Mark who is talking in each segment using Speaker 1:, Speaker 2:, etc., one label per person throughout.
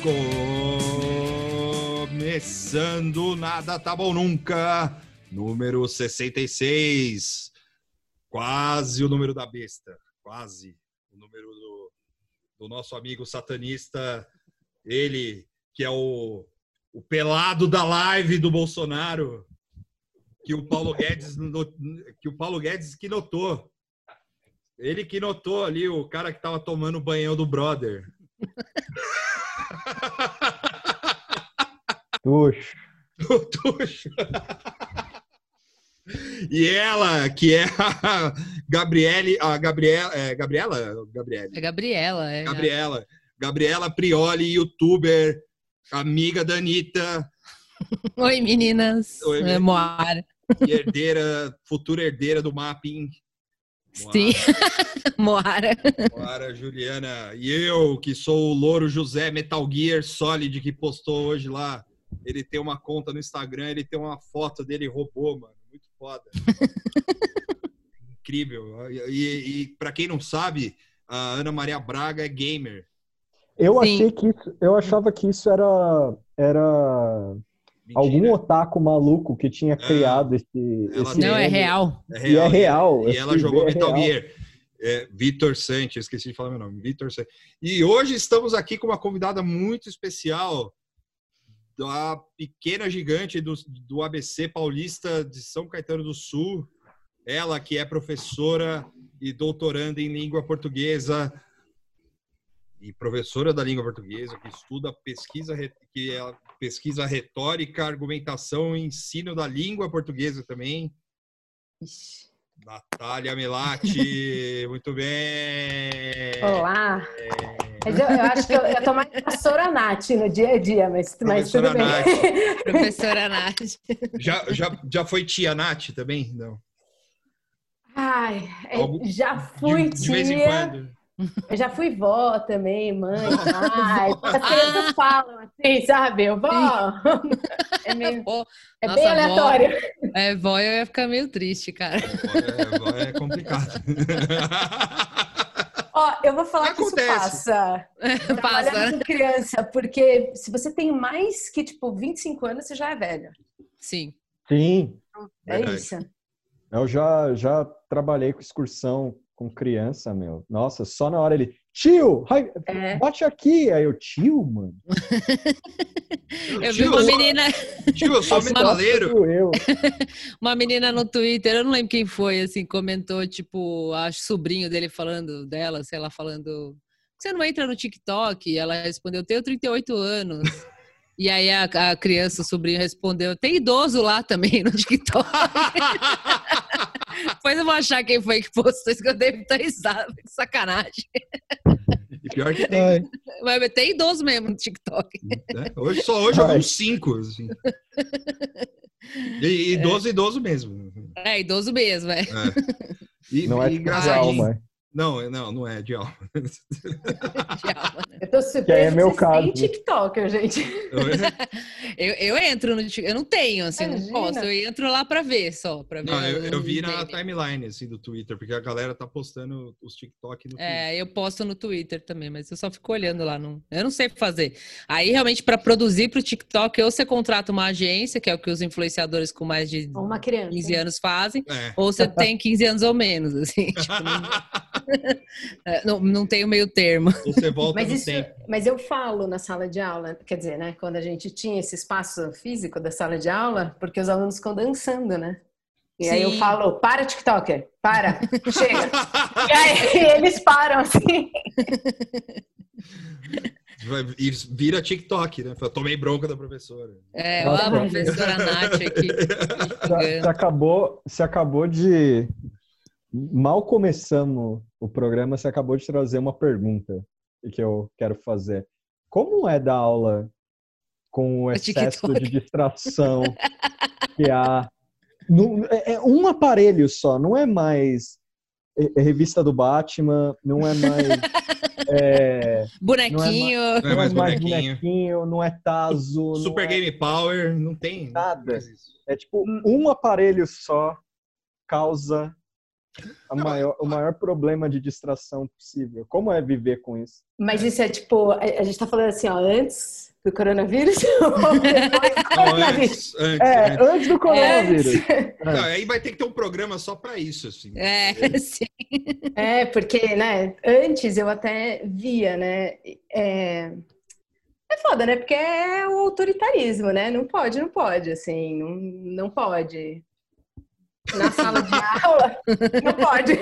Speaker 1: Começando Nada Tá Bom Nunca, número 66. Quase o número da besta. Quase o número do nosso amigo satanista. Ele que é o pelado da live do Bolsonaro, que o Paulo Guedes que notou. Ele que notou ali o cara que tava tomando o banhão do brother.
Speaker 2: Tuxo.
Speaker 1: Tuxo. E ela, que é a Gabriela. Gabriela Prioli, youtuber, amiga da Anitta.
Speaker 3: Oi, meninas.
Speaker 1: Oi,
Speaker 3: Moara.
Speaker 1: E futura herdeira do Mapping.
Speaker 3: Sim, Moara.
Speaker 1: Moara, Juliana. E eu, que sou o Louro José Metal Gear Solid, que postou hoje lá. Ele tem uma conta no Instagram, ele tem uma foto dele robô, mano. Muito foda. Incrível. E pra quem não sabe, a Ana Maria Braga é gamer.
Speaker 2: Eu achava que isso era algum otaku maluco que tinha criado esse
Speaker 3: Não, é real.
Speaker 2: E é real.
Speaker 1: E ela jogou Metal Gear. Vitor Santos, esqueci de falar meu nome. Vitor Santos. E hoje estamos aqui com uma convidada muito especial da pequena gigante do ABC Paulista de São Caetano do Sul. Ela que é professora e doutoranda em língua portuguesa e professora da língua portuguesa, que estuda pesquisa retórica, argumentação e ensino da língua portuguesa também.
Speaker 4: Ixi.
Speaker 1: Natália Melati, muito bem!
Speaker 4: Olá! Mas eu acho que eu tô mais professora Nath no dia a dia, mas tudo bem.
Speaker 3: Professora Nath.
Speaker 1: Já foi tia Nath também? Não.
Speaker 4: Ai, já fui tia.
Speaker 1: De vez em quando.
Speaker 4: Eu já fui vó também, mãe, pai. As crianças falam assim, sabe? Eu, vó. É bem aleatório.
Speaker 3: Vó, eu ia ficar meio triste, cara.
Speaker 1: Vó é complicado.
Speaker 4: Ó, eu vou falar que isso passa. Trabalhando com criança, porque se você tem mais que, 25 anos, você já é velho.
Speaker 3: Sim.
Speaker 2: Sim.
Speaker 4: É isso.
Speaker 2: Eu já trabalhei com excursão com criança, meu. Nossa, só na hora ele... Tio, bote aqui. Aí eu, tio, mano.
Speaker 3: Eu vi uma menina...
Speaker 1: Tio, eu sou metaleiro.
Speaker 3: Uma menina no Twitter, eu não lembro quem foi, assim, comentou, acho sobrinho dele falando dela, sei lá, falando... Você não entra no TikTok? E ela respondeu, eu tenho 38 anos. E aí a criança, o sobrinho, respondeu, tem idoso lá também no TikTok. Depois eu vou achar quem foi que postou isso, que eu dei muita risada, que sacanagem.
Speaker 1: E pior que tem.
Speaker 3: Mas tem idoso mesmo no TikTok.
Speaker 1: Hoje eu vi uns 5. Assim. E idoso mesmo.
Speaker 4: Idoso mesmo,
Speaker 1: E,
Speaker 2: não é engraçadinho.
Speaker 1: Não é de alma.
Speaker 4: Eu tô surpresa que
Speaker 2: meu caso.
Speaker 4: Tem TikToker, gente.
Speaker 3: Eu entro no TikTok, eu não tenho, assim, não posso. Eu entro lá pra ver só. Pra ver
Speaker 1: eu vi na timeline, assim, do Twitter, porque a galera tá postando os TikTok no Twitter.
Speaker 3: Eu posto no Twitter também, mas eu só fico olhando lá. Eu não sei o que fazer. Aí, realmente, pra produzir pro TikTok, ou você contrata uma agência, que é o que os influenciadores com mais de 15 anos fazem, ou você tem 15 anos ou menos, assim, não tem o meio termo.
Speaker 1: Você volta no tempo.
Speaker 4: Mas eu falo na sala de aula, quer dizer, né? Quando a gente tinha esse espaço físico da sala de aula, porque os alunos ficam dançando, né? E aí eu falo, para TikToker, para, chega. E aí eles param assim.
Speaker 1: E vira TikTok, né? Eu tomei bronca da professora.
Speaker 3: A professora Nath aqui.
Speaker 2: Você acabou de... Mal começamos o programa, você acabou de trazer uma pergunta que eu quero fazer. Como é dar aula com o excesso de distração que há? É um aparelho só, não é mais revista do Batman, não é mais...
Speaker 3: bonequinho.
Speaker 1: Não é mais bonequinho.
Speaker 2: Não é Tazo.
Speaker 1: Super Game Power, não tem
Speaker 2: nada. É um aparelho só causa o maior problema de distração possível. Como é viver com isso?
Speaker 4: Mas isso é tipo, a gente tá falando assim, ó, antes do coronavírus ou depois do
Speaker 1: coronavírus?
Speaker 2: Antes do coronavírus.
Speaker 1: Não, aí vai ter que ter um programa só para isso, assim.
Speaker 3: Sim.
Speaker 4: Porque, né, antes eu até via, né, é foda, né, porque é o autoritarismo, né, não pode, assim, não pode. Na sala de aula, não pode.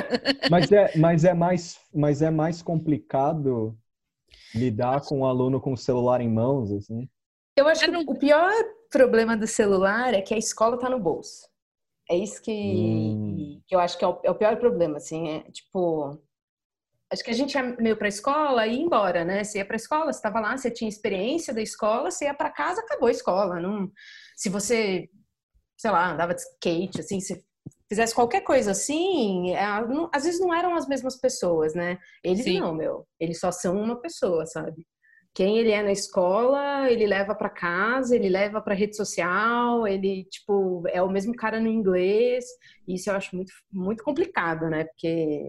Speaker 2: Mas é mais complicado lidar com o aluno com o celular em mãos, assim?
Speaker 4: Eu acho que o pior problema do celular é que a escola tá no bolso. É isso que eu acho que é o pior problema, assim, tipo... Acho que a gente ia meio pra escola e ia embora, né? Você ia pra escola, você tava lá, você tinha experiência da escola, você ia pra casa, acabou a escola. Não... Se você, sei lá, andava de skate, assim, se fizesse qualquer coisa assim, às vezes não eram as mesmas pessoas, né? Eles
Speaker 3: Sim.
Speaker 4: não, eles só são uma pessoa, sabe? Quem ele é na escola, ele leva pra casa, ele leva pra rede social, ele, tipo, é o mesmo cara no inglês. Isso eu acho muito, muito complicado, né? Porque...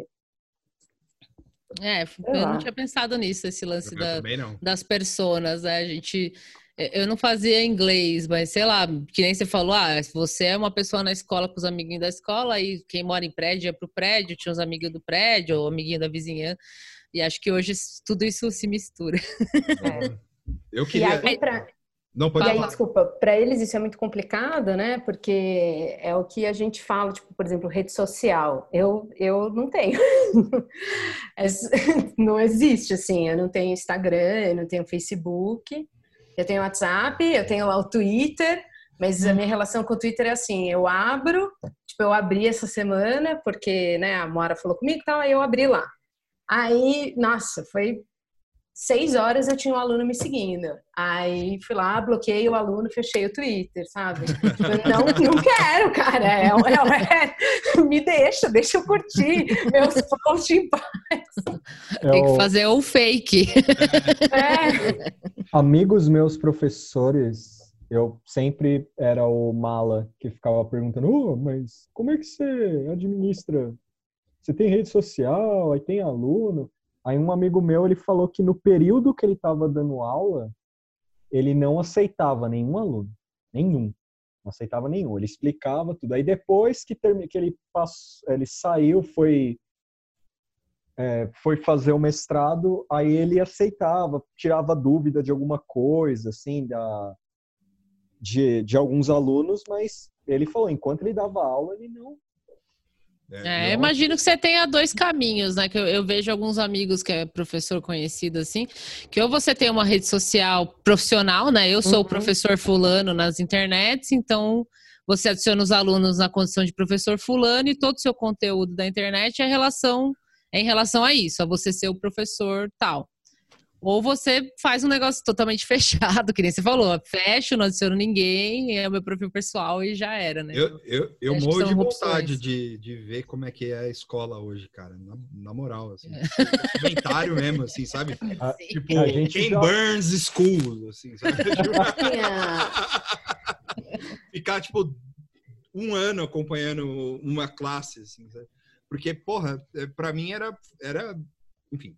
Speaker 3: eu não tinha pensado nisso, esse lance das personas, né? Eu não fazia inglês, mas sei lá, que nem você falou, se você é uma pessoa na escola com os amiguinhos da escola, aí quem mora em prédio ia pro prédio, tinha os amigos do prédio, ou amiguinho da vizinhança, e acho que hoje tudo isso se mistura.
Speaker 1: Eu queria... Não, pode falar.
Speaker 4: Desculpa, para eles isso é muito complicado, né? Porque é o que a gente fala, tipo, por exemplo, rede social. Eu não tenho. Não existe, assim. Eu não tenho Instagram, eu não tenho Facebook, eu tenho WhatsApp, eu tenho lá o Twitter, mas a minha relação com o Twitter é assim, eu abri essa semana, porque, né, a Mora falou comigo e tal, aí eu abri lá. Aí, nossa, foi 6 horas eu tinha um aluno me seguindo. Aí fui lá, bloqueei o aluno, fechei o Twitter, sabe? Eu não quero, cara. Me deixa eu curtir meus posts em paz.
Speaker 3: Tem que fazer o fake.
Speaker 2: Amigos meus professores, eu sempre era o mala que ficava perguntando, mas como é que você administra? Você tem rede social, aí tem aluno? Aí um amigo meu, ele falou que no período que ele estava dando aula, ele não aceitava nenhum aluno. Nenhum. Não aceitava nenhum. Ele explicava tudo. Aí depois que ele saiu, foi fazer o mestrado, aí ele aceitava, tirava dúvida de alguma coisa, assim, de alguns alunos, mas ele falou, enquanto ele dava aula, ele não...
Speaker 3: Eu imagino que você tenha 2 caminhos, né? Que eu vejo alguns amigos que é professor conhecido, assim, que ou você tem uma rede social profissional, né? Eu sou o professor fulano nas internets, então você adiciona os alunos na condição de professor fulano e todo o seu conteúdo da internet é em relação a isso, a você ser o professor tal. Ou você faz um negócio totalmente fechado, que nem você falou, fecho, não adiciono ninguém, é o meu perfil pessoal e já era, né?
Speaker 1: Eu morro de vontade de ver como é que é a escola hoje, cara, na moral, assim. Comentário mesmo, assim, sabe? Tipo, Ken Burns School, assim, sabe? Ficar, tipo, 1 ano acompanhando uma classe, assim, sabe? Porque, porra, pra mim era enfim...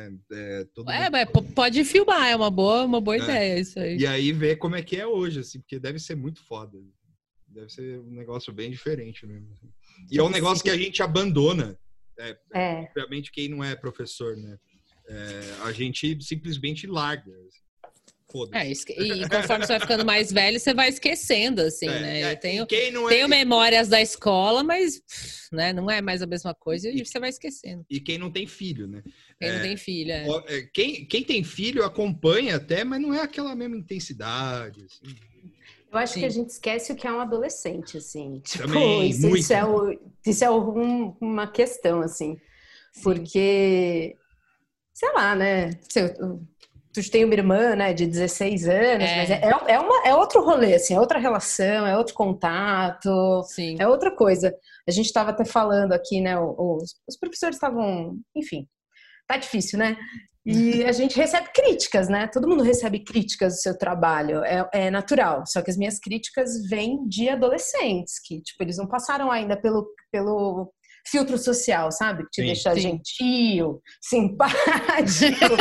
Speaker 3: pode filmar, é uma boa ideia isso aí.
Speaker 1: E aí ver como é que é hoje, assim, porque deve ser muito foda. Deve ser um negócio bem diferente mesmo. E é um negócio que a gente abandona. Obviamente, quem não é professor, né? A gente simplesmente larga. Assim. Foda-se.
Speaker 3: E conforme você vai ficando mais velho, você vai esquecendo, assim, né? Eu tenho
Speaker 1: é...
Speaker 3: memórias da escola, mas né, não é mais a mesma coisa e você vai esquecendo.
Speaker 1: E quem não tem filho, né?
Speaker 3: Quem não tem filho,
Speaker 1: Quem tem filho acompanha até, mas não é aquela mesma intensidade, assim.
Speaker 4: Eu acho que a gente esquece o que é um adolescente, assim. Tipo,
Speaker 1: também,
Speaker 4: isso é uma questão, assim. Sim. Porque, sei lá, né? Tu tem uma irmã, né, de 16 anos, mas é outro rolê, assim, é outra relação, é outro contato,
Speaker 3: sim.
Speaker 4: É outra coisa. A gente estava até falando aqui, né, os professores estavam, enfim, tá difícil, né? E a gente recebe críticas, né? Todo mundo recebe críticas do seu trabalho, é natural. Só que as minhas críticas vêm de adolescentes, que, tipo, eles não passaram ainda pelo filtro social, sabe? Que te
Speaker 1: Sim.
Speaker 4: deixa
Speaker 3: Sim.
Speaker 4: gentil, simpático.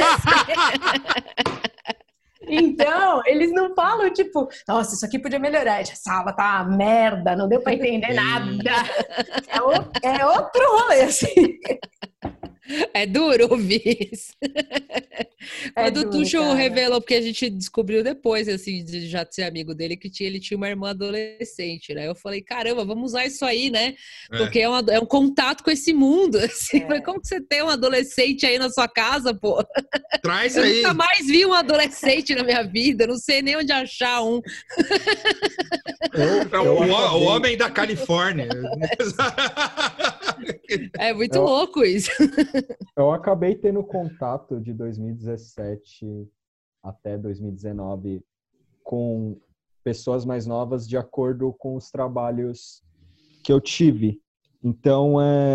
Speaker 4: Então, eles não falam, tipo, nossa, isso aqui podia melhorar. Essa aula tá uma merda, não deu pra entender nada. É outro rolê, assim.
Speaker 3: É duro ouvir isso. Quando o
Speaker 4: duro,
Speaker 3: Tuxo
Speaker 4: cara.
Speaker 3: revelou, porque a gente descobriu depois, assim, de já ser amigo dele, que ele tinha uma irmã adolescente, né? Eu falei, caramba, vamos usar isso aí, né? Porque é um contato com esse mundo, assim. Mas como que você tem um adolescente aí na sua casa, pô?
Speaker 1: Traz
Speaker 3: Eu
Speaker 1: aí.
Speaker 3: nunca mais vi um adolescente na minha vida, não sei nem onde achar um.
Speaker 1: O homem da Califórnia.
Speaker 3: É muito louco isso.
Speaker 2: Eu acabei tendo contato de 2017 até 2019 com pessoas mais novas de acordo com os trabalhos que eu tive. Então,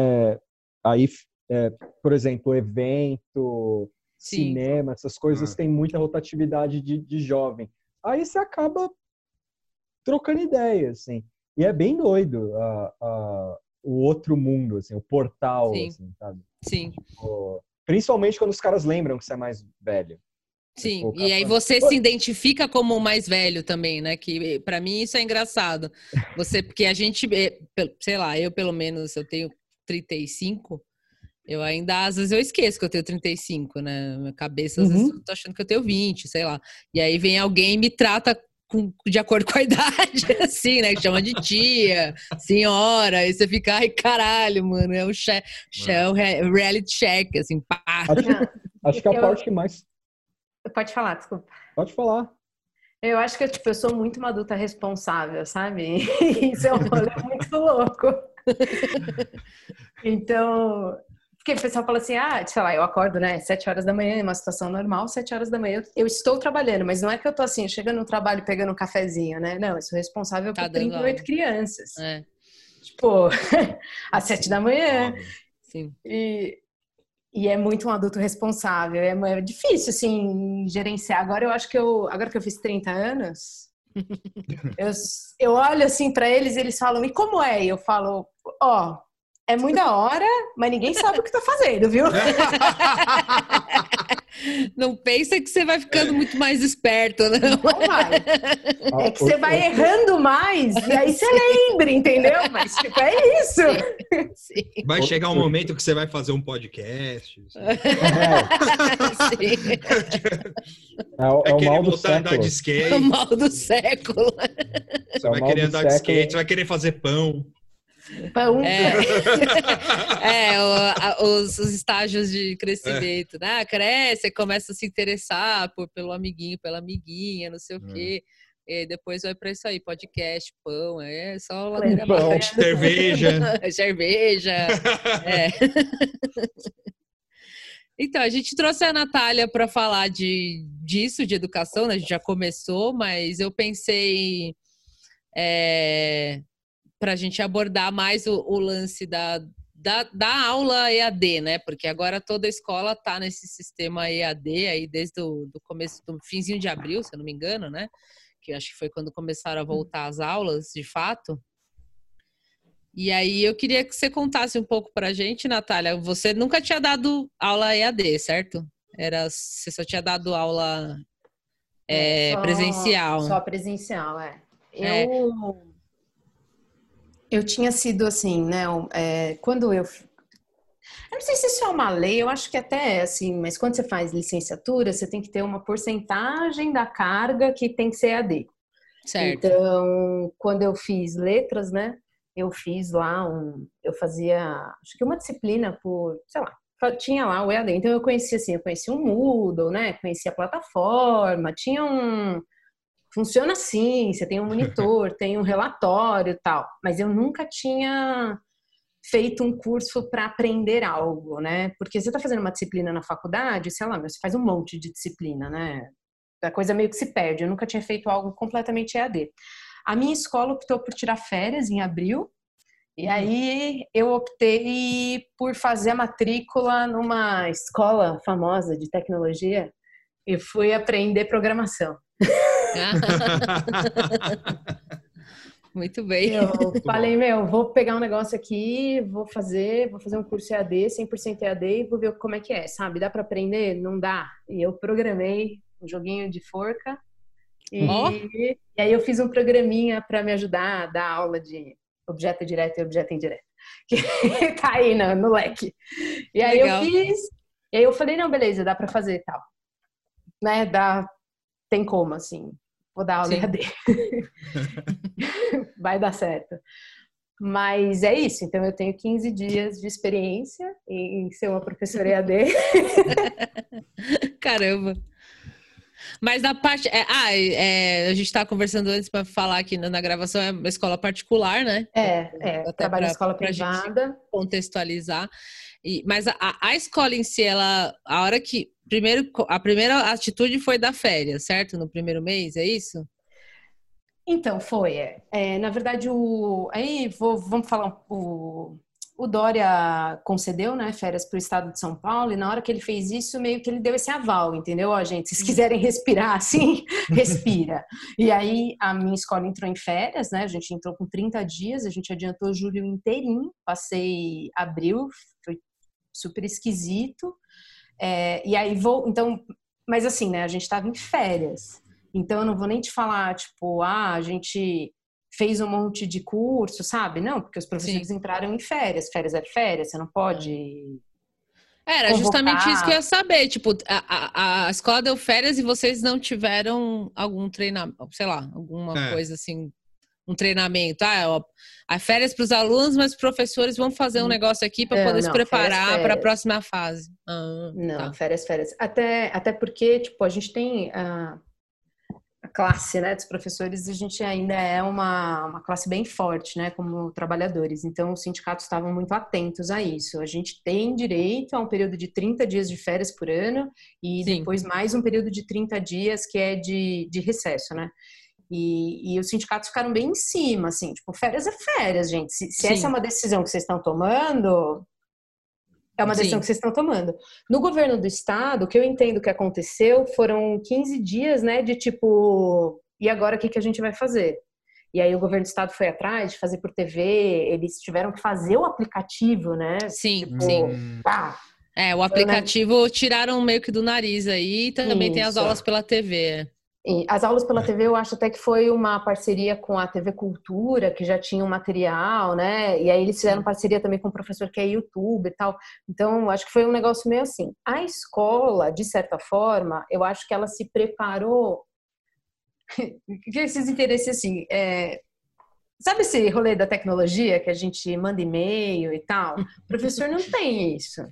Speaker 2: por exemplo, evento,
Speaker 3: Sim.
Speaker 2: cinema, essas coisas têm muita rotatividade de jovem. Aí você acaba trocando ideias, assim. E é bem doido o outro mundo, assim, o portal,
Speaker 3: Sim.
Speaker 2: assim, sabe?
Speaker 3: Sim.
Speaker 2: Tipo, principalmente quando os caras lembram que você é mais velho.
Speaker 3: Sim,
Speaker 2: Tipo,
Speaker 3: e aí você se identifica como o mais velho também, né? Que pra mim isso é engraçado. Porque a gente, sei lá, eu pelo menos, eu tenho 35, eu ainda, às vezes eu esqueço que eu tenho 35, né? Minha cabeça, às vezes eu tô achando que eu tenho 20, sei lá. E aí vem alguém e me trata de acordo com a idade, assim, né? Que chama de tia, senhora, e você fica, ai, caralho, mano, é o reality check, assim, pá.
Speaker 2: Acho que a parte que mais...
Speaker 4: Pode falar, desculpa.
Speaker 2: Pode falar.
Speaker 4: Eu acho que eu sou muito uma adulta responsável, sabe? Isso é um rolê muito louco. Então, porque o pessoal fala assim, sei lá, eu acordo, né, 7 horas da manhã, em uma situação normal, 7 horas da manhã, eu estou trabalhando, mas não é que eu tô assim, chegando no trabalho pegando um cafezinho, né? Não, eu sou responsável por 38 crianças.
Speaker 3: É.
Speaker 4: Tipo, às 7 da manhã.
Speaker 3: Sim.
Speaker 4: E é muito um adulto responsável, é difícil, assim, gerenciar. Agora que eu fiz 30 anos, eu olho assim pra eles e eles falam, e como é? E eu falo, é muito da hora, mas ninguém sabe o que tá fazendo, viu?
Speaker 3: Não pensa que você vai ficando muito mais esperto, não.
Speaker 4: Não vai. É que você vai errando mais e aí você lembra, entendeu? Mas tipo, é isso.
Speaker 3: Sim.
Speaker 1: Vai chegar um momento que você vai fazer um podcast.
Speaker 2: É o mal do século.
Speaker 1: Andar de skate.
Speaker 3: É o mal do século.
Speaker 1: Você vai querer andar de skate, você vai querer fazer pão.
Speaker 3: Os estágios de crescimento, né? Cresce, começa a se interessar pelo amiguinho, pela amiguinha, não sei o quê. E depois vai para isso aí, podcast, pão, é só ladeira abaixo. Cerveja. Então, a gente trouxe a Natália para falar disso, de educação, né? A gente já começou, mas eu pensei para a gente abordar mais o lance da aula EAD, né? Porque agora toda a escola está nesse sistema EAD aí desde o começo, do finzinho de abril, se eu não me engano, né? Que eu acho que foi quando começaram a voltar as aulas, de fato. E aí eu queria que você contasse um pouco para a gente, Natália. Você nunca tinha dado aula EAD, certo? Você só tinha dado aula presencial.
Speaker 4: Só presencial, Eu tinha sido assim, né? Quando eu não sei se isso é uma lei, eu acho que até é assim, mas quando você faz licenciatura, você tem que ter uma porcentagem da carga que tem que ser EAD.
Speaker 3: Certo.
Speaker 4: Então, quando eu fiz letras, né? Eu fiz lá eu fazia, acho que uma disciplina por, sei lá, tinha lá o EAD. Então eu conhecia o Moodle, né? Conhecia a plataforma, funciona assim, você tem um monitor, tem um relatório e tal. Mas eu nunca tinha feito um curso para aprender algo, né? Porque você está fazendo uma disciplina na faculdade, sei lá, você faz um monte de disciplina, né? A coisa meio que se perde. Eu nunca tinha feito algo completamente EAD. A minha escola optou por tirar férias em abril, e aí eu optei por fazer a matrícula numa escola famosa de tecnologia e fui aprender programação.
Speaker 3: Muito bem.
Speaker 4: Eu falei, vou pegar um negócio aqui, vou fazer um curso EAD, 100% EAD e vou ver como é que é, sabe? Dá para aprender? Não dá. E eu programei um joguinho de forca e aí eu fiz um programinha para me ajudar a dar aula de objeto direto e objeto indireto, que tá aí no leque. E aí
Speaker 3: Legal.
Speaker 4: eu fiz, e aí eu falei, não, beleza, dá para fazer e tal. Né? Tem como, assim. Vou dar aula EAD. Vai dar certo. Mas é isso. Então, eu tenho 15 dias de experiência em ser uma professora EAD.
Speaker 3: Caramba. Mas na parte... a gente estava conversando antes para falar aqui na gravação, é uma escola particular, né?
Speaker 4: Até trabalho em escola privada.
Speaker 3: Gente contextualizar. Mas a escola em si, ela... A hora que... a primeira atitude foi dar férias, certo? No primeiro mês, é isso?
Speaker 4: Então, foi. Na verdade, vamos falar, o Dória concedeu, né, férias para o estado de São Paulo, e na hora que ele fez isso, meio que ele deu esse aval, entendeu? Ó, gente, se vocês quiserem respirar assim, respira. E aí, a minha escola entrou em férias, né, a gente entrou com 30 dias, a gente adiantou julho inteirinho, passei abril, foi super esquisito, e aí então, mas assim, né, a gente estava em férias, então eu não vou nem te falar, tipo, a gente fez um monte de curso, sabe? Não, porque os professores entraram em férias é férias, você não pode
Speaker 3: Era justamente isso que eu ia saber, tipo, a escola deu férias e vocês não tiveram algum treinamento, sei lá, alguma coisa assim, um treinamento. A férias para os alunos, mas os professores vão fazer um negócio aqui para poder se preparar para a próxima fase.
Speaker 4: Não, tá. Férias. Até porque, tipo, a gente tem a classe, né, dos professores, a gente ainda é uma classe bem forte, né, como trabalhadores. Então, os sindicatos estavam muito atentos a isso. A gente tem direito a um período de 30 dias de férias por ano e depois mais um período de 30 dias que é de recesso, né? E os sindicatos ficaram bem em cima, assim, tipo, férias é férias, gente. Se essa é uma decisão que vocês estão tomando, é uma decisão que vocês estão tomando. No governo do estado, o que eu entendo que aconteceu foram 15 dias, né, de tipo, e agora o que a gente vai fazer? E aí o governo do estado foi atrás de fazer por TV, eles tiveram que fazer o aplicativo, né?
Speaker 3: Sim,
Speaker 4: tipo,
Speaker 3: sim. O aplicativo tiraram meio que do nariz aí, e também tem as aulas pela TV.
Speaker 4: As aulas pela TV eu acho até que foi uma parceria com a TV Cultura, que já tinha um material, né? E aí eles fizeram parceria também com um professor que é youtuber e tal. Então, acho que foi um negócio meio assim. A escola, de certa forma, eu acho que ela se preparou... que esses interesses assim... Sabe esse rolê da tecnologia que a gente manda e-mail e tal? O professor não tem isso.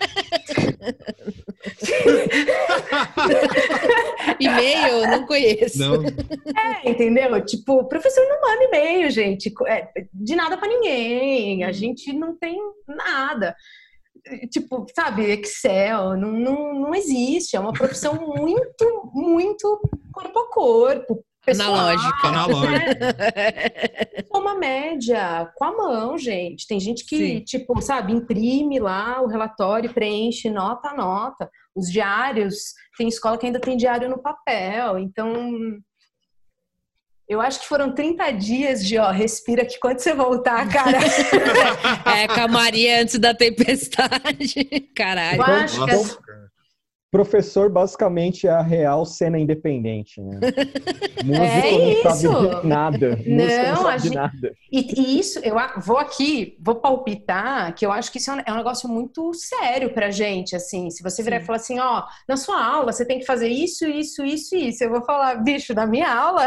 Speaker 3: E-mail? Não conheço.
Speaker 1: Não.
Speaker 4: Entendeu? Tipo, o professor não manda e-mail, gente. De nada pra ninguém. A gente não tem nada. Tipo, sabe, Excel, não existe. É uma profissão muito, muito corpo a corpo. Pessoal,
Speaker 3: Analógica.
Speaker 4: Uma média com a mão, gente. Tem gente que, tipo, sabe, imprime lá o relatório, preenche nota a nota. Os diários, tem escola que ainda tem diário no papel. Então, eu acho que foram 30 dias de, respira que quando você voltar, cara...
Speaker 3: calmaria antes da tempestade. Caralho.
Speaker 4: Eu acho que...
Speaker 2: Professor, basicamente, é a real cena independente, né? Músico não sabe de nada. Músico não sabe de nada.
Speaker 4: E isso, eu vou palpitar, que eu acho que isso é um negócio muito sério pra gente, assim. Se você virar e falar assim, na sua aula você tem que fazer isso, isso, isso e isso. Eu vou falar, bicho, na minha aula?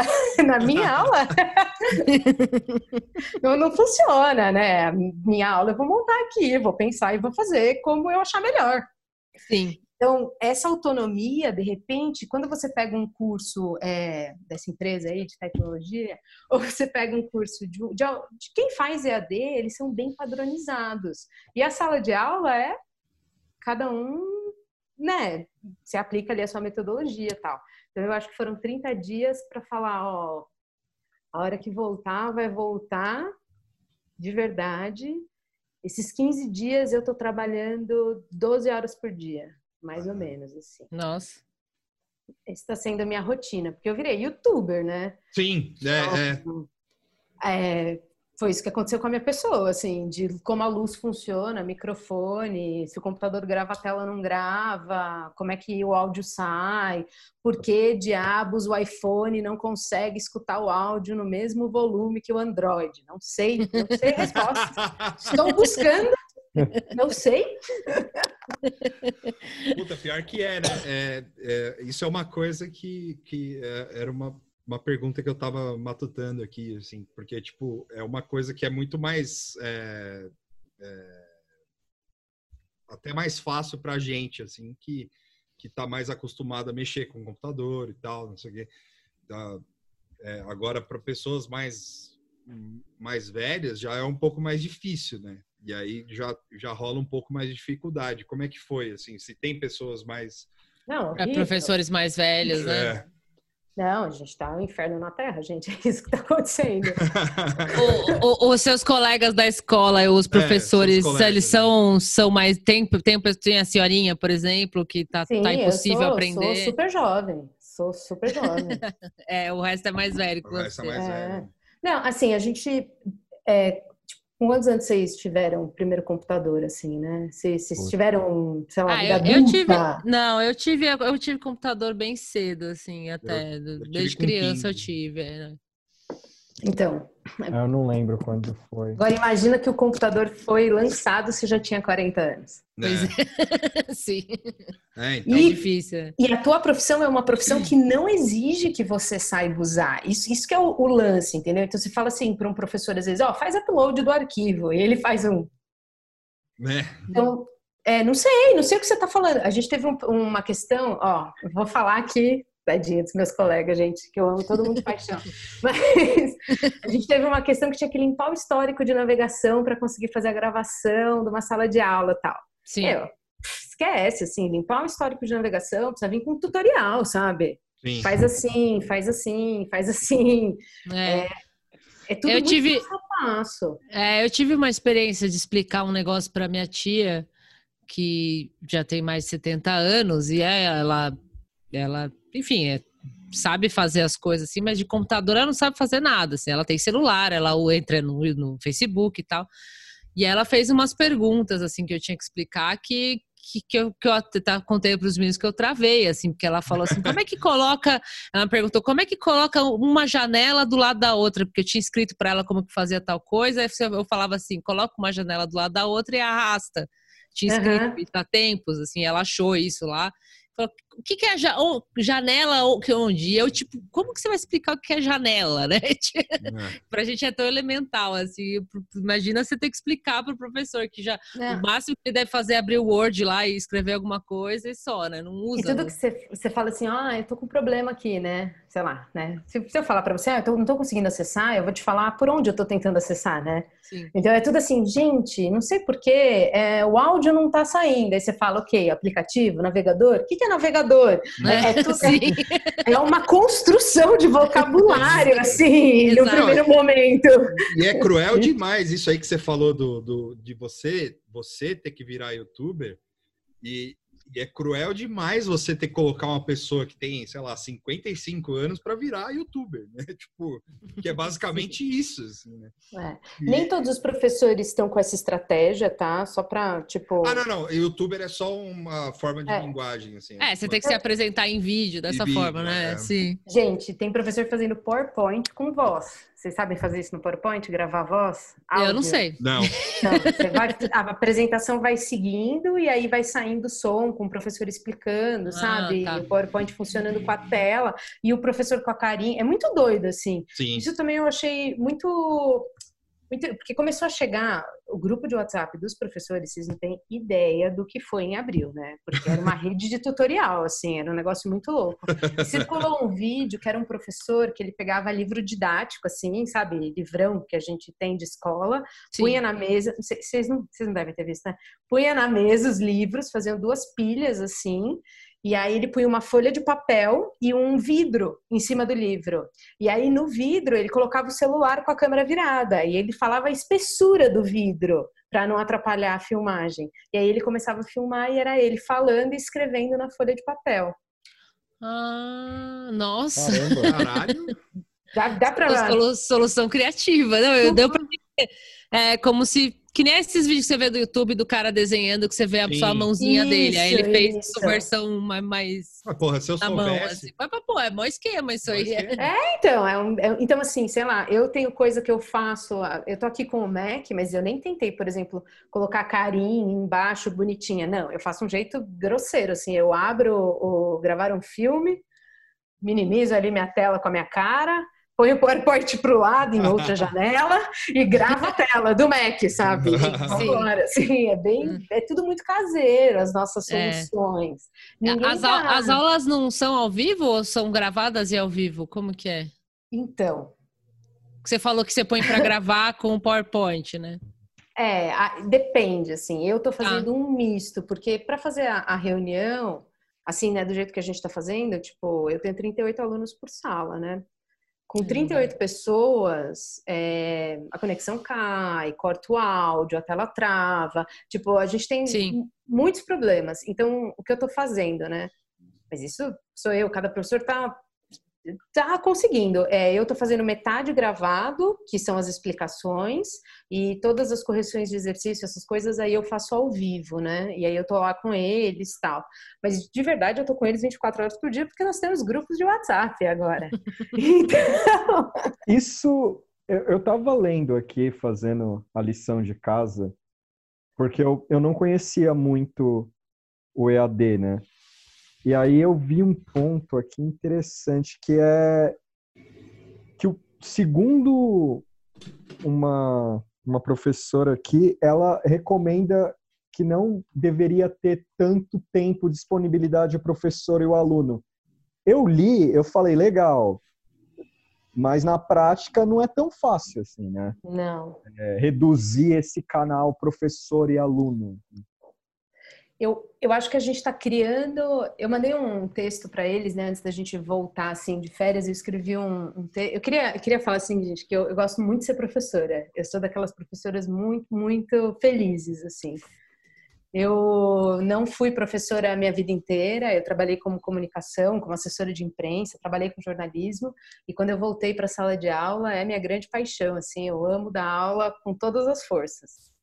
Speaker 4: não funciona, né? Minha aula eu vou montar aqui, vou pensar e vou fazer como eu achar melhor.
Speaker 3: Sim.
Speaker 4: Então, essa autonomia, de repente, quando você pega um curso dessa empresa aí de tecnologia, ou você pega um curso de quem faz EAD, eles são bem padronizados. E a sala de aula cada um, né, se aplica ali a sua metodologia e tal. Então, eu acho que foram 30 dias para falar, a hora que voltar, vai voltar de verdade. Esses 15 dias eu estou trabalhando 12 horas por dia. Mais ou menos, assim.
Speaker 3: Nossa.
Speaker 4: Essa está sendo a minha rotina, porque eu virei youtuber, né?
Speaker 1: Sim,
Speaker 4: Foi isso que aconteceu com a minha pessoa, assim, de como a luz funciona, microfone, se o computador grava, a tela não grava, como é que o áudio sai, por que diabos o iPhone não consegue escutar o áudio no mesmo volume que o Android. Não sei a resposta. Estou buscando, não sei.
Speaker 1: Puta, pior que né? Isso é uma coisa que era uma pergunta que eu tava matutando aqui, assim, porque, tipo, é uma coisa que é muito mais... até mais fácil pra gente, assim, que tá mais acostumado a mexer com o computador e tal, não sei o quê. Agora, para pessoas mais velhas, já é um pouco mais difícil, né? E aí já rola um pouco mais de dificuldade. Como é que foi, assim? Se tem pessoas mais...
Speaker 4: Não,
Speaker 3: professores mais velhos, né?
Speaker 4: Não, a gente tá no inferno na Terra, gente. É isso que tá acontecendo.
Speaker 3: Os seus colegas da escola, os professores, eles são mais... Tem a senhorinha, por exemplo, que tá impossível aprender.
Speaker 4: Sou super jovem.
Speaker 3: O resto é mais velho que você.
Speaker 1: O resto é mais velho.
Speaker 4: Não, assim, a gente... com quantos anos vocês tiveram o primeiro computador, assim, né? Vocês tiveram, sei lá, vida adulta?
Speaker 3: Eu tive computador bem cedo, assim, até. Desde criança eu tive. Né?
Speaker 4: Então...
Speaker 2: Eu não lembro quando foi.
Speaker 4: Agora imagina que o computador foi lançado se já tinha 40 anos.
Speaker 3: Pois é. Sim.
Speaker 1: Então...
Speaker 3: É difícil.
Speaker 4: E a tua profissão é uma profissão que não exige que você saiba usar. Isso que é o lance, entendeu? Então você fala assim para um professor, às vezes, faz upload do arquivo. E ele faz um... Então, não sei o que você está falando. A gente teve uma questão, eu vou falar aqui... Tadinha dos meus colegas, gente, que eu amo todo mundo de paixão. Mas a gente teve uma questão que tinha que limpar o histórico de navegação para conseguir fazer a gravação de uma sala de aula e tal.
Speaker 3: Sim.
Speaker 4: Esquece, assim, limpar o histórico de navegação precisa vir com um tutorial, sabe?
Speaker 1: Sim.
Speaker 4: Faz assim, faz assim, faz assim. É tudo muito passo a passo.
Speaker 3: Eu tive uma experiência de explicar um negócio para minha tia, que já tem mais de 70 anos, e ela enfim, sabe fazer as coisas assim, mas de computador ela não sabe fazer nada, assim, ela tem celular, ela entra no Facebook e tal, e ela fez umas perguntas, assim, que eu tinha que explicar, que eu até contei para os meninos que eu travei, assim, porque ela falou assim, ela perguntou, como é que coloca uma janela do lado da outra, porque eu tinha escrito para ela como que fazia tal coisa, aí eu falava assim, coloca uma janela do lado da outra e arrasta, tinha escrito isso há tempos, assim, ela achou isso lá. Falou, o que é janela onde? Eu, tipo, como que você vai explicar o que é janela, né? Pra gente é tão elemental, assim. Imagina você ter que explicar pro professor que o máximo que ele deve fazer é abrir o Word lá e escrever alguma coisa e só, né? Não usa.
Speaker 4: E tudo que você fala assim, eu tô com um problema aqui, né? Sei lá, né? Se eu falar pra você, eu não tô conseguindo acessar, eu vou te falar por onde eu tô tentando acessar, né?
Speaker 3: Sim.
Speaker 4: Então é tudo assim, gente, não sei porquê, o áudio não tá saindo. Aí você fala, ok, aplicativo, navegador? O que é navegador? É uma construção de vocabulário, assim, no primeiro momento.
Speaker 1: E é cruel demais isso aí que você falou de você ter que virar youtuber. E é cruel demais você ter que colocar uma pessoa que tem, sei lá, 55 anos para virar youtuber, né? Tipo, que é basicamente isso, assim, né?
Speaker 4: Nem todos os professores estão com essa estratégia, tá? Só para, tipo...
Speaker 1: não. Youtuber é só uma forma de linguagem, assim.
Speaker 3: Você tem que se apresentar em vídeo dessa forma, né? Sim.
Speaker 4: Gente, tem professor fazendo PowerPoint com voz. Vocês sabem fazer isso no PowerPoint? Gravar a voz? Áudio?
Speaker 3: Eu não sei.
Speaker 1: Não.
Speaker 4: A apresentação vai seguindo e aí vai saindo som com o professor explicando, sabe?
Speaker 3: Tá.
Speaker 4: O PowerPoint funcionando com a tela e o professor com a carinha. É muito doido, assim.
Speaker 1: Sim.
Speaker 4: Isso também eu achei muito... Porque começou a chegar o grupo de WhatsApp dos professores, vocês não têm ideia do que foi em abril, né? Porque era uma rede de tutorial, assim, era um negócio muito louco. E circulou um vídeo que era um professor que ele pegava livro didático, assim, sabe? Livrão que a gente tem de escola, punha na mesa, vocês não devem ter visto, né? Punha na mesa os livros, faziam 2 pilhas, assim, e aí ele punha uma folha de papel e um vidro em cima do livro. E aí no vidro ele colocava o celular com a câmera virada. E ele falava a espessura do vidro para não atrapalhar a filmagem. E aí ele começava a filmar e era ele falando e escrevendo na folha de papel.
Speaker 3: Nossa!
Speaker 1: Caralho!
Speaker 4: Dá pra...
Speaker 3: Solução criativa. Não, deu pra... É como se... Que nem esses vídeos que você vê do YouTube do cara desenhando, que você vê só a mãozinha dele. Aí ele fez a versão mais
Speaker 1: porra, se eu
Speaker 3: na
Speaker 1: soubesse...
Speaker 3: mão. Assim. Mas, pô, é mó esquema isso aí.
Speaker 4: Então, então, assim, sei lá, eu tenho coisa que eu faço... Eu tô aqui com o Mac, mas eu nem tentei, por exemplo, colocar carinha embaixo, bonitinha. Não, eu faço um jeito grosseiro, assim. Eu abro gravar um filme, minimizo ali minha tela com a minha cara... Põe o PowerPoint pro lado, em outra janela, e grava a tela do Mac, sabe? Agora, assim, é tudo muito caseiro, as nossas soluções.
Speaker 3: As aulas não são ao vivo ou são gravadas e ao vivo? Como que é?
Speaker 4: Então...
Speaker 3: Você falou que você põe para gravar com o PowerPoint, né?
Speaker 4: Depende, assim. Eu tô fazendo um misto, porque para fazer a reunião, assim, né, do jeito que a gente tá fazendo, tipo, eu tenho 38 alunos por sala, né? Com 38 pessoas, a conexão cai, corta o áudio, a tela trava. Tipo, a gente tem muitos problemas. Então, o que eu tô fazendo, né? Mas isso sou eu, cada professor tá conseguindo. Eu tô fazendo metade gravado, que são as explicações, e todas as correções de exercício, essas coisas aí eu faço ao vivo, né? E aí eu tô lá com eles e tal. Mas de verdade eu tô com eles 24 horas por dia, porque nós temos grupos de WhatsApp agora. Então...
Speaker 2: Isso, eu tava lendo aqui, fazendo a lição de casa, porque eu não conhecia muito o EAD, né? E aí eu vi um ponto aqui interessante, que é que segundo uma professora aqui, ela recomenda que não deveria ter tanto tempo de disponibilidade o professor e o aluno. Eu li, eu falei, legal, mas na prática não é tão fácil assim, né?
Speaker 4: Não.
Speaker 2: Reduzir esse canal professor e aluno.
Speaker 4: Eu acho que a gente está criando... Eu mandei um texto para eles, né, antes da gente voltar, assim, de férias. Eu escrevi um texto... Eu queria falar assim, gente, que eu gosto muito de ser professora. Eu sou daquelas professoras muito, muito felizes, assim. Eu não fui professora a minha vida inteira. Eu trabalhei como comunicação, como assessora de imprensa, trabalhei com jornalismo. E quando eu voltei para a sala de aula, é minha grande paixão, assim. Eu amo dar aula com todas as forças.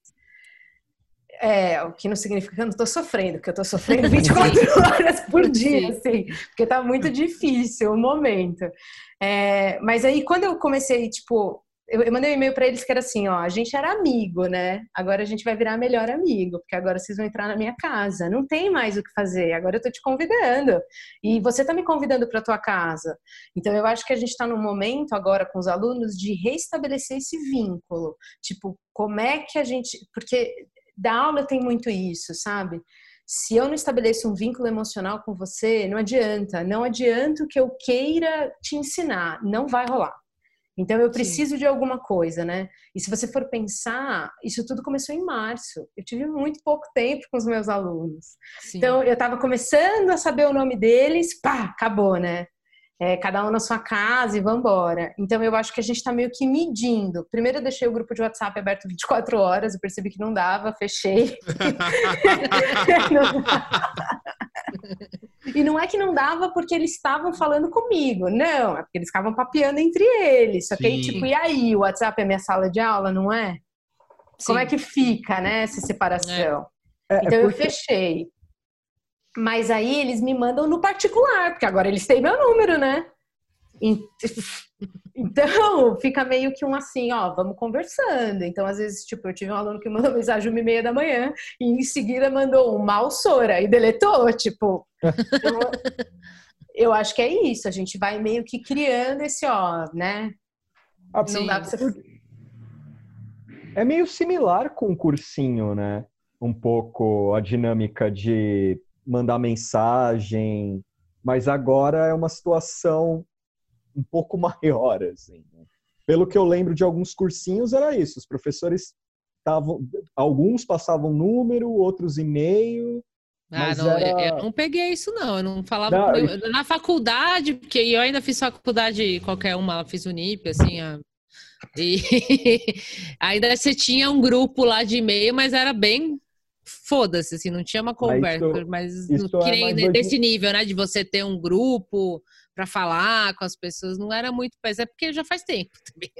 Speaker 4: O que não significa que eu não estou sofrendo, porque eu estou sofrendo 24 horas por dia, assim, porque tá muito difícil o momento. Mas aí, quando eu comecei, tipo, eu mandei um e-mail para eles que era assim, ó, a gente era amigo, né? Agora a gente vai virar melhor amigo, porque agora vocês vão entrar na minha casa. Não tem mais o que fazer, agora eu tô te convidando. E você tá me convidando para tua casa. Então, eu acho que a gente está num momento agora com os alunos de restabelecer esse vínculo. Tipo, como é que a gente... Porque... Da aula tem muito isso, sabe? Se eu não estabeleço um vínculo emocional com você, não adianta. Não adianta o que eu queira te ensinar. Não vai rolar. Então, eu preciso de alguma coisa, né? E se você for pensar, isso tudo começou em março. Eu tive muito pouco tempo com os meus alunos. Sim. Então, eu estava começando a saber o nome deles, pá, acabou, né? Cada um na sua casa e vambora. Então, eu acho que a gente tá meio que medindo. Primeiro, eu deixei o grupo de WhatsApp aberto 24 horas, eu percebi que não dava, fechei. E não é que não dava porque eles estavam falando comigo, não, é porque eles ficavam papeando entre eles. Só que aí, tipo, e aí, o WhatsApp é minha sala de aula, não é? Sim. Como é que fica, né, essa separação? Então, eu fechei. Mas aí eles me mandam no particular, porque agora eles têm meu número, né? Então, fica meio que assim, ó, vamos conversando. Então, às vezes, tipo, eu tive um aluno que mandou mensagem 1h30 da manhã e em seguida mandou um Malsora e deletou, tipo... Então, eu acho que é isso, a gente vai meio que criando esse, ó, né? Não dá pra você...
Speaker 2: É meio similar com o cursinho, né? Um pouco a dinâmica de... mandar mensagem, mas agora é uma situação um pouco maior, assim. Pelo que eu lembro de alguns cursinhos, era isso. Os professores estavam... Alguns passavam número, outros e-mail.
Speaker 3: Mas não, eu não peguei isso, não. Eu não falava... Não, na faculdade, porque eu ainda fiz faculdade qualquer uma, fiz Unip, assim... E ainda você tinha um grupo lá de e-mail, mas era bem... foda-se, assim, não tinha uma conversa, mas que nem desse nível, né, de você ter um grupo para falar com as pessoas, não era muito, mas é porque já faz tempo também.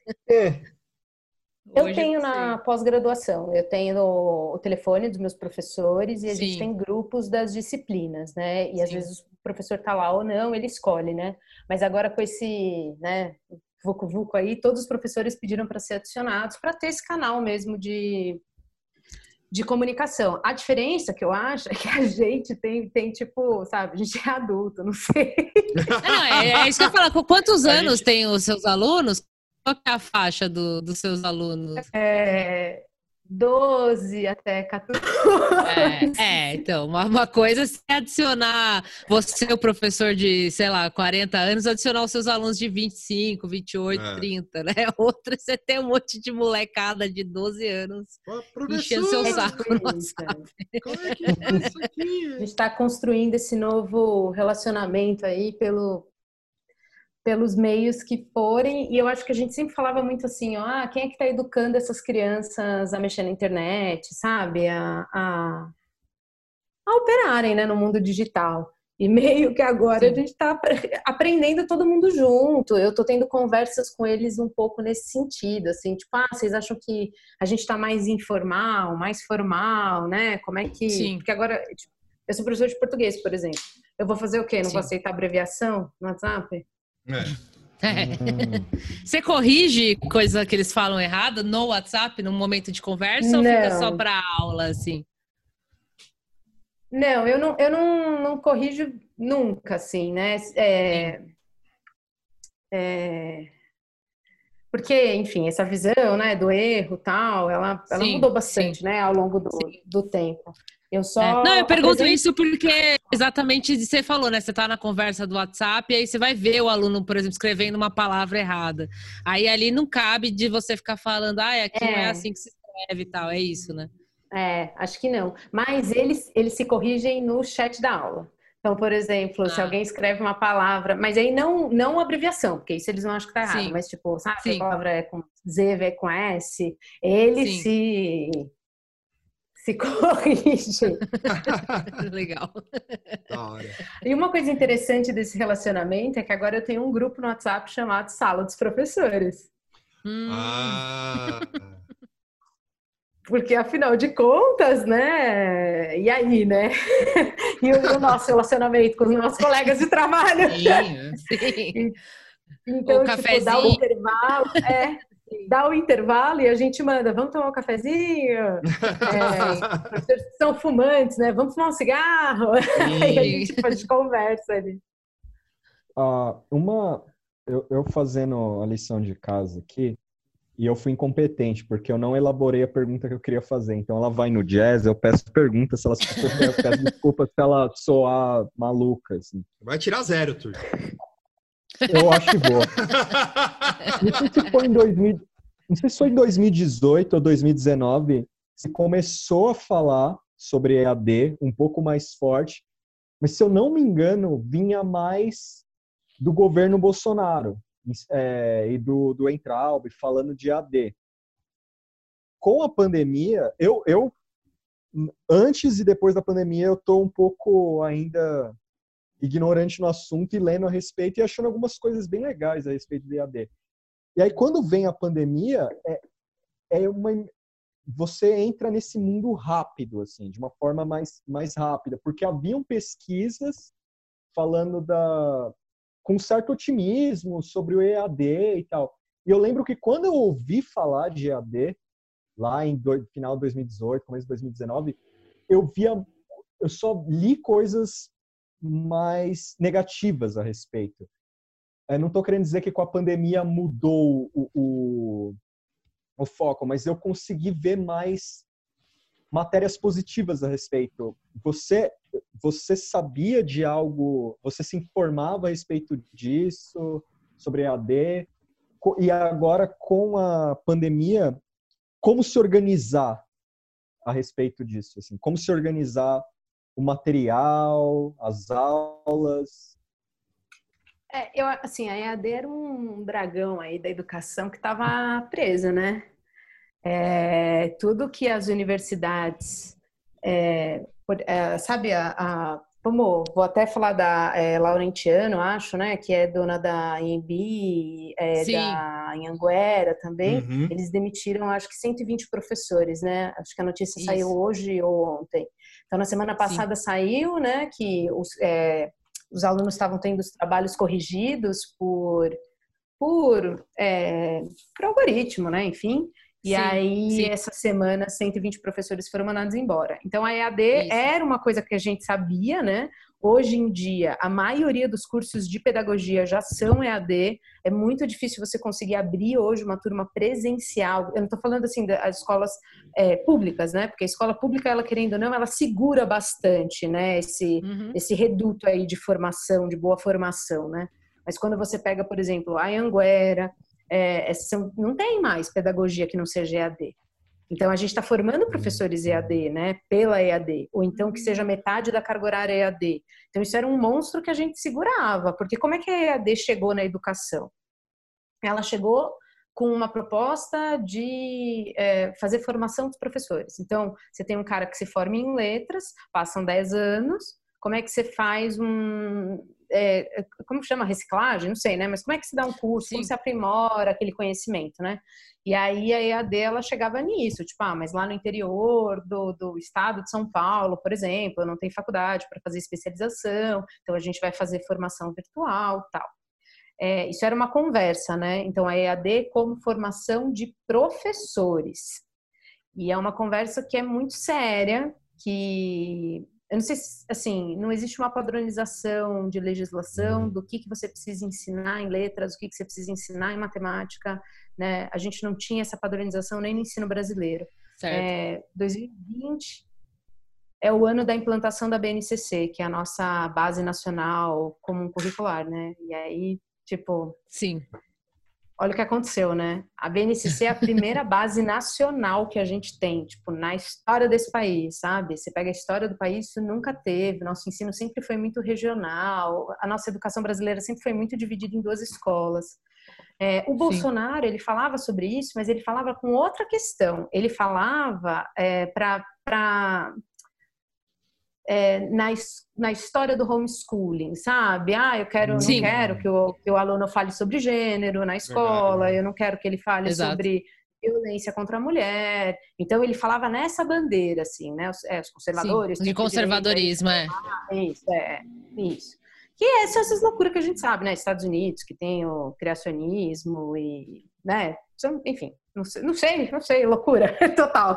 Speaker 4: Eu tenho na pós-graduação, eu tenho o telefone dos meus professores e a gente tem grupos das disciplinas, né? E às vezes o professor tá lá ou não, ele escolhe, né? Mas agora com esse, né, vucu-vucu aí, todos os professores pediram para ser adicionados para ter esse canal mesmo de comunicação. A diferença que eu acho é que a gente tem tipo, sabe, a gente é adulto, não sei.
Speaker 3: É isso que eu ia falar. Com quantos anos tem os seus alunos? Qual é a faixa dos seus alunos?
Speaker 4: 12 até 14.
Speaker 3: Então, uma coisa é você adicionar você, o professor de, sei lá, 40 anos, adicionar os seus alunos de 25, 28, 30, né? Outra, você tem um monte de molecada de 12 anos enchendo seu saco no WhatsApp.
Speaker 1: Como é que é isso aqui?
Speaker 4: A gente está construindo esse novo relacionamento aí pelos meios que forem, e eu acho que a gente sempre falava muito assim, quem é que está educando essas crianças a mexer na internet, sabe? A operarem, né, no mundo digital. E meio que agora a gente está aprendendo todo mundo junto. Eu estou tendo conversas com eles um pouco nesse sentido, assim, tipo, vocês acham que a gente está mais informal, mais formal, né? Como é que...
Speaker 3: Sim.
Speaker 4: Porque agora, tipo, eu sou professor de português, por exemplo. Eu vou fazer o quê? Não vou aceitar abreviação no WhatsApp?
Speaker 3: Você corrige coisa que eles falam errado no WhatsApp, no momento de conversa, ou fica só para aula, assim?
Speaker 4: Não, eu não corrijo nunca, assim, né? Porque, enfim, essa visão, né, do erro, tal, ela mudou bastante, né, ao longo do tempo.
Speaker 3: Não, eu pergunto isso porque exatamente você falou, né? Você tá na conversa do WhatsApp e aí você vai ver o aluno, por exemplo, escrevendo uma palavra errada. Aí ali não cabe de você ficar falando, aqui não é assim que se escreve e tal. É isso, né?
Speaker 4: Acho que não. Mas eles se corrigem no chat da aula. Então, por exemplo, se alguém escreve uma palavra, mas aí não abreviação, porque isso eles não acham que tá errado, mas tipo, sabe, a palavra é com Z, V com S, eles se corrigem.
Speaker 3: Legal.
Speaker 1: Da hora.
Speaker 4: E uma coisa interessante desse relacionamento é que agora eu tenho um grupo no WhatsApp chamado Sala dos Professores. Porque, afinal de contas, né? E aí, né? E o nosso relacionamento com os nossos colegas de trabalho.
Speaker 3: Sim.
Speaker 4: Então,
Speaker 3: o cafezinho.
Speaker 4: dá o intervalo. Dá o intervalo e a gente manda, vamos tomar um cafezinho? Professores que são fumantes, né? Vamos fumar um cigarro? Aí a gente conversa ali.
Speaker 2: Eu fazendo a lição de casa aqui, e eu fui incompetente, porque eu não elaborei a pergunta que eu queria fazer. Então ela vai no jazz, eu peço perguntas, se ela eu peço desculpa se ela soar maluca. Assim.
Speaker 1: Vai tirar 0, Tur.
Speaker 2: Eu acho que vou. Não sei se foi em 2018 ou 2019, se começou a falar sobre EAD um pouco mais forte, mas se eu não me engano, vinha mais do governo Bolsonaro e do Weintraub falando de EAD. Com a pandemia, eu antes e depois da pandemia, eu estou um pouco ainda ignorante no assunto e lendo a respeito e achando algumas coisas bem legais a respeito do EAD. E aí, quando vem a pandemia, você entra nesse mundo rápido, assim, de uma forma mais rápida, porque haviam pesquisas falando com certo otimismo sobre o EAD e tal. E eu lembro que quando eu ouvi falar de EAD, lá em final de 2018, começo de 2019, eu só li coisas mais negativas a respeito. Eu não estou querendo dizer que com a pandemia mudou o foco, mas eu consegui ver mais matérias positivas a respeito. Você sabia de algo, você se informava a respeito disso, sobre EAD, e agora com a pandemia, como se organizar a respeito disso? Assim, como se organizar o material, as aulas?
Speaker 4: A EAD era um dragão aí da educação que estava presa, né? Tudo que as universidades sabe, vou até falar da Laurentiano, acho, né, que é dona da Anhembi, da Anhanguera também.
Speaker 1: Uhum.
Speaker 4: Eles demitiram, acho que 120 professores, né? Acho que a notícia saiu hoje ou ontem. Então, na semana passada saiu, né, que os alunos estavam tendo os trabalhos corrigidos por algoritmo, né? Enfim. E aí, essa semana, 120 professores foram mandados embora. Então, a EAD era uma coisa que a gente sabia, né? Hoje em dia, a maioria dos cursos de pedagogia já são EAD. É muito difícil você conseguir abrir hoje uma turma presencial. Eu não estou falando, assim, das escolas públicas, né? Porque a escola pública, ela querendo ou não, ela segura bastante, né? Esse reduto aí de formação, de boa formação, né? Mas quando você pega, por exemplo, a Anhanguera, não tem mais pedagogia que não seja EAD. Então, a gente está formando professores EAD, né? Pela EAD. Ou então que seja metade da carga horária EAD. Então, isso era um monstro que a gente segurava. Porque como é que a EAD chegou na educação? Ela chegou com uma proposta de fazer formação dos professores. Então, você tem um cara que se forma em letras, passam 10 anos, como é que você faz como chama? Reciclagem? Não sei, né? Mas como é que se dá um curso? Como se aprimora aquele conhecimento, né? E aí a EAD, ela chegava nisso, tipo, mas lá no interior do estado de São Paulo, por exemplo, não tem faculdade para fazer especialização, então a gente vai fazer formação virtual e tal. Isso era uma conversa, né? Então, a EAD como formação de professores. E é uma conversa que é muito séria, que... Eu não sei se, assim, não existe uma padronização de legislação do que você precisa ensinar em letras, o que você precisa ensinar em matemática, né? A gente não tinha essa padronização nem no ensino brasileiro. 2020 é o ano da implantação da BNCC, que é a nossa base nacional comum curricular, né? E aí, tipo... Olha o que aconteceu, né? A BNCC é a primeira base nacional que a gente tem, tipo, na história desse país, sabe? Você pega a história do país, isso nunca teve. Nosso ensino sempre foi muito regional. A nossa educação brasileira sempre foi muito dividida em 2 escolas. O Bolsonaro, ele falava sobre isso, mas ele falava com outra questão. Ele falava na história do homeschooling, sabe? Eu não quero que o aluno fale sobre gênero na escola, eu não quero que ele fale sobre violência contra a mulher. Então, ele falava nessa bandeira, assim, né? Os conservadores...
Speaker 3: de conservadorismo,
Speaker 4: Isso. Que são essas loucuras que a gente sabe, né? Estados Unidos, que tem o criacionismo e, né? Enfim, não sei, loucura total.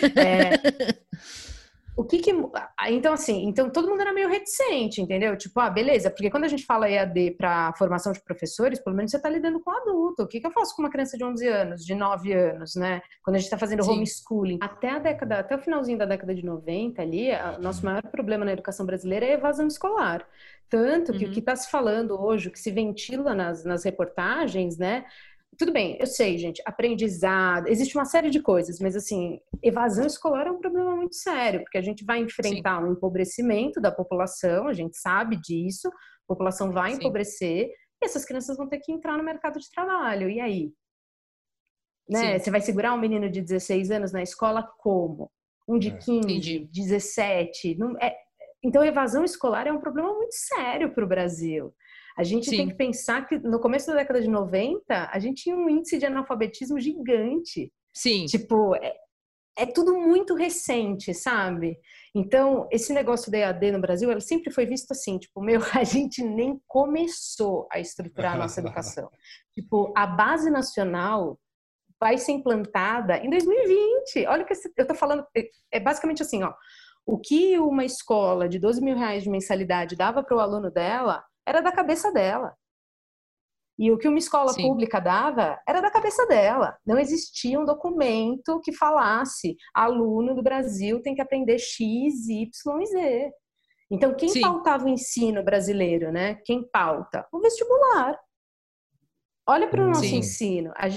Speaker 4: Então todo mundo era meio reticente, entendeu? Tipo, beleza, porque quando a gente fala EAD para formação de professores, pelo menos você está lidando com adulto. O que eu faço com uma criança de 11 anos, de 9 anos, né? Quando a gente está fazendo homeschooling. Até o finalzinho da década de 90 ali, o nosso maior problema na educação brasileira é a evasão escolar. Tanto que o que está se falando hoje, o que se ventila nas reportagens, né? Tudo bem, eu sei, gente, aprendizado, existe uma série de coisas, mas assim, evasão escolar é um problema muito sério, porque a gente vai enfrentar um empobrecimento da população, a gente sabe disso, a população vai empobrecer, e essas crianças vão ter que entrar no mercado de trabalho, e aí? Né? Você vai segurar um menino de 16 anos na escola como? Um de 15, 17? Então, a evasão escolar é um problema muito sério para o Brasil. A gente tem que pensar que no começo da década de 90, a gente tinha um índice de analfabetismo gigante. Tipo, é tudo muito recente, sabe? Então, esse negócio da EAD no Brasil, ela sempre foi visto assim, tipo, a gente nem começou a estruturar a nossa educação. Tipo, a base nacional vai ser implantada em 2020. Olha o que eu tô falando, é basicamente assim, ó. O que uma escola de 12 mil reais de mensalidade dava para o aluno dela era da cabeça dela. E o que uma escola pública dava era da cabeça dela. Não existia um documento que falasse aluno do Brasil tem que aprender X, Y e Z. Então, quem pautava o ensino brasileiro, né? Quem pauta? O vestibular. Olha para o nosso ensino. A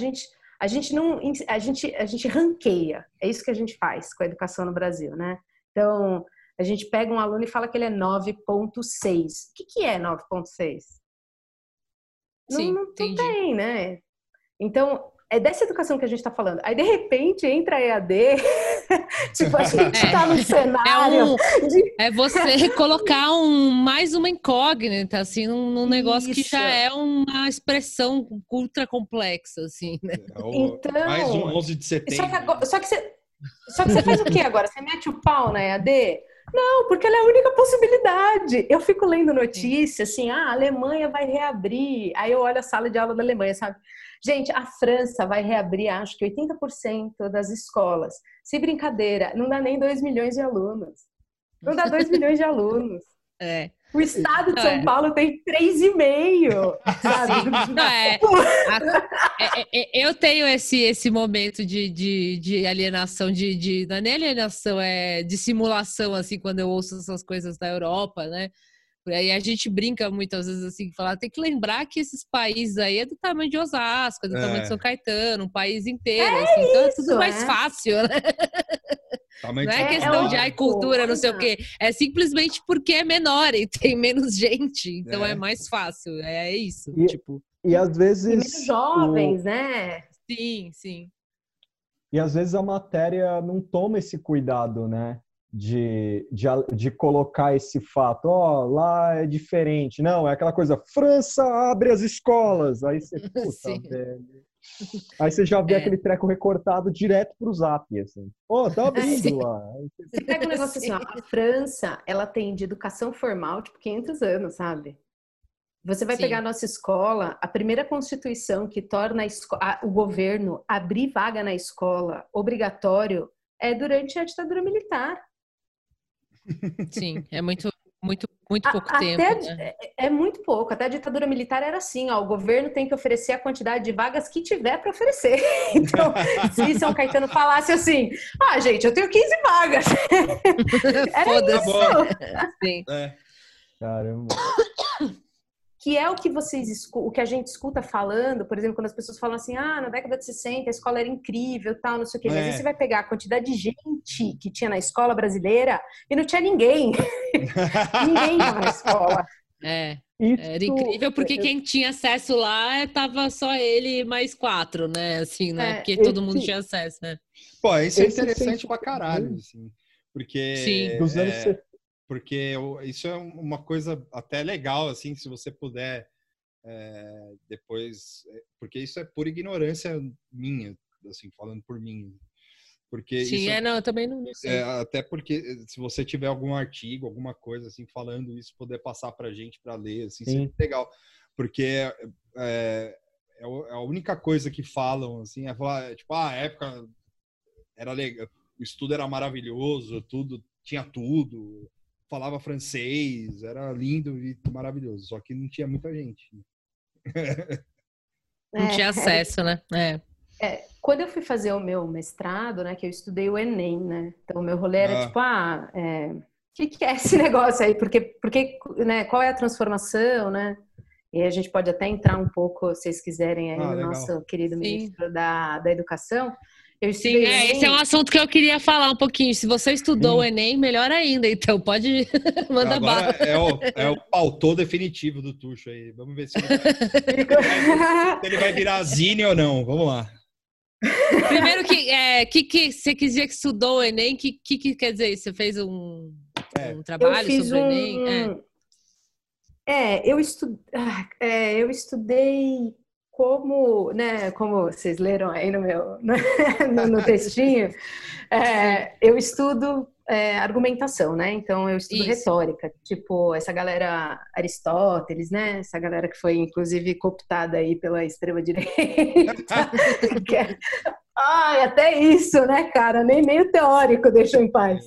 Speaker 4: gente ranqueia. É isso que a gente faz com a educação no Brasil, né? Então, a gente pega um aluno e fala que ele é 9.6. O que é 9.6? Não tem, né? Então, é dessa educação que a gente está falando. Aí, de repente, entra a EAD Tipo, a gente tá no cenário.
Speaker 3: É você colocar mais uma incógnita, assim, num negócio que já é uma expressão ultra complexa, assim, né?
Speaker 4: Então,
Speaker 1: mais um 11 de setembro.
Speaker 4: Só que você faz o quê agora? Você mete o pau na EAD? Não, porque ela é a única possibilidade. Eu fico lendo notícia, assim, a Alemanha vai reabrir. Aí eu olho a sala de aula da Alemanha, sabe? Gente, a França vai reabrir, acho que 80% das escolas. Se brincadeira, não dá nem 2 milhões de alunos. Não dá 2 milhões de alunos. O estado de São Paulo tem 3,5, sabe?
Speaker 3: Eu tenho esse momento de alienação, não é nem alienação, é de simulação, assim, quando eu ouço essas coisas da Europa, né? Aí a gente brinca muitas vezes assim, falar, tem que lembrar que esses países aí é do tamanho de Osasco, é do tamanho de São Caetano, um país inteiro, assim, então é tudo mais fácil, né? Não é questão de cultura, não sei o quê. É simplesmente porque é menor e tem menos gente, então é mais fácil. É isso, tipo.
Speaker 2: E às vezes...
Speaker 4: E menos jovens, né?
Speaker 3: Sim.
Speaker 2: E às vezes a matéria não toma esse cuidado, né? De colocar esse fato, lá é diferente. Não, é aquela coisa, França abre as escolas. Aí você, puta, velho. Aí você já vê aquele treco recortado direto pro Zap, assim. Tá abrindo lá.
Speaker 4: Você pega um negócio assim, a França, ela tem de educação formal, tipo, 500 anos, sabe? Você vai pegar a nossa escola, a primeira constituição que torna o governo abrir vaga na escola obrigatório é durante a ditadura militar.
Speaker 3: Sim, é muito pouco tempo. Né?
Speaker 4: É muito pouco. Até a ditadura militar era assim, o governo tem que oferecer a quantidade de vagas que tiver para oferecer. Então, se São Caetano falasse assim, gente, eu tenho 15 vagas. Era isso.
Speaker 3: Sim.
Speaker 2: Caramba.
Speaker 4: Que é o que o que a gente escuta falando, por exemplo, quando as pessoas falam assim, na década de 60 a escola era incrível, tal, não sei o quê. Mas aí você vai pegar a quantidade de gente que tinha na escola brasileira e não tinha ninguém. Ninguém estava na escola.
Speaker 3: Era incrível porque quem tinha acesso lá tava só ele mais 4, né? Assim, né? Porque todo mundo tinha acesso, né?
Speaker 1: Pô, isso é interessante pra caralho, assim. Porque...
Speaker 3: Sim.
Speaker 2: Dos anos
Speaker 1: porque isso é uma coisa até legal, assim, se você puder depois... Porque isso é pura ignorância minha, assim, falando por mim. Porque
Speaker 3: sim,
Speaker 1: isso
Speaker 3: não, eu também não sei.
Speaker 1: Até porque se você tiver algum artigo, alguma coisa assim, falando isso, poder passar pra gente para ler, assim, seria legal. Porque é a única coisa que falam, assim, é falar, tipo, a época era legal, o estudo era maravilhoso, tinha tudo, falava francês, era lindo e maravilhoso, só que não tinha muita gente.
Speaker 3: Não tinha acesso, né?
Speaker 4: Quando eu fui fazer o meu mestrado, né, que eu estudei o Enem, né? Então, o meu rolê era tipo, que é esse negócio aí? Porque, né, qual é a transformação, né? E a gente pode até entrar um pouco, se vocês quiserem, aí no
Speaker 1: legal.
Speaker 4: Nosso querido ministro da Educação.
Speaker 3: Sim, esse é um assunto que eu queria falar um pouquinho. Se você estudou o Enem, melhor ainda. Então, pode mandar bala.
Speaker 1: É o pautor definitivo do Tuxo aí. Vamos ver se ele vai virar zine ou não. Vamos lá.
Speaker 3: Primeiro, que você quis dizer que estudou o Enem, que quer dizer isso? Você fez um trabalho sobre o Enem?
Speaker 4: Eu estudei como, né, como vocês leram aí no meu no textinho, eu estudo argumentação, né? Então eu estudo retórica, tipo essa galera Aristóteles, né? Essa galera que foi inclusive cooptada aí pela extrema direita. Até isso, né, cara? Nem meio teórico deixou em paz.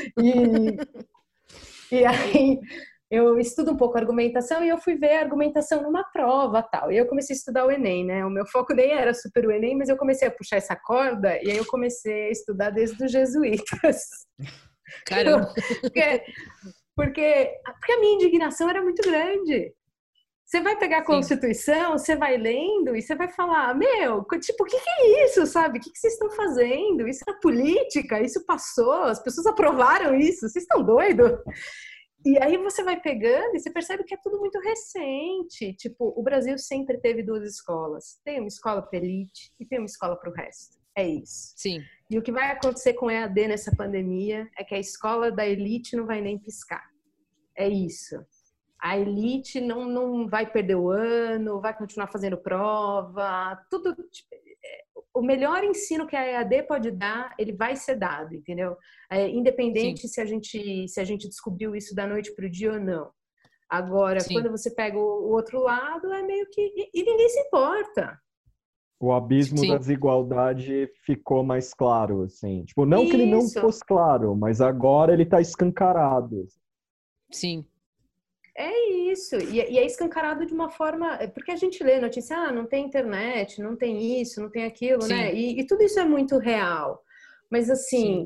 Speaker 4: E aí eu estudo um pouco argumentação e eu fui ver a argumentação numa prova tal. E eu comecei a estudar o Enem, né? O meu foco nem era super o Enem, mas eu comecei a puxar essa corda e aí eu comecei a estudar desde os jesuítas.
Speaker 3: Caramba!
Speaker 4: Porque a minha indignação era muito grande. Você vai pegar a Constituição, você vai lendo e você vai falar, tipo, o que é isso, sabe? O que vocês estão fazendo? Isso é política, isso passou, as pessoas aprovaram isso, vocês estão doidos? E aí você vai pegando e você percebe que é tudo muito recente. Tipo, o Brasil sempre teve duas escolas. Tem uma escola para elite e tem uma escola para o resto. É isso.
Speaker 3: Sim.
Speaker 4: E o que vai acontecer com EAD nessa pandemia é que a escola da elite não vai nem piscar. É isso. A elite não vai perder o ano, vai continuar fazendo prova, tudo. O melhor ensino que a EAD pode dar, ele vai ser dado, entendeu? Independente se a gente descobriu isso da noite para o dia ou não. Agora, quando você pega o outro lado, é meio que... E ninguém se importa.
Speaker 2: O abismo da desigualdade ficou mais claro, assim. Tipo, não que ele não fosse claro, mas agora ele tá escancarado.
Speaker 3: Sim.
Speaker 4: É isso. E é escancarado de uma forma... Porque a gente lê notícia, não tem internet, não tem isso, não tem aquilo, né? E tudo isso é muito real. Mas, assim,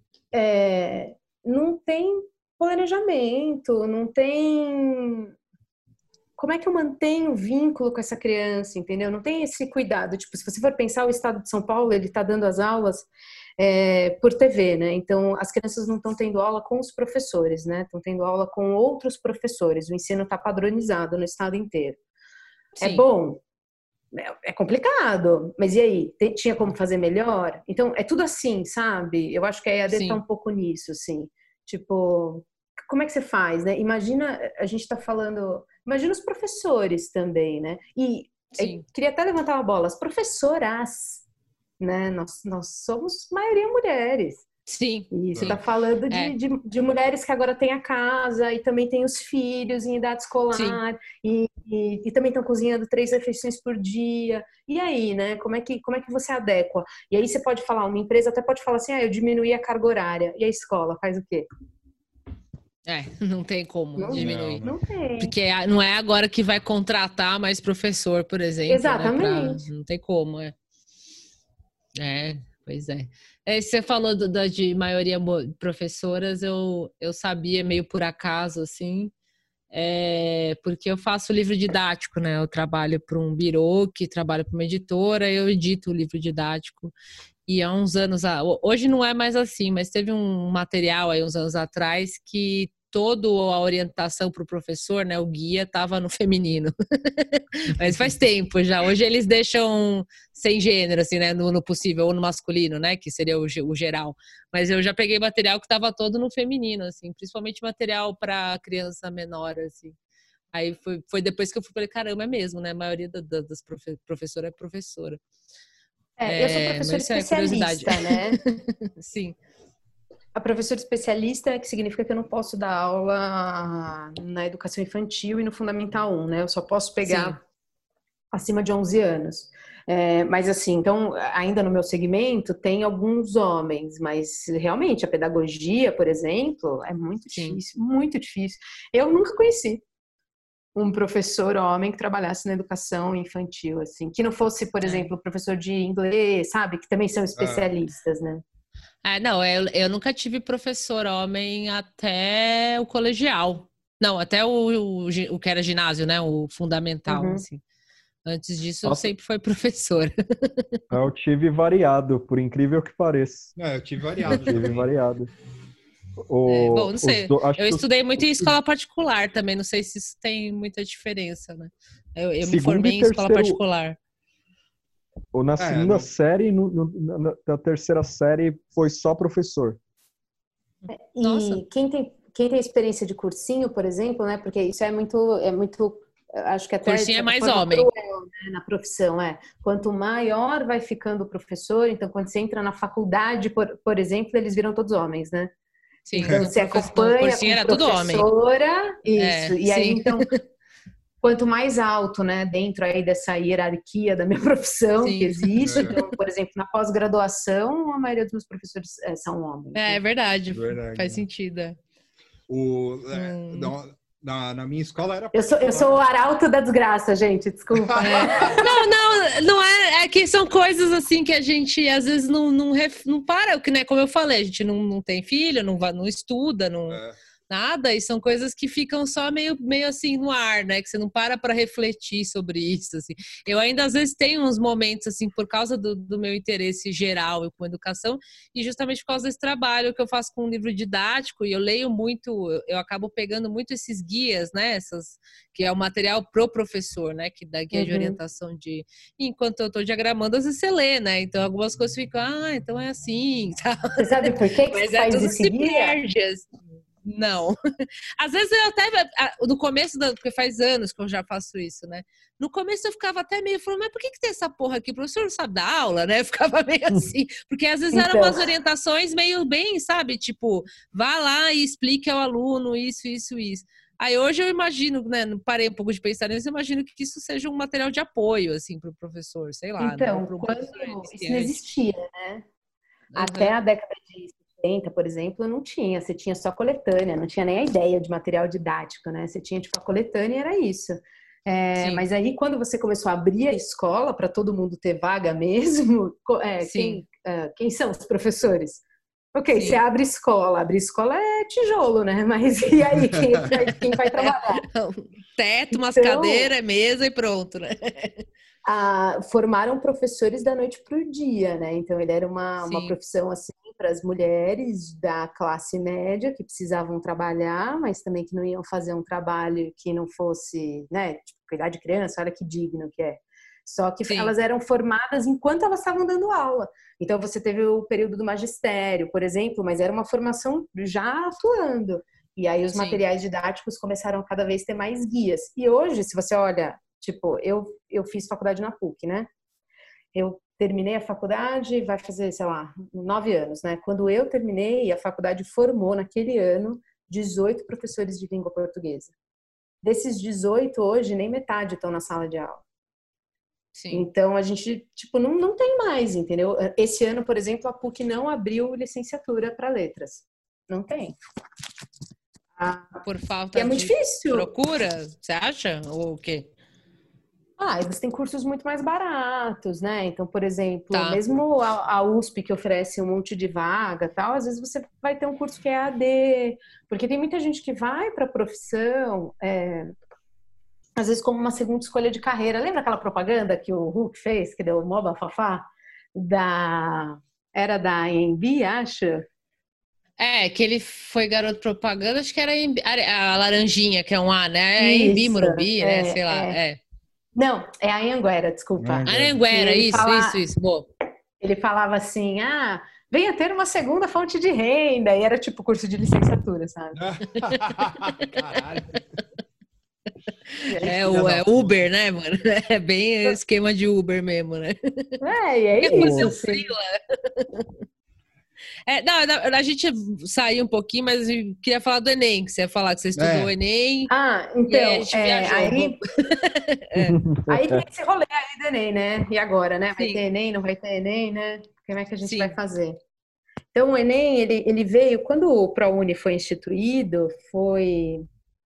Speaker 4: não tem planejamento, não tem... Como é que eu mantenho o vínculo com essa criança, entendeu? Não tem esse cuidado. Tipo, se você for pensar, o estado de São Paulo, ele está dando as aulas por TV, né? Então, as crianças não estão tendo aula com os professores, né? Estão tendo aula com outros professores. O ensino está padronizado no estado inteiro. Sim. É bom? É complicado. Mas e aí? Tinha como fazer melhor? Então, é tudo assim, sabe? Eu acho que a EAD está um pouco nisso, assim. Tipo, como é que você faz, né? Imagina, a gente está falando... Imagina os professores também, né? E queria até levantar uma bola. As professoras, né? Nós somos maioria mulheres.
Speaker 3: Sim.
Speaker 4: E você está falando de mulheres que agora têm a casa e também têm os filhos em idade escolar e também estão cozinhando 3 refeições por dia. E aí, né? Como é que você adequa? E aí você pode falar, uma empresa até pode falar assim, eu diminuí a carga horária. E a escola faz o quê?
Speaker 3: Não tem como diminuir.
Speaker 4: Não tem.
Speaker 3: Porque não é agora que vai contratar mais professor, por exemplo.
Speaker 4: Exatamente.
Speaker 3: Né? Não tem como, pois é. Você falou de maioria professoras, eu sabia meio por acaso, assim, porque eu faço livro didático, né? Eu trabalho para um birô que trabalha para uma editora, eu edito o livro didático. E há uns anos, hoje não é mais assim, mas teve um material aí uns anos atrás que toda a orientação para o professor, né, o guia, estava no feminino. Mas faz tempo já. Hoje eles deixam sem gênero, assim, né, no possível, ou no masculino, né, que seria o geral. Mas eu já peguei material que estava todo no feminino, assim, principalmente material para criança menor, assim. Aí foi depois que eu falei, caramba, é mesmo, né, a maioria das professoras é professora.
Speaker 4: Eu sou professora especialista, né?
Speaker 3: Sim.
Speaker 4: A professora especialista que significa que eu não posso dar aula na educação infantil e no Fundamental 1, né? Eu só posso pegar acima de 11 anos. Mas assim, então, ainda no meu segmento, tem alguns homens, mas realmente a pedagogia, por exemplo, é muito difícil, muito difícil. Eu nunca conheci um professor homem que trabalhasse na educação infantil, assim, que não fosse, por exemplo, professor de inglês, sabe? Que também são especialistas, né?
Speaker 3: Não, eu nunca tive professor homem até o colegial. Não, até o que era ginásio, né? O fundamental, assim. Antes disso, eu sempre fui professora.
Speaker 2: Eu tive variado, por incrível que pareça.
Speaker 1: Eu tive variado.
Speaker 3: Bom, não sei. Eu estudei muito em escola particular também. Não sei se isso tem muita diferença, né? Eu me formei em escola particular.
Speaker 2: Ou na segunda série, na terceira série, foi só professor.
Speaker 4: E quem tem experiência de cursinho, por exemplo, né? Porque isso é muito acho que até
Speaker 3: cursinho é mais homem.
Speaker 4: Cruel, né, na profissão, Quanto maior vai ficando o professor, então quando você entra na faculdade, por exemplo, eles viram todos homens, né?
Speaker 3: Sim,
Speaker 4: então você acompanha com
Speaker 3: era tudo homem.
Speaker 4: Isso. E aí, então, quanto mais alto, né, dentro aí dessa hierarquia da minha profissão que existe, então, por exemplo, na pós-graduação, a maioria dos meus professores são homens.
Speaker 3: É verdade. Faz sentido.
Speaker 1: Na minha escola era...
Speaker 4: Eu sou o arauto da desgraça, gente, desculpa.
Speaker 3: Não é que são coisas assim que a gente às vezes não para, né? Como eu falei, a gente não tem filho, não estuda, nada, e são coisas que ficam só meio assim no ar, né? Que você não para refletir sobre isso, assim. Eu ainda às vezes tenho uns momentos, assim, por causa do meu interesse geral com educação, e justamente por causa desse trabalho que eu faço com um livro didático, e eu leio muito, eu acabo pegando muito esses guias, né? Que é o material pro professor, né? Que dá guia de orientação de... Enquanto eu tô diagramando, às vezes você lê, né? Então algumas coisas ficam, então é assim, tá?
Speaker 4: Você sabe por que
Speaker 3: Mas
Speaker 4: você faz
Speaker 3: tudo
Speaker 4: esse
Speaker 3: se
Speaker 4: guia?
Speaker 3: perde, assim. Não. Às vezes eu até, no começo, porque faz anos que eu já faço isso, né? No começo eu ficava até meio falando, mas por que tem essa porra aqui? O professor não sabe dar aula, né? Eu ficava meio assim, porque às vezes eram umas orientações meio bem, sabe? Tipo, vá lá e explique ao aluno isso, isso, isso. Aí hoje eu imagino, né? Parei um pouco de pensar nisso, eu imagino que isso seja um material de apoio, assim, para o professor, sei lá.
Speaker 4: Então,
Speaker 3: né?
Speaker 4: quando isso não existia, né? Até a década de 70, por exemplo, não tinha. Você tinha só coletânea, não tinha nem a ideia de material didático, né? Você tinha, tipo, a coletânea e era isso. Mas aí, quando você começou a abrir a escola para todo mundo ter vaga mesmo, quem são os professores? Ok, você abre escola. Abrir escola é tijolo, né? Mas e aí, quem vai trabalhar?
Speaker 3: Teto, umas cadeiras, mesa e pronto, né?
Speaker 4: Formaram professores da noite para o dia, né? Então, ele era uma profissão, assim, para as mulheres da classe média que precisavam trabalhar, mas também que não iam fazer um trabalho que não fosse, né? Tipo, cuidar de criança, olha que digno que é. Só que elas eram formadas enquanto elas estavam dando aula. Então, você teve o período do magistério, por exemplo, mas era uma formação já atuando. E aí, os materiais didáticos começaram a cada vez ter mais guias. E hoje, se você olha, tipo, eu fiz faculdade na PUC, né? Eu terminei a faculdade, vai fazer, sei lá, 9 anos, né? Quando eu terminei, a faculdade formou, naquele ano, 18 professores de língua portuguesa. Desses 18, hoje, nem metade estão na sala de aula. Então, a gente, tipo, não tem mais, entendeu? Esse ano, por exemplo, a PUC não abriu licenciatura para letras. Não tem.
Speaker 3: Por falta
Speaker 4: é muito
Speaker 3: de
Speaker 4: difícil.
Speaker 3: Procura, você acha? Ou o quê?
Speaker 4: Você tem cursos muito mais baratos, né? Então, por exemplo, mesmo a USP, que oferece um monte de vaga tal, às vezes você vai ter um curso que é AD, porque tem muita gente que vai para a profissão, às vezes como uma segunda escolha de carreira. Lembra aquela propaganda que o Hulk fez, que deu o mó bafafá? Era da AMB, acho?
Speaker 3: Que ele foi garoto propaganda, acho que era a Laranjinha, que é um A, né? É AMB Morumbi, né? Sei lá,
Speaker 4: Não, é a Anhanguera, desculpa.
Speaker 3: Anhanguera, isso, boa.
Speaker 4: Ele falava assim, venha ter uma segunda fonte de renda, e era tipo curso de licenciatura, sabe?
Speaker 1: Caralho.
Speaker 3: É Uber, né, mano? É bem esquema de Uber mesmo, né?
Speaker 4: E é isso.
Speaker 3: Assim. Não, a gente saiu um pouquinho, mas eu queria falar do Enem, que você ia falar que você estudou o Enem.
Speaker 4: Então,
Speaker 3: e aí a gente viajou.
Speaker 4: Aí tem esse rolê aí do Enem, né? E agora, né? Vai ter Enem, não vai ter Enem, né? Como é que a gente vai fazer? Então, o Enem, ele veio, quando o ProUni foi instituído, foi...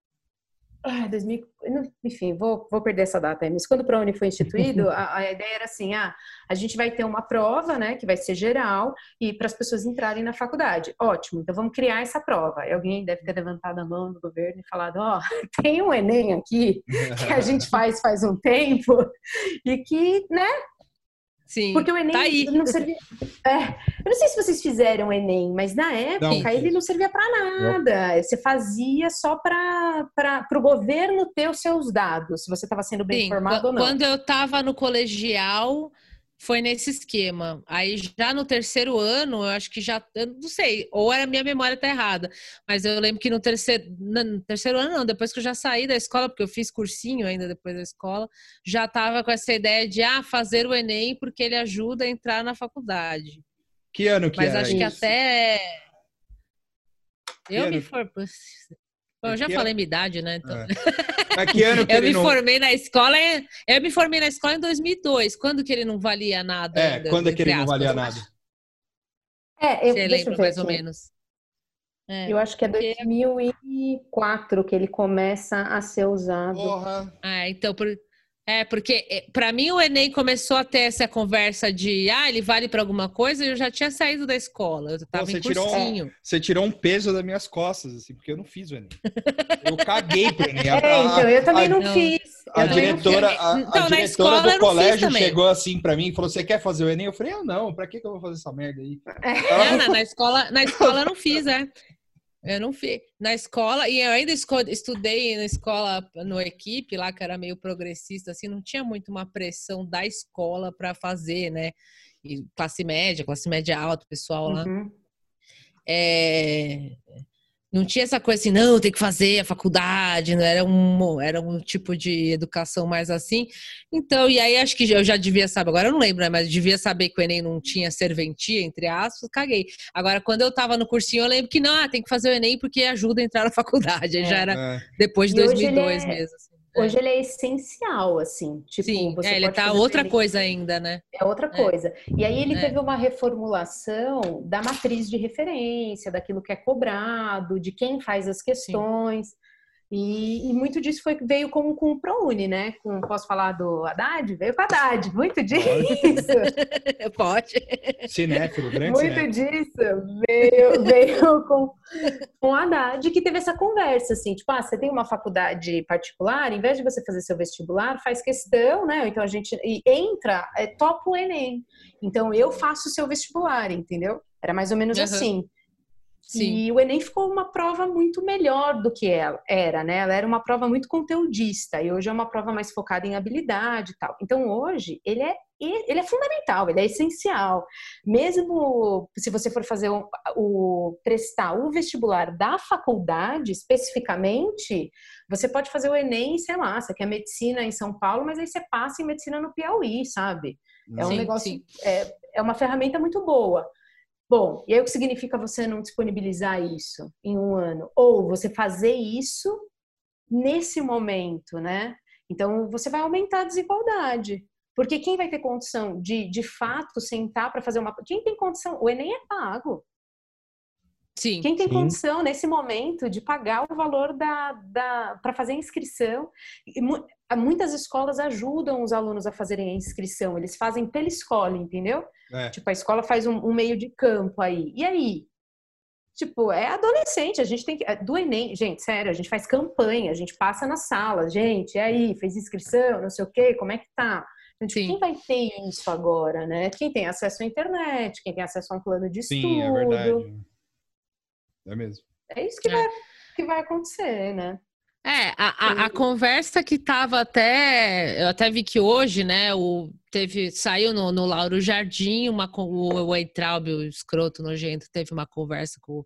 Speaker 4: enfim, vou perder essa data aí, mas quando o ProUni foi instituído, a ideia era assim, a gente vai ter uma prova, né, que vai ser geral, e para as pessoas entrarem na faculdade. Ótimo, então vamos criar essa prova. E alguém deve ter levantado a mão do governo e falado, tem um Enem aqui, que a gente faz um tempo, e que, né,
Speaker 3: Sim,
Speaker 4: porque o Enem não servia... eu não sei se vocês fizeram o Enem, mas na época ele não servia para nada. Você fazia só para o governo ter os seus dados, se você estava sendo bem informado ou não.
Speaker 3: Quando eu estava no colegial, foi nesse esquema. Aí já no terceiro ano, eu acho que eu não sei, ou a minha memória tá errada, mas eu lembro que no terceiro ano não, depois que eu já saí da escola, porque eu fiz cursinho ainda depois da escola, já tava com essa ideia de fazer o Enem porque ele ajuda a entrar na faculdade.
Speaker 1: Que ano que
Speaker 3: mas
Speaker 1: era
Speaker 3: acho que
Speaker 1: isso?
Speaker 3: até... Eu me formei... Eu já falei minha idade, né? Então...
Speaker 1: Mas que ano que
Speaker 3: eu me formei na escola em 2002. Quando que ele não valia nada ainda?
Speaker 1: Quando é que ele não valia nada?
Speaker 3: Você lembra mais ou menos?
Speaker 4: Eu acho que é 2004 que ele começa a ser usado.
Speaker 1: Porra.
Speaker 3: Então Porque para mim o Enem começou a ter essa conversa de ele vale para alguma coisa, eu já tinha saído da escola, eu tava em cursinho.
Speaker 1: Você tirou um peso das minhas costas, assim, porque eu não fiz o Enem. Eu caguei pro Enem.
Speaker 4: Então, eu também não fiz.
Speaker 1: A diretora
Speaker 3: na escola
Speaker 1: do colégio chegou assim pra mim e falou: você quer fazer o Enem? Eu falei: não, pra que eu vou fazer essa merda aí?
Speaker 3: Na escola eu não fiz, Eu não fiz. Na escola, e eu ainda estudei na escola, no equipe lá, que era meio progressista, assim, não tinha muito uma pressão da escola para fazer, né? E classe média alta, pessoal lá. Não tinha essa coisa assim, não, tem que fazer a faculdade, não era um tipo de educação mais assim. Então, e aí acho que eu já devia saber, agora eu não lembro, né, mas devia saber que o Enem não tinha serventia, entre aspas, caguei. Agora, quando eu tava no cursinho, eu lembro que não, tem que fazer o Enem porque ajuda a entrar na faculdade. Aí já era depois de 2002 mesmo. Assim.
Speaker 4: Hoje ele é essencial, assim. Tipo,
Speaker 3: sim,
Speaker 4: você
Speaker 3: ele
Speaker 4: pode
Speaker 3: tá
Speaker 4: fazer
Speaker 3: outra coisa ainda, né?
Speaker 4: É outra coisa. E aí ele teve uma reformulação da matriz de referência, daquilo que é cobrado, de quem faz as questões. E muito disso veio com o ProUni, né? Posso falar do Haddad? Veio com o Haddad, muito disso.
Speaker 3: Pode.
Speaker 1: Cinéfilo, grande
Speaker 4: muito
Speaker 1: cinéfilo.
Speaker 4: Disso veio com o Haddad, que teve essa conversa, assim, tipo, você tem uma faculdade particular, em vez de você fazer seu vestibular, faz questão, né? Então a gente entra, topa o Enem. Então eu faço o seu vestibular, entendeu? Era mais ou menos assim. Sim. E o Enem ficou uma prova muito melhor do que ela era, né? Ela era uma prova muito conteudista e hoje é uma prova mais focada em habilidade e tal. Então hoje ele é fundamental, ele é essencial. Mesmo se você for fazer prestar o vestibular da faculdade especificamente, você pode fazer o Enem, sei lá, você quer medicina em São Paulo, mas aí você passa em medicina no Piauí, sabe? É um negócio, é uma ferramenta muito boa. Bom, e aí o que significa você não disponibilizar isso em um ano? Ou você fazer isso nesse momento, né? Então, você vai aumentar a desigualdade. Porque quem vai ter condição de fato, sentar para fazer uma... Quem tem condição? O Enem é pago.
Speaker 3: Sim.
Speaker 4: Quem tem condição, nesse momento, de pagar o valor para fazer a inscrição... Muitas escolas ajudam os alunos a fazerem a inscrição. Eles fazem pela escola, entendeu? Tipo, a escola faz um meio de campo aí. E aí? Tipo, é adolescente, a gente tem que... Do Enem, gente, sério, a gente faz campanha, a gente passa na sala. Gente, e aí? Fez inscrição? Não sei o quê? Como é que tá? Então, tipo, quem vai ter isso agora, né? Quem tem acesso à internet, quem tem acesso a um plano de estudo.
Speaker 1: Sim, é verdade. É mesmo.
Speaker 4: É isso que vai acontecer, né?
Speaker 3: A conversa que tava eu até vi que hoje, né, saiu no Lauro Jardim, o Weintraub, o escroto nojento, teve uma conversa com...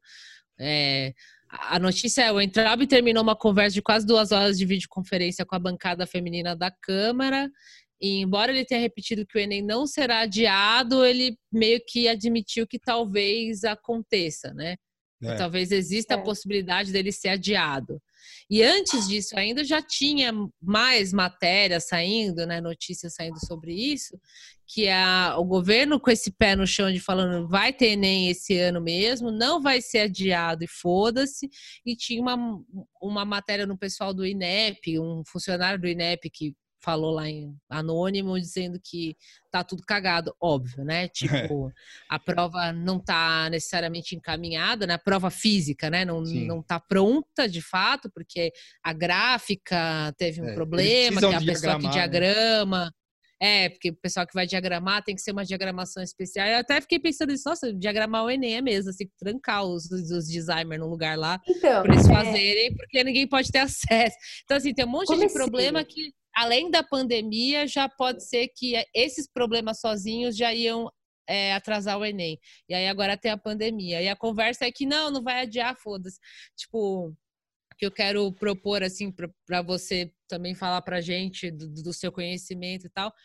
Speaker 3: a notícia o Weintraub terminou uma conversa de quase 2 horas de videoconferência com a bancada feminina da Câmara, e embora ele tenha repetido que o Enem não será adiado, ele meio que admitiu que talvez aconteça, né? Talvez exista a possibilidade dele ser adiado. E antes disso ainda já tinha mais matéria saindo, né, notícias saindo sobre isso, que o governo com esse pé no chão de falando vai ter Enem esse ano mesmo, não vai ser adiado e foda-se, e tinha uma matéria no pessoal do INEP, um funcionário do INEP que falou lá em anônimo, dizendo que tá tudo cagado, óbvio, né? Tipo, a prova não tá necessariamente encaminhada, né? A prova física, né? Não tá pronta, de fato, porque a gráfica teve um problema, que a pessoa que diagrama... porque o pessoal que vai diagramar tem que ser uma diagramação especial. Eu até fiquei pensando nisso, nossa, diagramar o Enem é mesmo, assim, trancar os designers no lugar lá,
Speaker 4: então,
Speaker 3: para eles fazerem, porque ninguém pode ter acesso. Então, assim, tem um monte de problema que, além da pandemia, já pode ser que esses problemas sozinhos já iam atrasar o Enem. E aí agora tem a pandemia. E a conversa é que não vai adiar, foda-se. Tipo, que eu quero propor, assim, para você também falar pra gente do seu conhecimento e tal.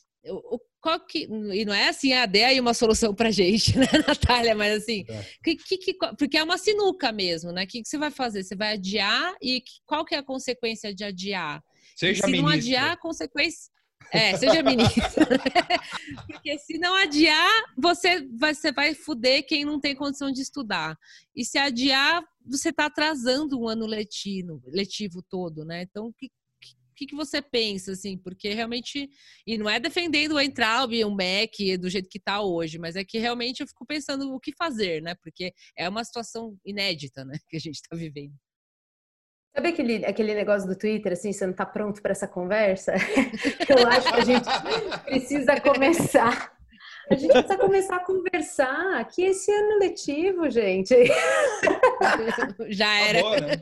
Speaker 3: E não é assim, dê aí uma solução pra gente, né, Natália? Mas assim, porque é uma sinuca mesmo, né? O que você vai fazer? Você vai adiar e qual que é a consequência de adiar?
Speaker 1: Seja
Speaker 3: ministra. Se não adiar, a consequência... seja ministra. Porque se não adiar, você vai fuder quem não tem condição de estudar. E se adiar, você está atrasando um ano letivo todo, né? Então, que você pensa, assim? Porque realmente, e não é defendendo o Weintraub e o MEC do jeito que está hoje, mas é que realmente eu fico pensando o que fazer, né? Porque é uma situação inédita, né, que a gente está vivendo.
Speaker 4: Sabe aquele negócio do Twitter, assim, você não está pronto para essa conversa? Eu acho que a gente precisa começar. A gente precisa começar a conversar que esse ano letivo, gente.
Speaker 3: Já era.
Speaker 1: Tá bom, né?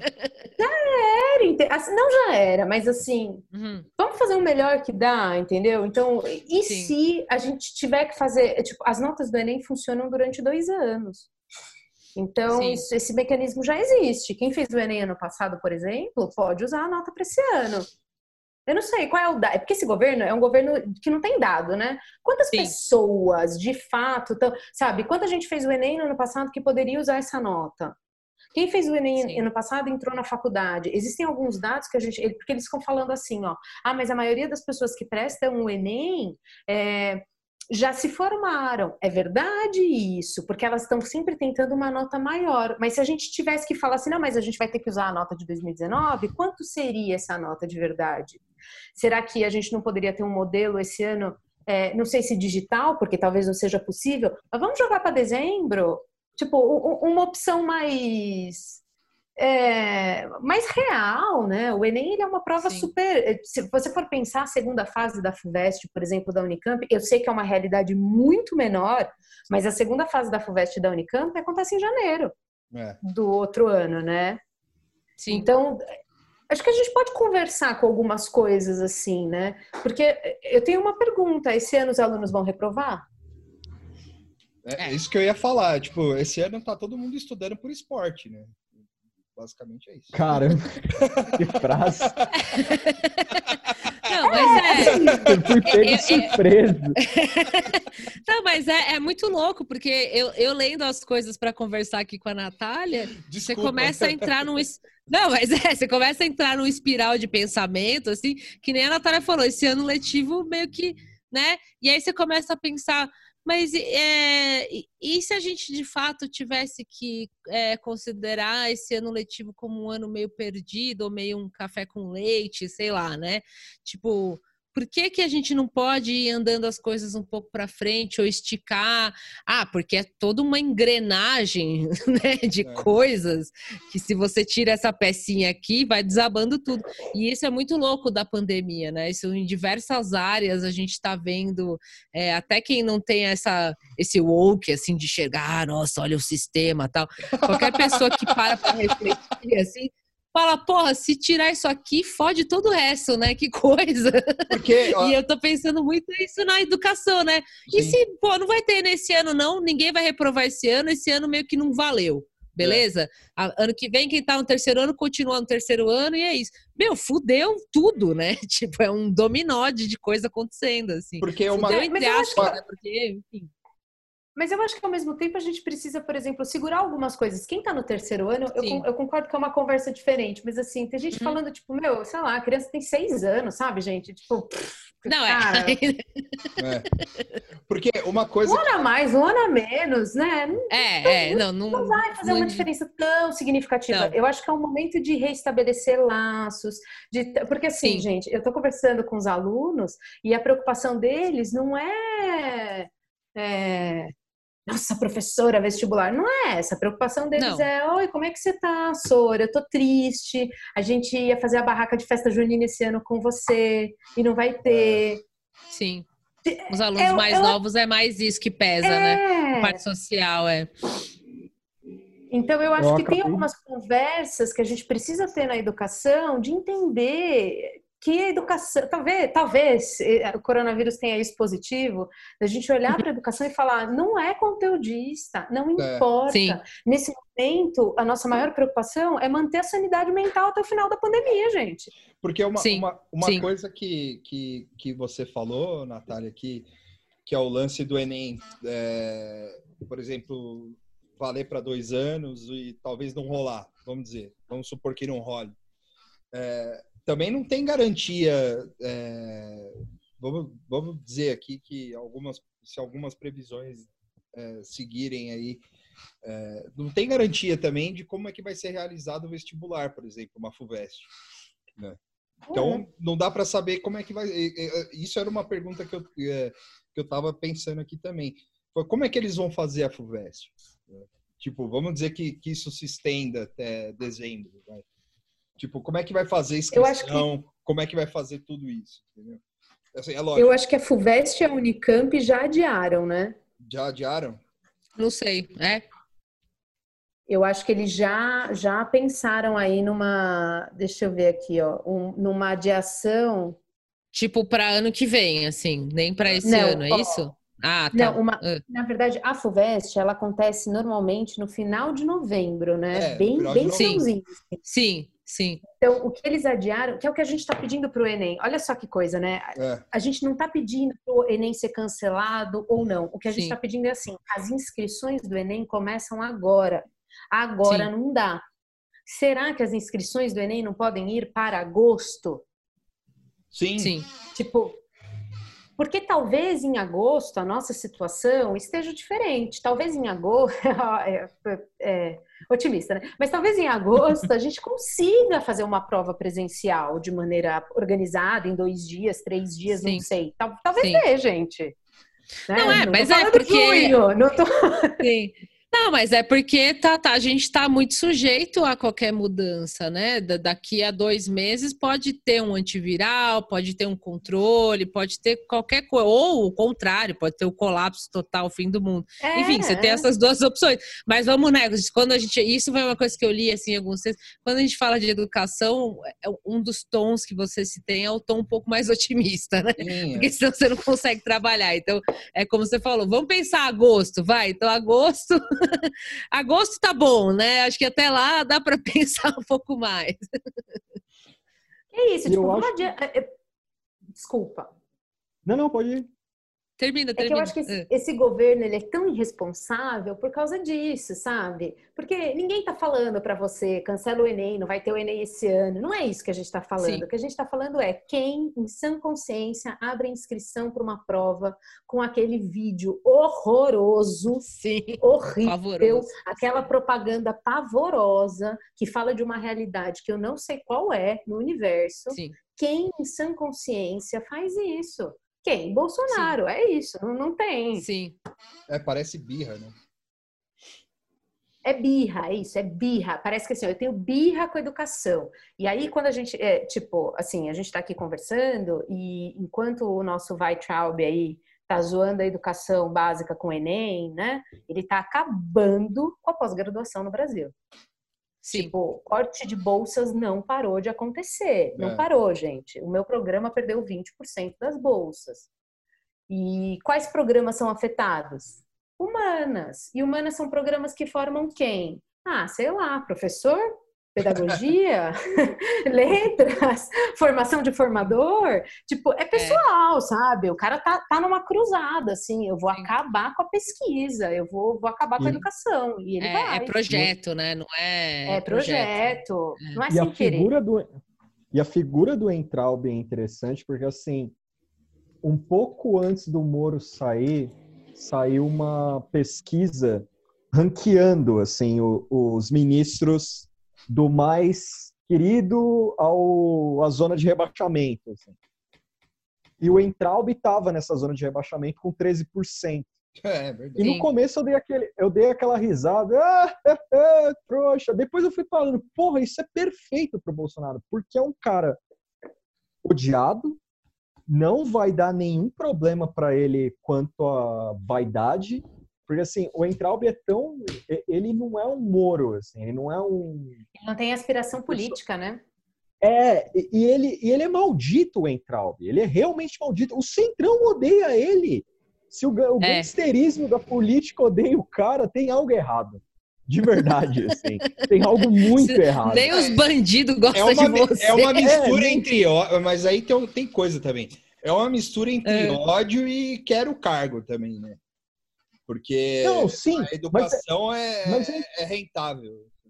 Speaker 4: Não já era, mas assim, vamos fazer o melhor que dá, entendeu? Então, e
Speaker 3: Sim.
Speaker 4: se a gente tiver que fazer, tipo, as notas do Enem funcionam durante 2 anos. Então, esse mecanismo já existe. Quem fez o Enem ano passado, por exemplo, pode usar a nota para esse ano. Eu não sei qual é o dado. É porque esse governo é um governo que não tem dado, né? Quantas pessoas, de fato, sabe? Quanta gente fez o Enem no ano passado que poderia usar essa nota? Quem fez o Enem ano passado entrou na faculdade. Existem alguns dados que porque eles ficam falando assim, ó. Mas a maioria das pessoas que prestam o Enem já se formaram. É verdade isso, porque elas estão sempre tentando uma nota maior. Mas se a gente tivesse que falar assim, não, mas a gente vai ter que usar a nota de 2019, quanto seria essa nota de verdade? Será que a gente não poderia ter um modelo esse ano, não sei se digital, porque talvez não seja possível, mas vamos jogar para dezembro? Tipo, uma opção mais real, né? O Enem ele é uma prova super... Se você for pensar a segunda fase da FUVEST, por exemplo, da Unicamp, eu sei que é uma realidade muito menor, mas a segunda fase da FUVEST da Unicamp acontece em janeiro do outro ano, né?
Speaker 3: Sim.
Speaker 4: Então, acho que a gente pode conversar com algumas coisas assim, né? Porque eu tenho uma pergunta, esse ano os alunos vão reprovar?
Speaker 1: É isso que eu ia falar. Tipo, esse ano tá todo mundo estudando por esporte, né? Basicamente é isso.
Speaker 2: Caramba, que frase.
Speaker 3: Não, mas
Speaker 2: Eu fui pego de surpresa.
Speaker 3: Não, mas é muito louco, porque eu lendo as coisas para conversar aqui com a Natália, você começa a entrar num... Não, mas você começa a entrar num espiral de pensamento, assim, que nem a Natália falou, esse ano letivo meio que, né? E aí você começa a pensar... Mas e se a gente de fato tivesse que considerar esse ano letivo como um ano meio perdido, ou meio um café com leite, sei lá, né? Tipo, por que a gente não pode ir andando as coisas um pouco para frente ou esticar? Porque é toda uma engrenagem, né, de coisas que se você tira essa pecinha aqui, vai desabando tudo. E isso é muito louco da pandemia, né? Isso em diversas áreas a gente está vendo, até quem não tem esse woke, assim, de chegar, nossa, olha o sistema, tal. Qualquer pessoa que para refletir, assim, fala, porra, se tirar isso aqui, fode todo o resto, né? Que coisa.
Speaker 1: Porque,
Speaker 3: e eu tô pensando muito isso na educação, né?
Speaker 1: Sim.
Speaker 3: E se, não vai ter nesse ano, não, ninguém vai reprovar esse ano meio que não valeu. Beleza? Ano que vem, quem tá no terceiro ano, continua no terceiro ano, e é isso. Meu, fudeu tudo, né? Tipo, é um dominó de coisa acontecendo, assim.
Speaker 1: Porque
Speaker 3: fudeu entre aspas, né? Porque, enfim...
Speaker 4: Mas eu acho que ao mesmo tempo a gente precisa, por exemplo, segurar algumas coisas. Quem tá no terceiro ano, eu concordo que é uma conversa diferente, mas assim, tem gente falando, tipo, meu, sei lá, a criança tem 6 anos, sabe, gente? Tipo,
Speaker 3: não,
Speaker 4: cara...
Speaker 1: Porque uma coisa...
Speaker 4: Um ano a mais, um ano a menos, né?
Speaker 3: Não
Speaker 4: vai fazer uma diferença tão significativa.
Speaker 3: Não.
Speaker 4: Eu acho que é um momento de reestabelecer laços, porque assim, gente, eu tô conversando com os alunos e a preocupação deles não é nossa, professora vestibular. Não é essa. A preocupação deles oi, como é que você tá, Sora? Eu tô triste. A gente ia fazer a barraca de festa junina esse ano com você e não vai ter.
Speaker 3: Sim. Os alunos mais novos é mais isso que pesa, né? A parte social,
Speaker 4: Então, eu acho que tem algumas conversas que a gente precisa ter na educação de entender que a educação, talvez o coronavírus tenha isso positivo, da gente olhar para a educação e falar, não é conteudista, não importa.
Speaker 3: Sim.
Speaker 4: Nesse momento, a nossa maior preocupação é manter a sanidade mental até o final da pandemia, gente.
Speaker 1: Porque uma coisa que você falou, Natália, que é o lance do Enem, por exemplo, valer para 2 anos e talvez não rolar, vamos supor que não role. Também não tem garantia, vamos dizer aqui que se algumas previsões seguirem aí, não tem garantia também de como é que vai ser realizado o vestibular, por exemplo, uma FUVEST, né? Então, não dá para saber como é que vai... Isso era uma pergunta que eu estava pensando aqui também. Como é que eles vão fazer a FUVEST? Tipo, vamos dizer que isso se estenda até dezembro. Vai. Tipo, como é que vai fazer a inscrição? Como é que vai fazer tudo isso? Entendeu? Assim, é lógico.
Speaker 4: Eu acho que a FUVEST e a Unicamp já adiaram, né?
Speaker 1: Já adiaram?
Speaker 3: Não sei,
Speaker 4: Eu acho que eles já pensaram aí numa... Deixa eu ver aqui, ó. Numa adiação...
Speaker 3: Tipo, para ano que vem, assim, nem para esse ano, é isso? Ah, tá.
Speaker 4: Não, na verdade, a FUVEST, ela acontece normalmente no final de novembro, né? Bem finalzinho.
Speaker 3: Sim.
Speaker 4: Então, o que eles adiaram, que é o que a gente está pedindo para o Enem. Olha só que coisa, né? A gente não está pedindo para o Enem ser cancelado ou não. O que a gente está pedindo é assim, as inscrições do Enem começam agora. Agora não dá. Será que as inscrições do Enem não podem ir para agosto?
Speaker 1: Sim.
Speaker 4: Tipo... Porque talvez em agosto a nossa situação esteja diferente. Talvez em agosto... otimista, né? Mas talvez em agosto a gente consiga fazer uma prova presencial de maneira organizada, em 2 dias, 3 dias, não sei. Talvez dê, gente. Né?
Speaker 3: Não mas é porque...
Speaker 4: Junho, não tô...
Speaker 3: Sim. Não, mas é porque a gente está muito sujeito a qualquer mudança, né? Daqui a 2 meses pode ter um antiviral, pode ter um controle, pode ter qualquer coisa, ou o contrário, pode ter o colapso total, o fim do mundo. Enfim, você tem essas 2 opções. Mas vamos, né? Quando a gente, isso foi uma coisa que eu li assim em alguns textos. Quando a gente fala de educação, um dos tons que você se tem é o tom um pouco mais otimista, né? Porque senão você não consegue trabalhar. Então, é como você falou, vamos pensar agosto, vai. Então, agosto tá bom, né? Acho que até lá dá para pensar um pouco mais.
Speaker 4: É isso, tipo, desculpa.
Speaker 2: Não, pode ir.
Speaker 3: Termina.
Speaker 4: É que eu acho que esse governo ele é tão irresponsável por causa disso, sabe? Porque ninguém tá falando para você, cancela o Enem, não vai ter o Enem esse ano. Não é isso que a gente tá falando.
Speaker 3: Sim.
Speaker 4: O que a gente tá falando é quem, em sã consciência, abre inscrição para uma prova com aquele vídeo horroroso, horrível, pavoroso. Aquela propaganda pavorosa que fala de uma realidade que eu não sei qual é no universo.
Speaker 3: Sim.
Speaker 4: Quem, em sã consciência, faz isso? Quem? Bolsonaro, é isso, não tem.
Speaker 3: Sim.
Speaker 1: Parece birra, né?
Speaker 4: É birra, é isso, é birra. Parece que assim, eu tenho birra com a educação. E aí, quando a gente, a gente tá aqui conversando e enquanto o nosso Weintraub aí tá zoando a educação básica com o Enem, né? Ele tá acabando com a pós-graduação no Brasil.
Speaker 3: Sim.
Speaker 4: Tipo, corte de bolsas não parou de acontecer. Não parou, gente. O meu programa perdeu 20% das bolsas. E quais programas são afetados? Humanas. E humanas são programas que formam quem? Sei lá, professor, pedagogia, letras, formação de formador. Tipo, é pessoal, sabe? O cara tá numa cruzada, assim. Eu vou acabar com a pesquisa, eu vou acabar com a educação. E ele vai.
Speaker 3: É projeto, né? Não é...
Speaker 4: É projeto. Não é
Speaker 2: E
Speaker 4: sem querer.
Speaker 2: E a figura do Weintraub é interessante porque, assim, um pouco antes do Moro sair, saiu uma pesquisa ranqueando, assim, os ministros do mais querido à zona de rebaixamento. Assim. E o Weintraub estava nessa zona de rebaixamento com 13%.
Speaker 1: É verdade.
Speaker 2: E no começo eu dei aquela risada, trouxa. Depois eu fui falando, porra, isso é perfeito pro Bolsonaro, porque é um cara odiado, não vai dar nenhum problema para ele quanto à vaidade, porque assim, o Weintraub ele não é um Moro, assim, ele não é um...
Speaker 4: Ele não tem aspiração política, né?
Speaker 2: E ele é maldito, o Weintraub, ele é realmente maldito. O Centrão odeia ele. Se o gangsterismo da política odeia o cara, tem algo errado. De verdade, assim. Tem algo muito errado.
Speaker 3: Nem os bandidos gostam de você.
Speaker 1: É uma mistura entre... Mas aí tem coisa também. É uma mistura entre ódio e quero o cargo também, né? Porque a educação é rentável.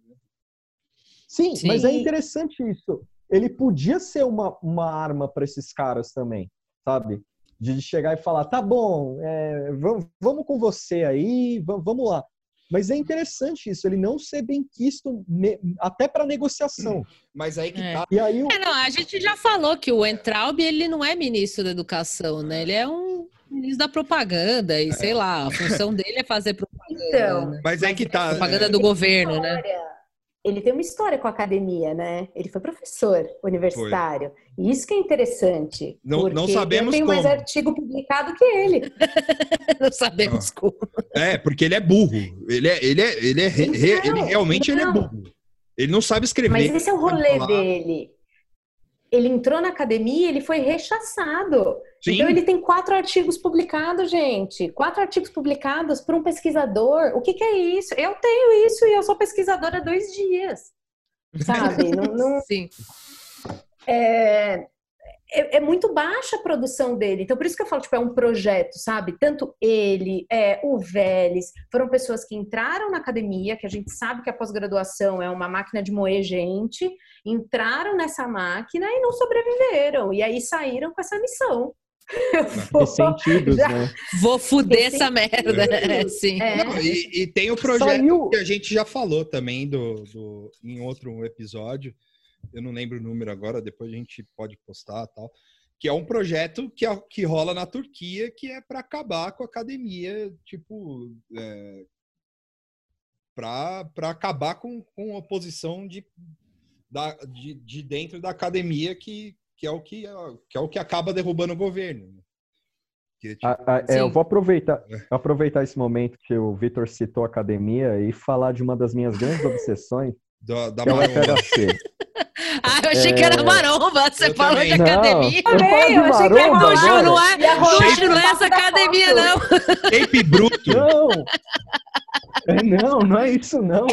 Speaker 2: Sim, mas é interessante isso. Ele podia ser uma arma para esses caras também, sabe? De chegar e falar, tá bom, vamos com você aí, vamos lá. Mas é interessante isso, ele não ser benquisto até para negociação.
Speaker 1: Mas aí que tá.
Speaker 2: E aí
Speaker 3: não, a gente já falou que o Weintraub, ele não é ministro da educação, né? Ele é um ministro da propaganda e, sei lá, a função dele é fazer propaganda.
Speaker 4: Então,
Speaker 3: né?
Speaker 1: Mas aí que tá.
Speaker 3: Propaganda do governo, né?
Speaker 4: Ele tem uma história com a academia, né? Ele foi professor universitário. E isso que é interessante.
Speaker 1: Não sabemos
Speaker 4: eu tenho
Speaker 1: como.
Speaker 4: mais artigo publicado que ele.
Speaker 3: Não sabemos como.
Speaker 1: Porque ele é burro. Ele realmente ele é burro. Ele não sabe escrever.
Speaker 4: Mas esse é o rolê dele. Ele entrou na academia e ele foi rechaçado. Sim. Então ele tem 4 artigos publicados, gente. 4 artigos publicados por um pesquisador. O que é isso? Eu tenho isso e eu sou pesquisadora há 2 dias. Sabe?
Speaker 3: Sim.
Speaker 4: É muito baixa a produção dele. Então, por isso que eu falo, tipo, é um projeto, sabe? Tanto ele, o Vélez, foram pessoas que entraram na academia, que a gente sabe que a pós-graduação é uma máquina de moer gente, entraram nessa máquina e não sobreviveram. E aí saíram com essa missão.
Speaker 2: Ressentidos, né?
Speaker 3: Vou fuder essa merda. Sim.
Speaker 1: Não, e tem o projeto que a gente já falou também em outro episódio. Eu não lembro o número agora, depois a gente pode postar tal, que é um projeto que rola na Turquia, que é para acabar com a academia, tipo, para acabar com a oposição de dentro da academia, que é o que acaba derrubando o governo. Que, tipo,
Speaker 2: eu vou aproveitar esse momento que o Vitor citou a academia e falar de uma das minhas grandes obsessões,
Speaker 1: da
Speaker 2: que é o FHC.
Speaker 3: Eu achei que era maromba. Você falou
Speaker 1: também.
Speaker 3: de academia.
Speaker 2: Eu achei que era
Speaker 3: Tuxo, não é
Speaker 4: Shape
Speaker 3: essa academia, não.
Speaker 1: Shape bruto.
Speaker 2: Não é isso, não.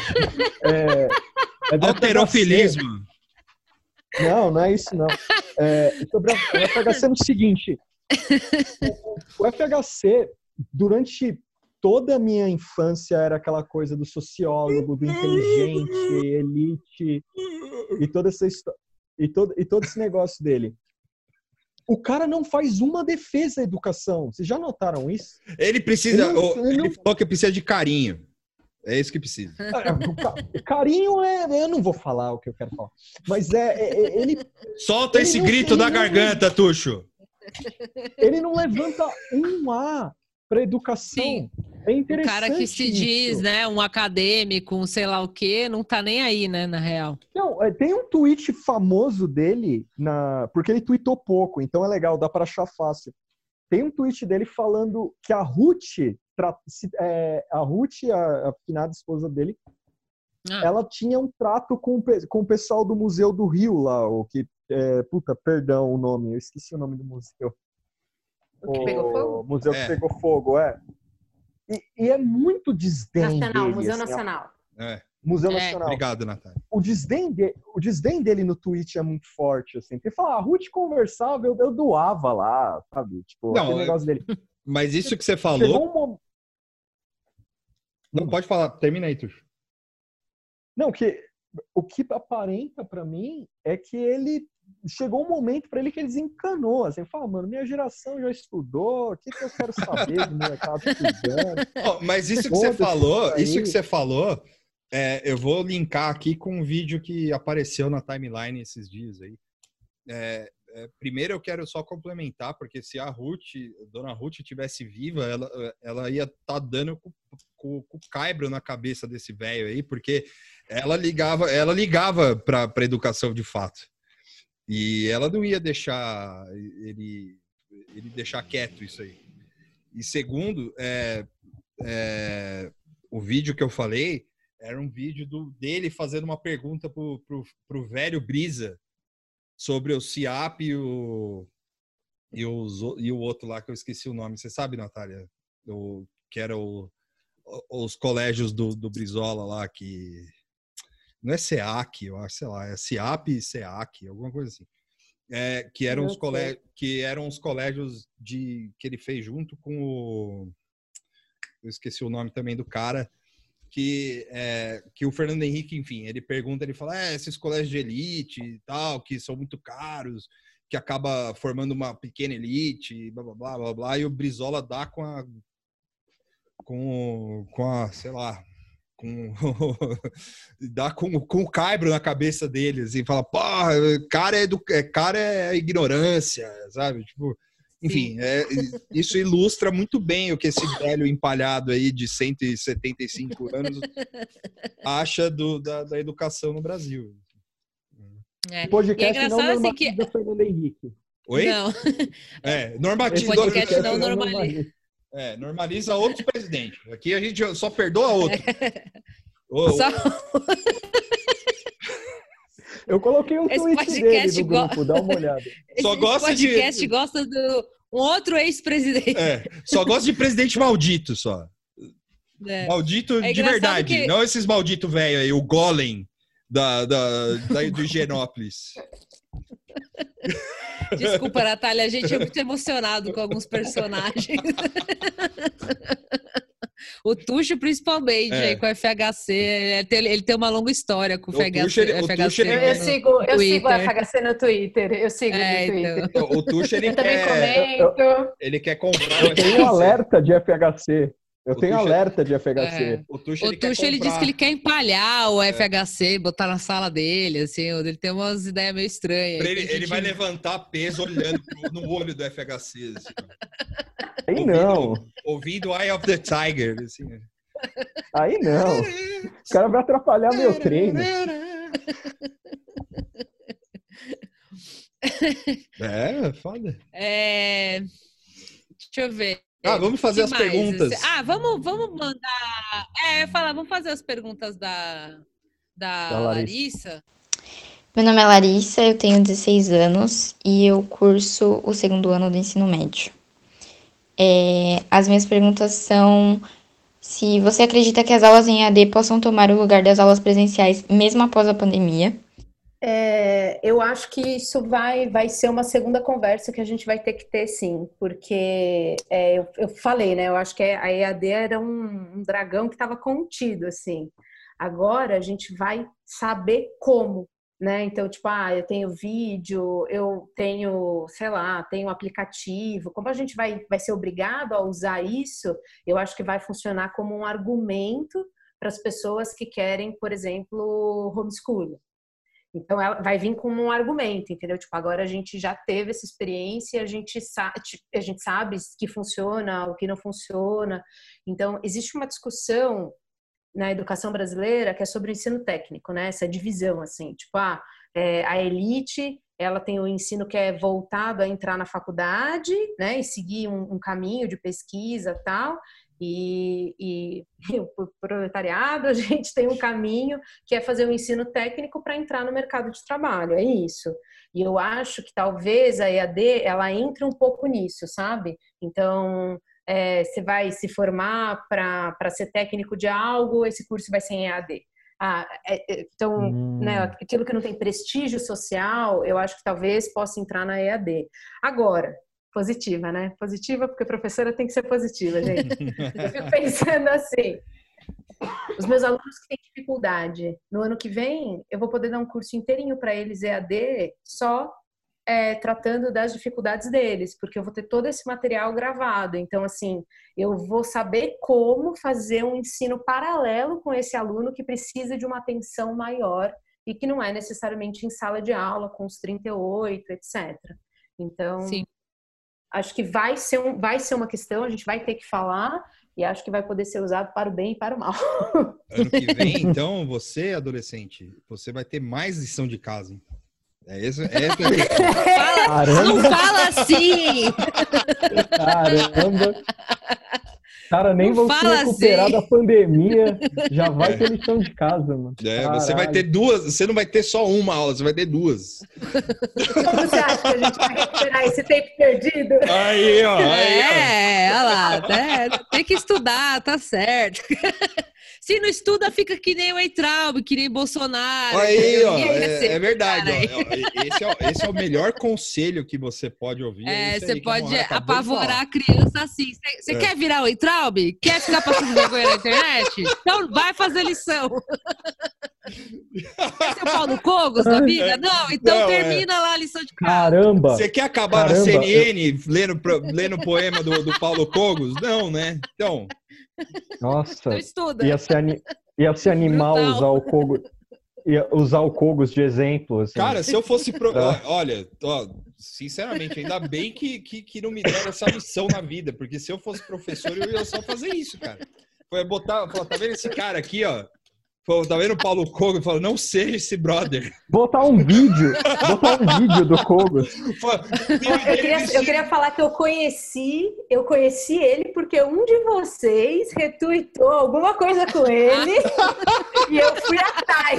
Speaker 1: Halterofilismo.
Speaker 2: Não é isso, não. Sobre o FHC é o seguinte. O FHC, durante toda a minha infância, era aquela coisa do sociólogo, do inteligente, elite, e toda essa história, e todo esse negócio dele. O cara não faz uma defesa à educação. Vocês já notaram isso?
Speaker 1: Ele precisa. Ele falou que precisa de carinho. É isso que precisa.
Speaker 2: Carinho eu não vou falar o que eu quero falar. Mas ele.
Speaker 1: Solta esse grito da garganta, Tuxo.
Speaker 2: Ele não levanta um A para educação.
Speaker 3: Sim.
Speaker 2: É interessante.
Speaker 3: O cara que se diz, né, um acadêmico, um sei lá o quê, não tá nem aí, né, na real.
Speaker 2: Não, tem um tweet famoso dele, porque ele tweetou pouco, então é legal, dá para achar fácil. Tem um tweet dele falando que a Ruth, a finada esposa dele, ela tinha um trato com o pessoal do Museu do Rio lá, o que... perdão o nome, eu esqueci o nome do museu.
Speaker 4: O que pegou fogo?
Speaker 2: Museu que pegou fogo, E é muito desdém dele.
Speaker 4: Museu
Speaker 2: assim,
Speaker 4: Nacional.
Speaker 2: Museu Nacional.
Speaker 1: Obrigado, Natália.
Speaker 2: O desdém dele no tweet é muito forte, assim. Porque fala, a Ruth conversava, eu doava lá, sabe? Tipo, aquele negócio dele.
Speaker 1: Mas isso que você falou... Não, pode falar. Termina aí, Tuxo.
Speaker 2: Não, o que aparenta pra mim é que ele... Chegou um momento pra ele que ele desencanou. Assim, fala, mano, minha geração já estudou, o que eu quero saber do mercado estudando?
Speaker 1: Mas isso que você falou, eu vou linkar aqui com um vídeo que apareceu na timeline esses dias aí. Primeiro eu quero só complementar, porque se a Dona Ruth tivesse viva, ela ia estar dando com o caibro na cabeça desse velho aí, porque ela ligava para a educação de fato. E ela não ia deixar ele deixar quieto isso aí. E segundo, o vídeo que eu falei era um vídeo dele fazendo uma pergunta pro velho Brisa sobre o CIAP e o outro lá que eu esqueci o nome. Você sabe, Natália? Que era os colégios do Brizola lá, que... Não é SEAC, eu acho, sei lá, é CIAP e SEAC, alguma coisa assim. Que eram os colégios que ele fez junto com o... Eu esqueci o nome também do cara, que o Fernando Henrique, enfim, ele fala, esses colégios de elite e tal, que são muito caros, que acaba formando uma pequena elite, blá, blá, blá, blá, blá, e o Brizola dá com sei lá, dá com o caibro na cabeça deles e fala, porra, cara é ignorância, sabe? Tipo, enfim, isso ilustra muito bem o que esse velho empalhado aí de 175 anos acha da educação no Brasil.
Speaker 2: O podcast
Speaker 3: é
Speaker 2: não normaliza
Speaker 3: que...
Speaker 2: Fernando Henrique.
Speaker 3: Oi? Não.
Speaker 1: Normatiza.
Speaker 3: O podcast não normaliza.
Speaker 1: Normaliza outros presidentes. Aqui a gente só perdoa outro.
Speaker 2: Eu coloquei um tweet dele no grupo, dá uma olhada.
Speaker 3: Esse podcast gosta do um outro ex-presidente.
Speaker 1: Só gosta de presidente maldito, só. Maldito de verdade. Não esses malditos velhos aí, o Golem do Higienópolis.
Speaker 3: Desculpa, Natália, a gente é muito emocionado com alguns personagens. O Tuxo, principalmente, aí, com o FHC. Ele tem uma longa história com o FHC.
Speaker 4: Eu sigo o FHC no Twitter. Eu sigo no Twitter.
Speaker 1: Então. O Tuxo, ele quer comprar.
Speaker 2: Eu tenho um alerta de FHC. Alerta de FHC.
Speaker 1: O Tuxo,
Speaker 3: ele disse que ele quer empalhar o FHC, botar na sala dele, assim, ele tem umas ideias meio estranhas.
Speaker 1: Ele vai levantar peso olhando no olho do FHC. Assim,
Speaker 2: aí não.
Speaker 1: Ouvindo Eye of the Tiger. Assim.
Speaker 2: Aí não. O cara vai atrapalhar meu treino.
Speaker 1: Foda.
Speaker 3: Deixa eu ver.
Speaker 1: Vamos fazer as perguntas.
Speaker 3: Vamos mandar. Vamos fazer as perguntas da Larissa.
Speaker 5: Meu nome é Larissa, eu tenho 16 anos e eu curso o 2º ano do ensino médio. As minhas perguntas são se você acredita que as aulas em EAD possam tomar o lugar das aulas presenciais mesmo após a pandemia.
Speaker 4: Eu acho que isso vai ser uma segunda conversa que a gente vai ter que ter, sim, porque eu falei, né? Eu acho que a EAD era um dragão que estava contido, assim. Agora a gente vai saber como, né? Então, tipo, eu tenho vídeo, eu tenho, sei lá, tenho aplicativo. Como a gente vai ser obrigado a usar isso, eu acho que vai funcionar como um argumento para as pessoas que querem, por exemplo, homeschooling. Então, ela vai vir como um argumento, entendeu? Tipo, agora a gente já teve essa experiência, a gente sabe o que funciona, o que não funciona. Então, existe uma discussão na educação brasileira que é sobre o ensino técnico, né? Essa divisão, assim, tipo, a elite, ela tem o ensino que é voltado a entrar na faculdade, né? E seguir um caminho de pesquisa e tal. E o proletariado, a gente tem um caminho que é fazer um ensino técnico para entrar no mercado de trabalho, é isso. E eu acho que talvez a EAD, ela entre um pouco nisso, sabe? Então, você vai se formar para ser técnico de algo, esse curso vai ser em EAD. Então, né, aquilo que não tem prestígio social, eu acho que talvez possa entrar na EAD. Agora, positiva, né? Positiva porque professora tem que ser positiva, gente. Eu fico pensando assim, os meus alunos que têm dificuldade, no ano que vem, eu vou poder dar um curso inteirinho para eles, EAD, só tratando das dificuldades deles, porque eu vou ter todo esse material gravado. Então, assim, eu vou saber como fazer um ensino paralelo com esse aluno que precisa de uma atenção maior e que não é necessariamente em sala de aula, com os 38, etc. Então, sim. Acho que vai ser uma questão, a gente vai ter que falar e acho que vai poder ser usado para o bem e para o mal.
Speaker 1: Ano que vem, então, você, adolescente, você vai ter mais lição de casa.
Speaker 3: Não fala assim!
Speaker 2: Caramba! Cara, nem vão se recuperar da pandemia, já vai ter lição de casa, mano.
Speaker 1: Você vai ter duas, você não vai ter só uma aula, você vai ter duas.
Speaker 4: Como você acha que a gente vai recuperar esse tempo perdido?
Speaker 1: Aí, ó.
Speaker 3: Olha lá, tem que estudar, tá certo. Se não estuda, fica que nem o Weintraub, que nem Bolsonaro.
Speaker 1: Aí, ó, é verdade. Ó, esse é o melhor conselho que você pode ouvir.
Speaker 3: Você pode apavorar a criança assim. Você quer virar o Weintraub? Quer ficar passando vergonha na internet? Então vai fazer lição. Quer ser o Paulo Cogos da vida? Não, então termina lá a lição de casa.
Speaker 2: Caramba!
Speaker 1: Você quer acabar na CNN lendo poema do Paulo Cogos? Não, né? Então...
Speaker 2: Nossa,
Speaker 3: Então estuda.
Speaker 2: ia se animar
Speaker 3: Brutal.
Speaker 2: usar o Cogos de exemplo. Assim.
Speaker 1: Cara, se eu fosse... Olha, sinceramente, ainda bem que não me deram essa missão na vida, porque se eu fosse professor, eu ia só fazer isso, cara. Foi falar, tá vendo esse cara aqui, ó? Tá vendo o Paulo Cogos? Fala, não seja esse brother.
Speaker 2: Botar um vídeo do Cogos.
Speaker 4: Eu queria falar que eu conheci ele porque um de vocês retuitou alguma coisa com ele e eu fui atrás.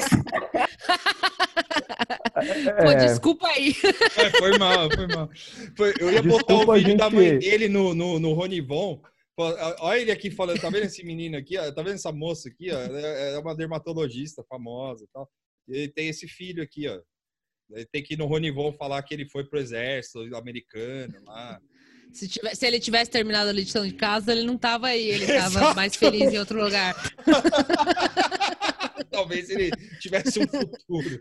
Speaker 3: Pô, desculpa aí.
Speaker 1: Foi mal. Eu ia botar o vídeo da mãe dele no Ronivon. Olha ele aqui falando, tá vendo esse menino aqui? Ó, tá vendo essa moça aqui? Ó, é uma dermatologista famosa e tal. E ele tem esse filho aqui, ó. Ele tem que ir no Ronivon falar que ele foi pro exército americano lá.
Speaker 3: Se ele tivesse terminado a lição de casa, ele não tava aí. Ele tava mais feliz em outro lugar.
Speaker 1: Talvez ele tivesse um futuro.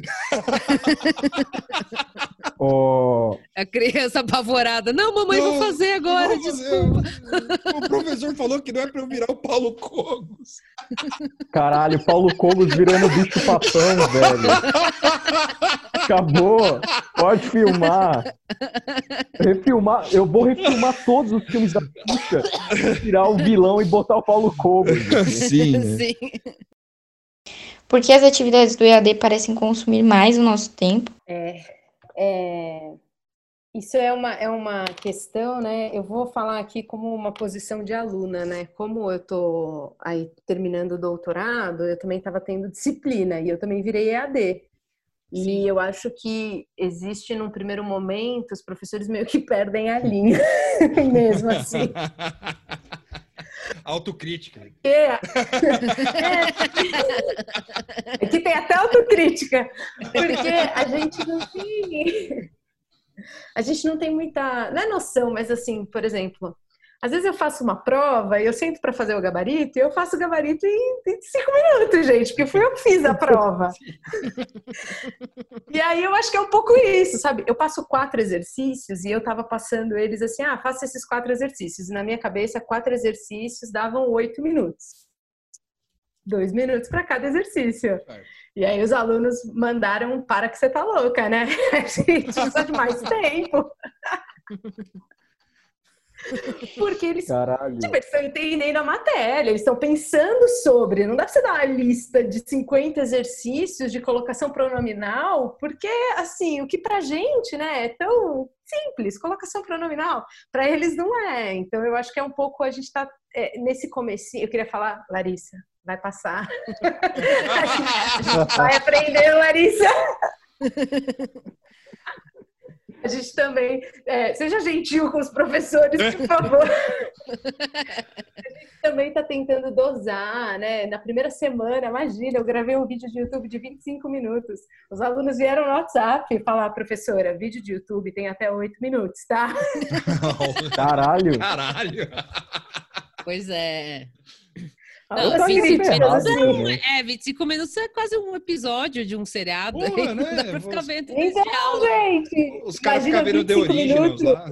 Speaker 3: A criança apavorada. Não, mamãe, vou fazer agora, desculpa.
Speaker 1: O professor falou que não é pra eu virar o Paulo Cogos.
Speaker 2: Caralho, Paulo Cogos virando bicho papão, velho. Acabou. Pode filmar. Refilmar. Eu vou refilmar todos os filmes da Xuxa, tirar o vilão e botar o Paulo Cogos.
Speaker 1: Sim, né?
Speaker 3: Sim.
Speaker 5: Por que as atividades do EAD parecem consumir mais o nosso tempo?
Speaker 4: Isso é uma questão, né? Eu vou falar aqui como uma posição de aluna, né? Como eu tô aí terminando o doutorado, eu também estava tendo disciplina e eu também virei EAD.
Speaker 3: Sim.
Speaker 4: E eu acho que existe, num primeiro momento, os professores meio que perdem a linha, mesmo assim.
Speaker 1: Autocrítica.
Speaker 4: Aqui tem até autocrítica, porque a gente não tem muita, não é noção, mas assim, por exemplo, às vezes eu faço uma prova e eu sento para fazer o gabarito e eu faço o gabarito em 5 minutos, gente, porque fui eu que fiz a prova. E aí eu acho que é um pouco isso, sabe? Eu passo 4 exercícios e eu tava passando eles assim, faça esses 4 exercícios. E na minha cabeça, 4 exercícios davam 8 minutos. 2 minutos para cada exercício. E aí os alunos mandaram, para que você tá louca, né? A gente precisa de mais tempo. Porque eles estão entendendo a matéria, eles estão pensando sobre. Não dá pra você dar uma lista de 50 exercícios de colocação pronominal, porque, assim, o que pra gente, né, é tão simples, colocação pronominal, pra eles não é. Então, eu acho que é um pouco, a gente tá nesse comecinho. Eu queria falar, Larissa, vai passar. Vai aprender, Larissa. A gente também... seja gentil com os professores, por favor. A gente também está tentando dosar, né? Na primeira semana, imagina, eu gravei um vídeo de YouTube de 25 minutos. Os alunos vieram no WhatsApp falar, professora, vídeo de YouTube tem até 8 minutos, tá?
Speaker 2: Caralho!
Speaker 3: Pois é.
Speaker 4: Não,
Speaker 3: 25 minutos é quase um episódio de um seriado.
Speaker 1: Porra, né?
Speaker 3: Não dá pra ficar vendo isso
Speaker 4: então,
Speaker 3: de aula.
Speaker 4: gente!
Speaker 1: Os caras ficam vendo The Originals lá.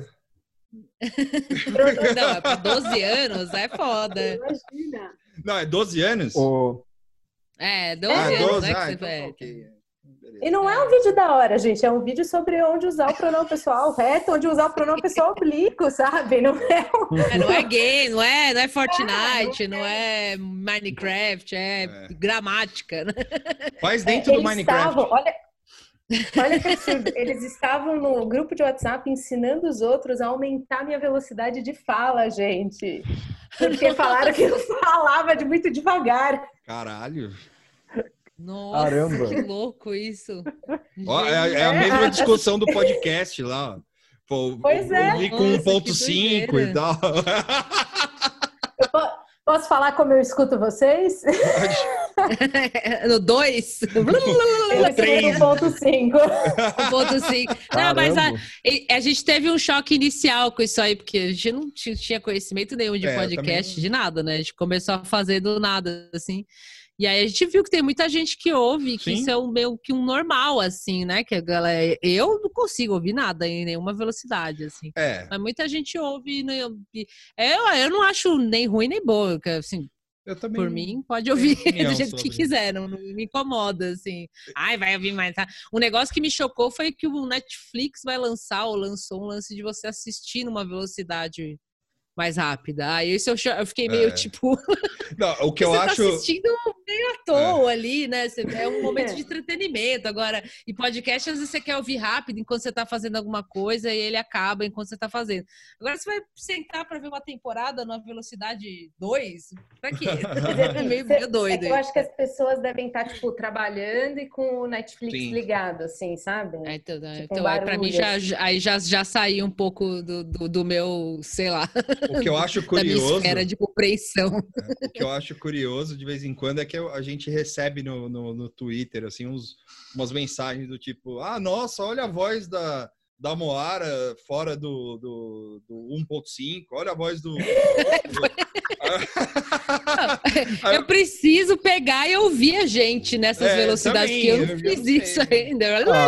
Speaker 3: Não, é pra 12 anos, é foda.
Speaker 4: Imagina!
Speaker 1: Não, é 12 anos?
Speaker 3: 12 anos,
Speaker 1: 12,
Speaker 3: né? Que você
Speaker 1: então
Speaker 3: vai...
Speaker 1: tá ok.
Speaker 4: E não é um vídeo da hora, gente. É um vídeo sobre onde usar o pronome pessoal reto, onde usar o pronome pessoal oblíquo, sabe? Não é
Speaker 3: não é game, não é Fortnite, não é Minecraft, é gramática. Né?
Speaker 1: Faz dentro do Minecraft.
Speaker 4: Olha que absurdo. Eles estavam no grupo de WhatsApp ensinando os outros a aumentar minha velocidade de fala, gente. Porque falaram que eu falava muito devagar.
Speaker 1: Caralho.
Speaker 3: Nossa,
Speaker 2: Caramba.
Speaker 3: Que louco isso.
Speaker 1: Ó, é a mesma discussão do podcast lá. Pô,
Speaker 4: pois é.
Speaker 1: Eu li com 1.5 e tal.
Speaker 4: Posso falar como eu escuto vocês?
Speaker 3: No 2?
Speaker 4: Eu tenho 1.5.
Speaker 3: 1.5. Não, mas a gente teve um choque inicial com isso aí, porque a gente não tinha conhecimento nenhum de podcast, de nada, né? A gente começou a fazer do nada, assim. E aí a gente viu que tem muita gente que ouve, que
Speaker 1: Sim.
Speaker 3: isso é meio que um normal, assim, né? Que a galera, eu não consigo ouvir nada em nenhuma velocidade, assim. Mas muita gente ouve, né? Eu não acho nem ruim nem bom, assim.
Speaker 1: Eu também.
Speaker 3: Por mim, pode ouvir do jeito que quiser, não me incomoda, assim. Ai, vai ouvir mais. Tá? Um negócio que me chocou foi que o Netflix vai lançar, ou lançou um lance de você assistir numa velocidade mais rápida. Aí isso eu fiquei meio tipo...
Speaker 1: Não, o que eu acho...
Speaker 3: Você tá assistindo meio à toa ali, né? É um momento de entretenimento. Agora, e podcast, às vezes você quer ouvir rápido enquanto você tá fazendo alguma coisa e ele acaba enquanto você tá fazendo. Agora, você vai sentar pra ver uma temporada na velocidade 2? Pra quê? É meio doido.
Speaker 4: Eu acho que as pessoas devem estar, tipo, trabalhando e com o Netflix ligado, assim, sabe?
Speaker 3: Então,
Speaker 4: tipo, um barulho,
Speaker 3: pra mim, já saiu um pouco do meu, sei lá...
Speaker 1: O que eu acho curioso...
Speaker 3: Da minha esfera de compreensão.
Speaker 1: O que eu acho curioso, de vez em quando, é que a gente recebe no Twitter, assim, umas mensagens do tipo, nossa, olha a voz da Moara fora do 1.5, olha a voz do...
Speaker 3: Eu preciso pegar e ouvir a gente nessas velocidades,
Speaker 1: também,
Speaker 3: que eu não fiz isso ainda.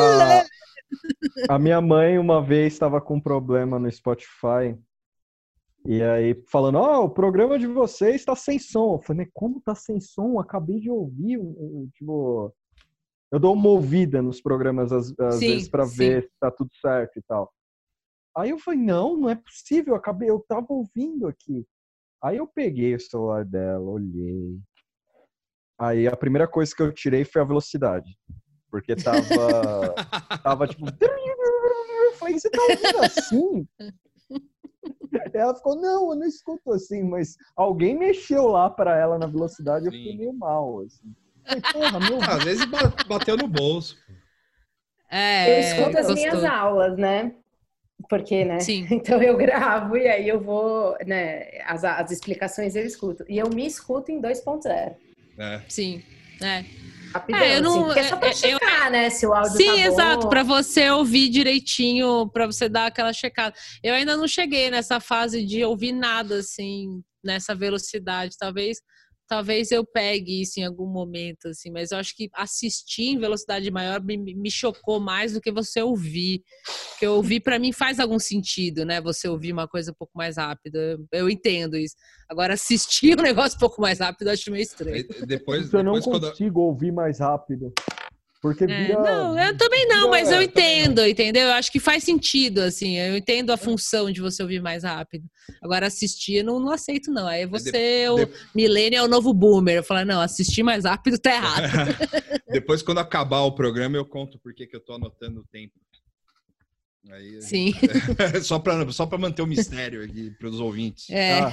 Speaker 2: A minha mãe uma vez estava com um problema no Spotify. E aí, falando, o programa de vocês está sem som. Eu falei, mas como tá sem som? Acabei de ouvir. Tipo, eu dou uma ouvida nos programas às vezes para ver se tá tudo certo e tal. Aí eu falei, não é possível. Eu tava ouvindo aqui. Aí eu peguei o celular dela, olhei. Aí a primeira coisa que eu tirei foi a velocidade. Porque tava tipo... Eu falei, você tá ouvindo assim? Ela ficou, não, eu não escuto assim, mas alguém mexeu lá pra ela na velocidade, eu fiquei meio mal, assim. Porra,
Speaker 1: às vezes bateu no bolso.
Speaker 4: Eu escuto as minhas aulas, né? Porque, né?
Speaker 3: Sim.
Speaker 4: Então eu gravo e aí eu vou, né? As explicações eu escuto. E eu me escuto em 2.0.
Speaker 3: Sim,
Speaker 4: Rapidão, assim, porque é só pra checar, né? Se o áudio tá bom.
Speaker 3: Exato, pra você ouvir direitinho, pra você dar aquela checada. Eu ainda não cheguei nessa fase de ouvir nada, assim, nessa velocidade. Talvez eu pegue isso em algum momento, assim, mas eu acho que assistir em velocidade maior me chocou mais do que você ouvir. Porque ouvir, pra mim, faz algum sentido, né? Você ouvir uma coisa um pouco mais rápida. Eu entendo isso. Agora, assistir um negócio um pouco mais rápido, eu acho meio estranho.
Speaker 2: Eu não consigo ouvir mais rápido. Porque vira...
Speaker 3: Não, eu também não, mas eu entendo, entendeu? Eu acho que faz sentido, assim. Eu entendo a função de você ouvir mais rápido. Agora, assistir, eu não aceito, não. Aí você, o millennial, é o novo boomer. Eu falo, não, assistir mais rápido tá errado.
Speaker 1: Depois, quando acabar o programa, eu conto por que eu tô anotando o tempo. Aí,
Speaker 3: sim.
Speaker 1: Só para manter o mistério aqui para os ouvintes.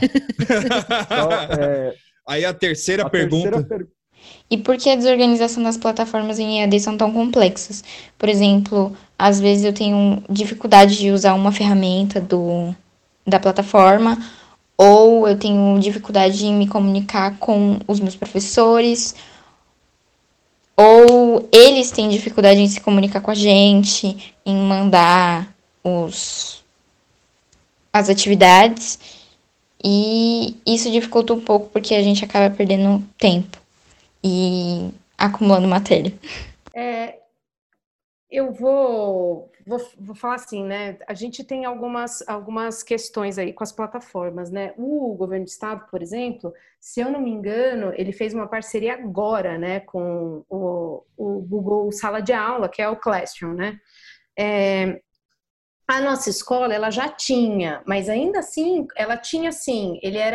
Speaker 1: Aí a terceira pergunta...
Speaker 5: E por que a desorganização das plataformas em EAD são tão complexas? Por exemplo, às vezes eu tenho dificuldade de usar uma ferramenta da plataforma, ou eu tenho dificuldade em me comunicar com os meus professores, ou eles têm dificuldade em se comunicar com a gente, em mandar as atividades, e isso dificulta um pouco porque a gente acaba perdendo tempo e acumulando matéria.
Speaker 4: Eu vou falar assim, né? A gente tem algumas questões aí com as plataformas, né? O governo do estado, por exemplo, se eu não me engano, ele fez uma parceria agora, né, com o Google Sala de Aula, que é o Classroom, né? A nossa escola, ela já tinha, mas ainda assim, ela tinha assim, ele era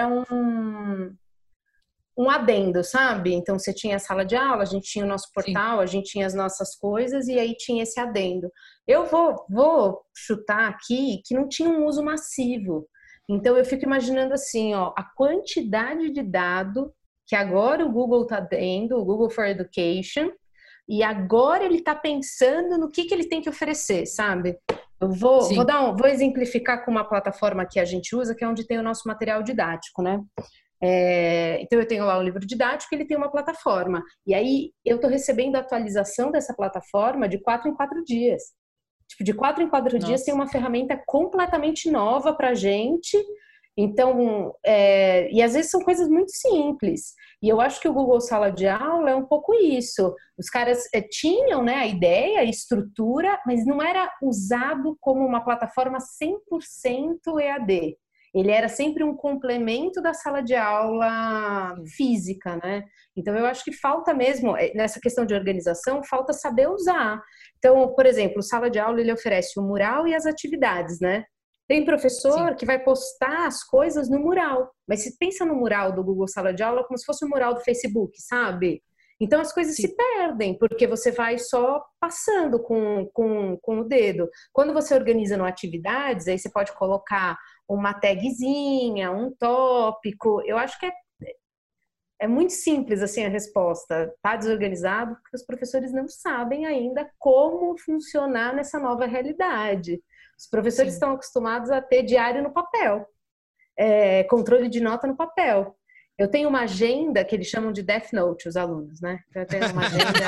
Speaker 4: um adendo, sabe? Então, você tinha a sala de aula, a gente tinha o nosso portal, a gente tinha as nossas coisas, e aí tinha esse adendo. Eu vou chutar aqui que não tinha um uso massivo. Então, eu fico imaginando assim, a quantidade de dado que agora o Google está tendo, o Google for Education, e agora ele está pensando no que ele tem que oferecer, sabe? Eu vou exemplificar com uma plataforma que a gente usa, que é onde tem o nosso material didático, né? Então eu tenho lá um livro didático, ele tem uma plataforma, e aí eu tô recebendo a atualização dessa plataforma de 4 em 4 dias. Tipo, de 4 em 4 dias tem uma ferramenta completamente nova pra gente, Então, e às vezes são coisas muito simples. E eu acho que o Google Sala de Aula é um pouco isso. Os caras tinham, né, a ideia, a estrutura, mas não era usado como uma plataforma 100% EAD. Ele era sempre um complemento da sala de aula física, né? Então, eu acho que falta mesmo, nessa questão de organização, falta saber usar. Então, por exemplo, o Sala de Aula, ele oferece o mural e as atividades, né? Tem professor que vai postar as coisas no mural, mas se pensa no mural do Google Sala de Aula como se fosse o mural do Facebook, sabe? Então as coisas se perdem, porque você vai só passando com o dedo. Quando você organiza no atividades, aí você pode colocar uma tagzinha, um tópico. Eu acho que é muito simples assim a resposta. Tá desorganizado porque os professores não sabem ainda como funcionar nessa nova realidade. Os professores estão acostumados a ter diário no papel, controle de nota no papel. Eu tenho uma agenda que eles chamam de Death Note, os alunos, né? Então, eu tenho uma agenda...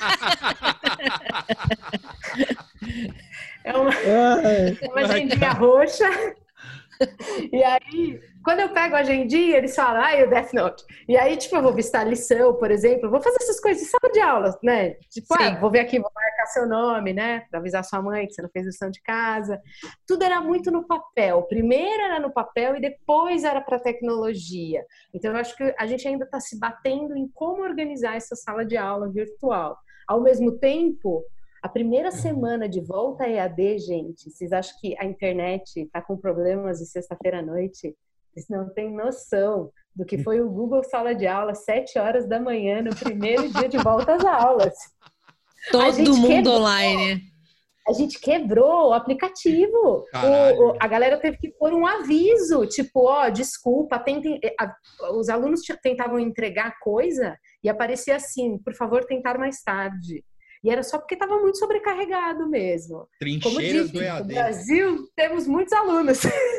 Speaker 4: uma agendinha roxa. E aí, quando eu pego a agendinha, eles falam, o Death Note. E aí, tipo, eu vou visitar a lição, por exemplo, vou fazer essas coisas em sala de aula, né? Tipo, vou ver aqui, vou marcar seu nome, né? Pra avisar sua mãe que você não fez lição de casa. Tudo era muito no papel. Primeiro era no papel e depois era pra tecnologia. Então, eu acho que a gente ainda tá se batendo em como organizar essa sala de aula virtual. Ao mesmo tempo... A primeira semana de volta EAD, gente, vocês acham que a internet tá com problemas de sexta-feira à noite? Vocês não têm noção do que foi o Google Sala de Aula, 7 horas da manhã, no primeiro dia de volta às aulas.
Speaker 3: Todo mundo online.
Speaker 4: A gente quebrou o aplicativo. A galera teve que pôr um aviso, tipo, desculpa, os alunos tentavam entregar coisa e aparecia assim, por favor, tentar mais tarde. E era só porque estava muito sobrecarregado mesmo.
Speaker 1: Trincheiras do EAD.
Speaker 4: No Brasil, temos muitos alunos.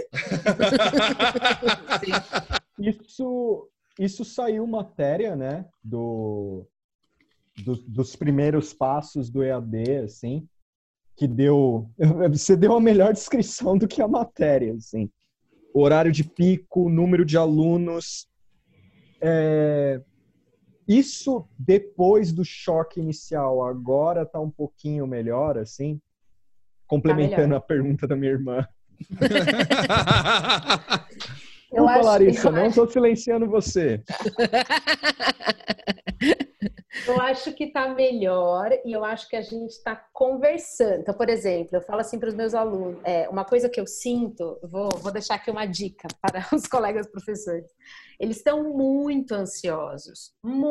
Speaker 2: Isso saiu matéria, né? Dos primeiros passos do EAD, assim, que você deu a melhor descrição do que a matéria, assim. O horário de pico, número de alunos... Isso depois do choque inicial, agora tá um pouquinho melhor, assim? Complementando a pergunta da minha irmã. Larissa, não tô silenciando você.
Speaker 4: Eu acho que tá melhor e eu acho que a gente está conversando. Então, por exemplo, eu falo assim para os meus alunos, uma coisa que eu sinto, vou deixar aqui uma dica para os colegas professores. Eles estão muito ansiosos.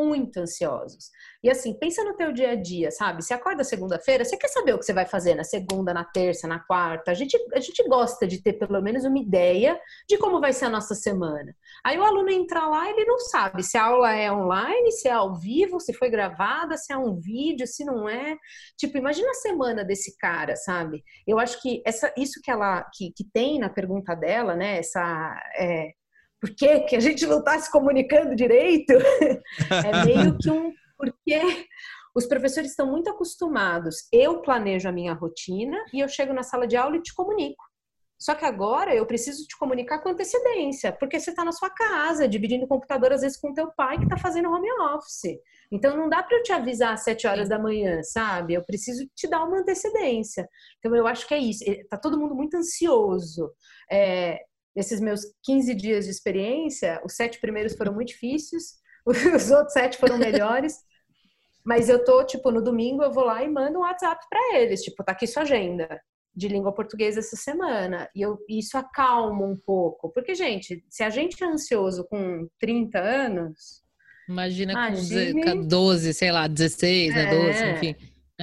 Speaker 4: E assim, pensa no teu dia a dia, sabe? Você acorda segunda-feira, você quer saber o que você vai fazer na segunda, na terça, na quarta? A gente gosta de ter pelo menos uma ideia de como vai ser a nossa semana. Aí o aluno entra lá, ele não sabe se a aula é online, se é ao vivo, se foi gravada, se é um vídeo, se não é. Tipo, imagina a semana desse cara, sabe? Eu acho que isso que tem na pergunta dela, né? Por que a gente não está se comunicando direito? É meio que porque os professores estão muito acostumados. Eu planejo a minha rotina e eu chego na sala de aula e te comunico. Só que agora eu preciso te comunicar com antecedência, porque você está na sua casa, dividindo o computador, às vezes, com o teu pai que está fazendo home office. Então, não dá para eu te avisar às 7 horas da manhã, sabe? Eu preciso te dar uma antecedência. Então, eu acho que é isso. Está todo mundo muito ansioso. Nesses meus 15 dias de experiência, os 7 primeiros foram muito difíceis, os outros 7 foram melhores. Mas eu tô, tipo, no domingo eu vou lá e mando um WhatsApp para eles. Tipo, tá aqui sua agenda de língua portuguesa essa semana. E isso acalma um pouco. Porque, gente, se a gente é ansioso com 30 anos...
Speaker 3: Imagine... com 12, sei lá, 16, né? 12, enfim.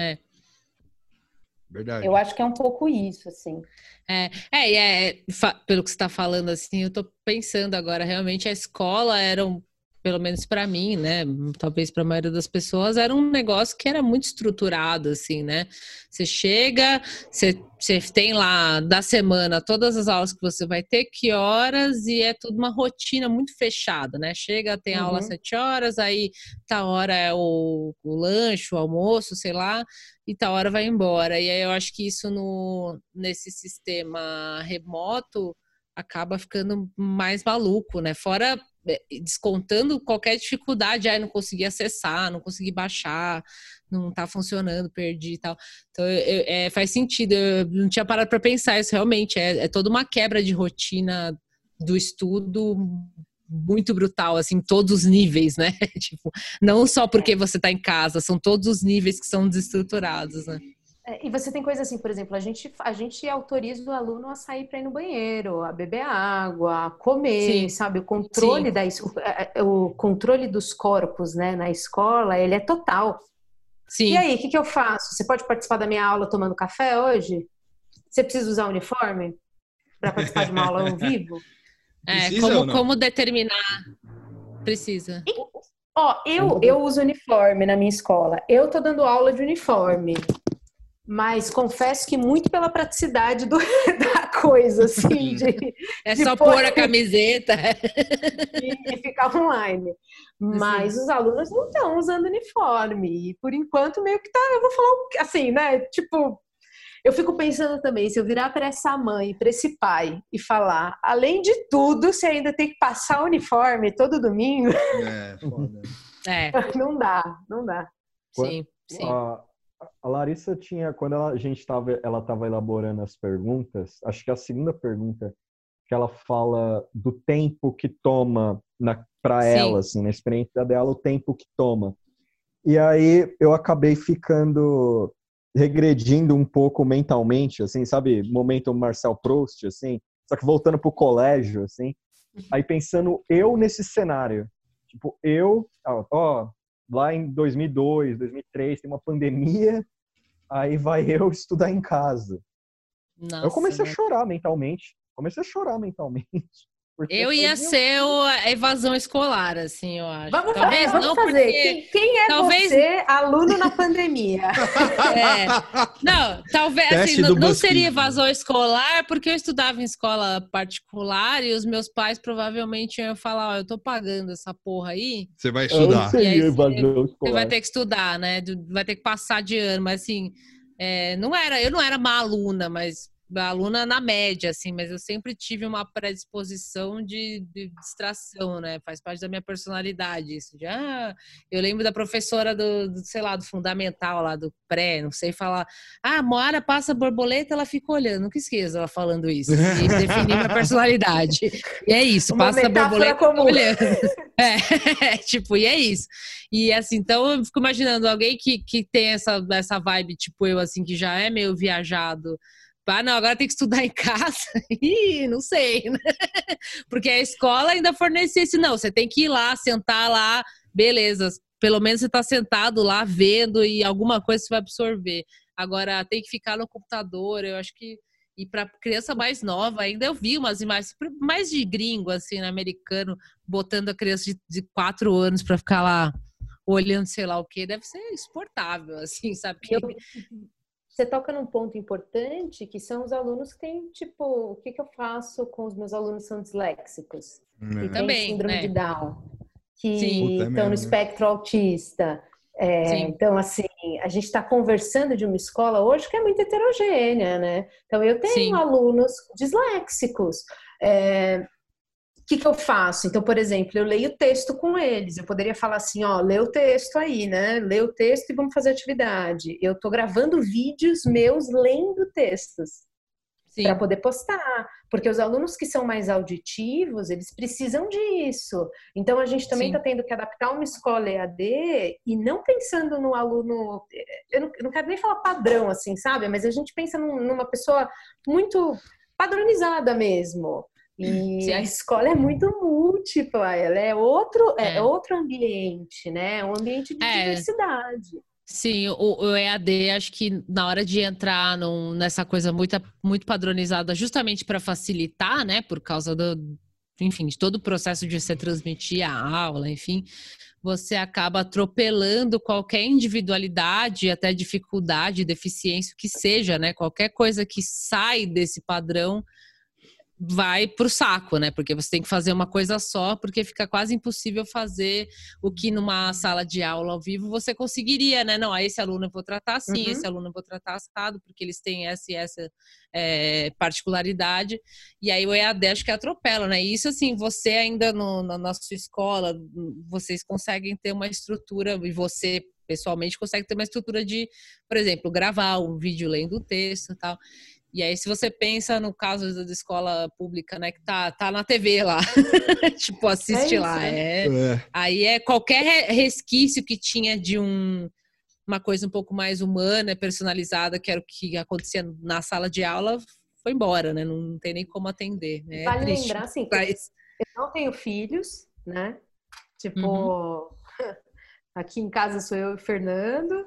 Speaker 1: Verdade.
Speaker 4: Eu acho que é um pouco isso, assim.
Speaker 3: Pelo que você está falando, assim, eu tô pensando agora, realmente a escola era pelo menos para mim, né, talvez para a maioria das pessoas, era um negócio que era muito estruturado, assim, né? Você chega, você tem lá da semana todas as aulas que você vai ter, que horas, e é tudo uma rotina muito fechada, né? Chega, tem aula às 7 horas, aí tá hora é o lanche, o almoço, sei lá, e tá hora vai embora. E aí eu acho que isso nesse sistema remoto acaba ficando mais maluco, né? Fora descontando qualquer dificuldade, aí não consegui acessar, não consegui baixar, não tá funcionando, perdi e tal. Então, faz sentido, eu não tinha parado para pensar isso, realmente, é toda uma quebra de rotina do estudo muito brutal, assim, todos os níveis, né? Tipo, não só porque você tá em casa, são todos os níveis que são desestruturados, né?
Speaker 4: E você tem coisa assim, por exemplo, a gente autoriza o aluno a sair para ir no banheiro, a beber água, a comer,
Speaker 3: Sim.
Speaker 4: sabe? O controle o controle dos corpos, né, na escola, ele é total.
Speaker 3: Sim.
Speaker 4: E aí, o que eu faço? Você pode participar da minha aula tomando café hoje? Você precisa usar uniforme para participar de uma aula ao vivo?
Speaker 3: Como determinar? Precisa.
Speaker 4: Eu uso uniforme na minha escola. Eu tô dando aula de uniforme. Mas confesso que muito pela praticidade da coisa, assim,
Speaker 3: só pôr a camiseta
Speaker 4: e ficar online. Mas os alunos não estão usando uniforme. E por enquanto, meio que tá. Eu vou falar assim, né? Tipo, eu fico pensando também, se eu virar para essa mãe, para esse pai e falar, além de tudo, você ainda tem que passar uniforme todo domingo.
Speaker 1: Foda.
Speaker 4: Não dá.
Speaker 3: Sim.
Speaker 2: A Larissa tinha, quando ela estava elaborando as perguntas, acho que a segunda pergunta que ela fala do tempo que toma para ela, assim, na experiência dela, o tempo que toma. E aí eu acabei regredindo um pouco mentalmente, assim, sabe, momento Marcel Proust, assim, só que voltando pro colégio, assim, aí pensando eu nesse cenário, tipo, lá em 2002, 2003, tem uma pandemia, aí vai eu estudar em casa.
Speaker 3: Nossa,
Speaker 2: eu comecei a chorar mentalmente.
Speaker 3: Eu ia ser a evasão escolar, assim, eu acho.
Speaker 4: Vamos fazer. Quem é você, aluno na pandemia?
Speaker 3: Não, talvez assim, não seria evasão escolar, porque eu estudava em escola particular e os meus pais provavelmente iam falar, eu tô pagando essa porra aí.
Speaker 1: Você vai estudar.
Speaker 3: Você vai ter que estudar, né? Vai ter que passar de ano, mas assim, eu não era má aluna, mas aluna na média, assim, mas eu sempre tive uma predisposição de distração, né? Faz parte da minha personalidade isso. Eu lembro da professora do fundamental lá, do pré, não sei falar. Moara passa borboleta, ela fica olhando. Nunca esqueça ela falando isso. E definiu minha personalidade. E é isso, passa a borboleta, fica olhando. Tipo, e é isso. E assim, então eu fico imaginando alguém que tem essa vibe, tipo eu, assim, que já é meio viajado. Não, agora tem que estudar em casa. Não sei, né? Porque a escola ainda fornecia isso. Não, você tem que ir lá, sentar lá, beleza. Pelo menos você está sentado lá, vendo e alguma coisa você vai absorver. Agora, tem que ficar no computador, eu acho que... E para criança mais nova, ainda eu vi umas imagens mais de gringo, assim, americano, botando a criança de 4 anos para ficar lá olhando sei lá o quê. Deve ser insuportável, assim, sabe?
Speaker 4: Você toca num ponto importante, que são os alunos que têm, tipo, o que eu faço com os meus alunos que são disléxicos? Que têm síndrome de Down, que estão no espectro autista. Então, assim, a gente está conversando de uma escola hoje que é muito heterogênea, né? Então, eu tenho alunos disléxicos. O que eu faço? Então, por exemplo, eu leio o texto com eles. Eu poderia falar assim, lê o texto aí, né? Lê o texto e vamos fazer atividade. Eu tô gravando vídeos meus lendo textos para poder postar. Porque os alunos que são mais auditivos, eles precisam disso. Então, a gente também está tendo que adaptar uma escola EAD e não pensando no aluno... Eu não quero nem falar padrão, assim, sabe? Mas a gente pensa numa pessoa muito padronizada mesmo. E a escola é muito múltipla, ela é outro ambiente, né? Um ambiente de diversidade.
Speaker 3: Sim, o EAD, acho que na hora de entrar nessa coisa muito padronizada, justamente para facilitar, né? Por causa de todo o processo de você transmitir a aula, enfim, você acaba atropelando qualquer individualidade, até dificuldade, deficiência, o que seja, né? Qualquer coisa que sai desse padrão vai pro saco, né? Porque você tem que fazer uma coisa só, porque fica quase impossível fazer o que numa sala de aula ao vivo você conseguiria, né? Não, esse aluno eu vou tratar assim, esse aluno eu vou tratar assado, porque eles têm essa e essa particularidade. E aí o EAD acho que atropela, né? E isso, assim, você ainda na sua escola, vocês conseguem ter uma estrutura, e você pessoalmente consegue ter uma estrutura de, por exemplo, gravar um vídeo lendo o texto e tal. E aí, se você pensa no caso da escola pública, né, que tá na TV lá, tipo, assiste
Speaker 4: isso,
Speaker 3: lá.
Speaker 4: né?
Speaker 3: Aí qualquer resquício que tinha de uma coisa um pouco mais humana, personalizada, que era o que acontecia na sala de aula, foi embora, né? Não tem nem como atender, né?
Speaker 4: Vale
Speaker 3: triste.
Speaker 4: lembrar, assim, que eu não tenho filhos, né? Tipo, aqui em casa sou eu e o Fernando,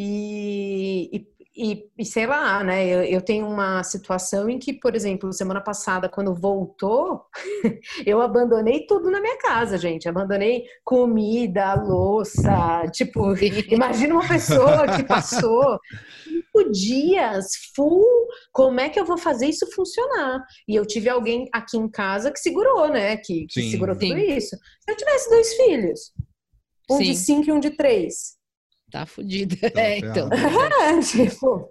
Speaker 4: e sei lá, né? Eu tenho uma situação em que, por exemplo, semana passada, quando voltou, eu abandonei tudo na minha casa, gente. Abandonei comida, louça. Tipo, imagina uma pessoa que passou 5 dias full. Como é que eu vou fazer isso funcionar? E eu tive alguém aqui em casa que segurou, né? Que segurou tudo isso. Se eu tivesse 2 filhos, um de 5 e um de 3.
Speaker 3: Tá fodida.
Speaker 1: Então.
Speaker 4: Tipo.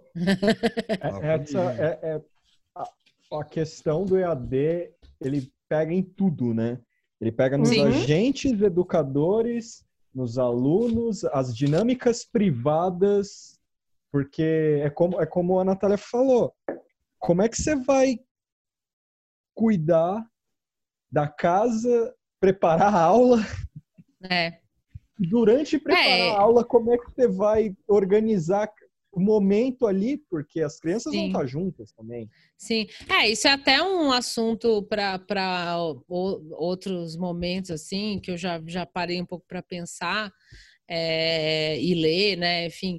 Speaker 2: A questão do EAD, ele pega em tudo, né? Ele pega nos agentes educadores, nos alunos, as dinâmicas privadas, porque é como a Natália falou. Como é que você vai cuidar da casa, preparar a aula? Durante preparar a aula, como é que você vai organizar o momento ali? Porque as crianças vão estar juntas também.
Speaker 3: Sim. Isso é até um assunto para outros momentos, assim, que eu já parei um pouco para pensar e ler, né? Enfim,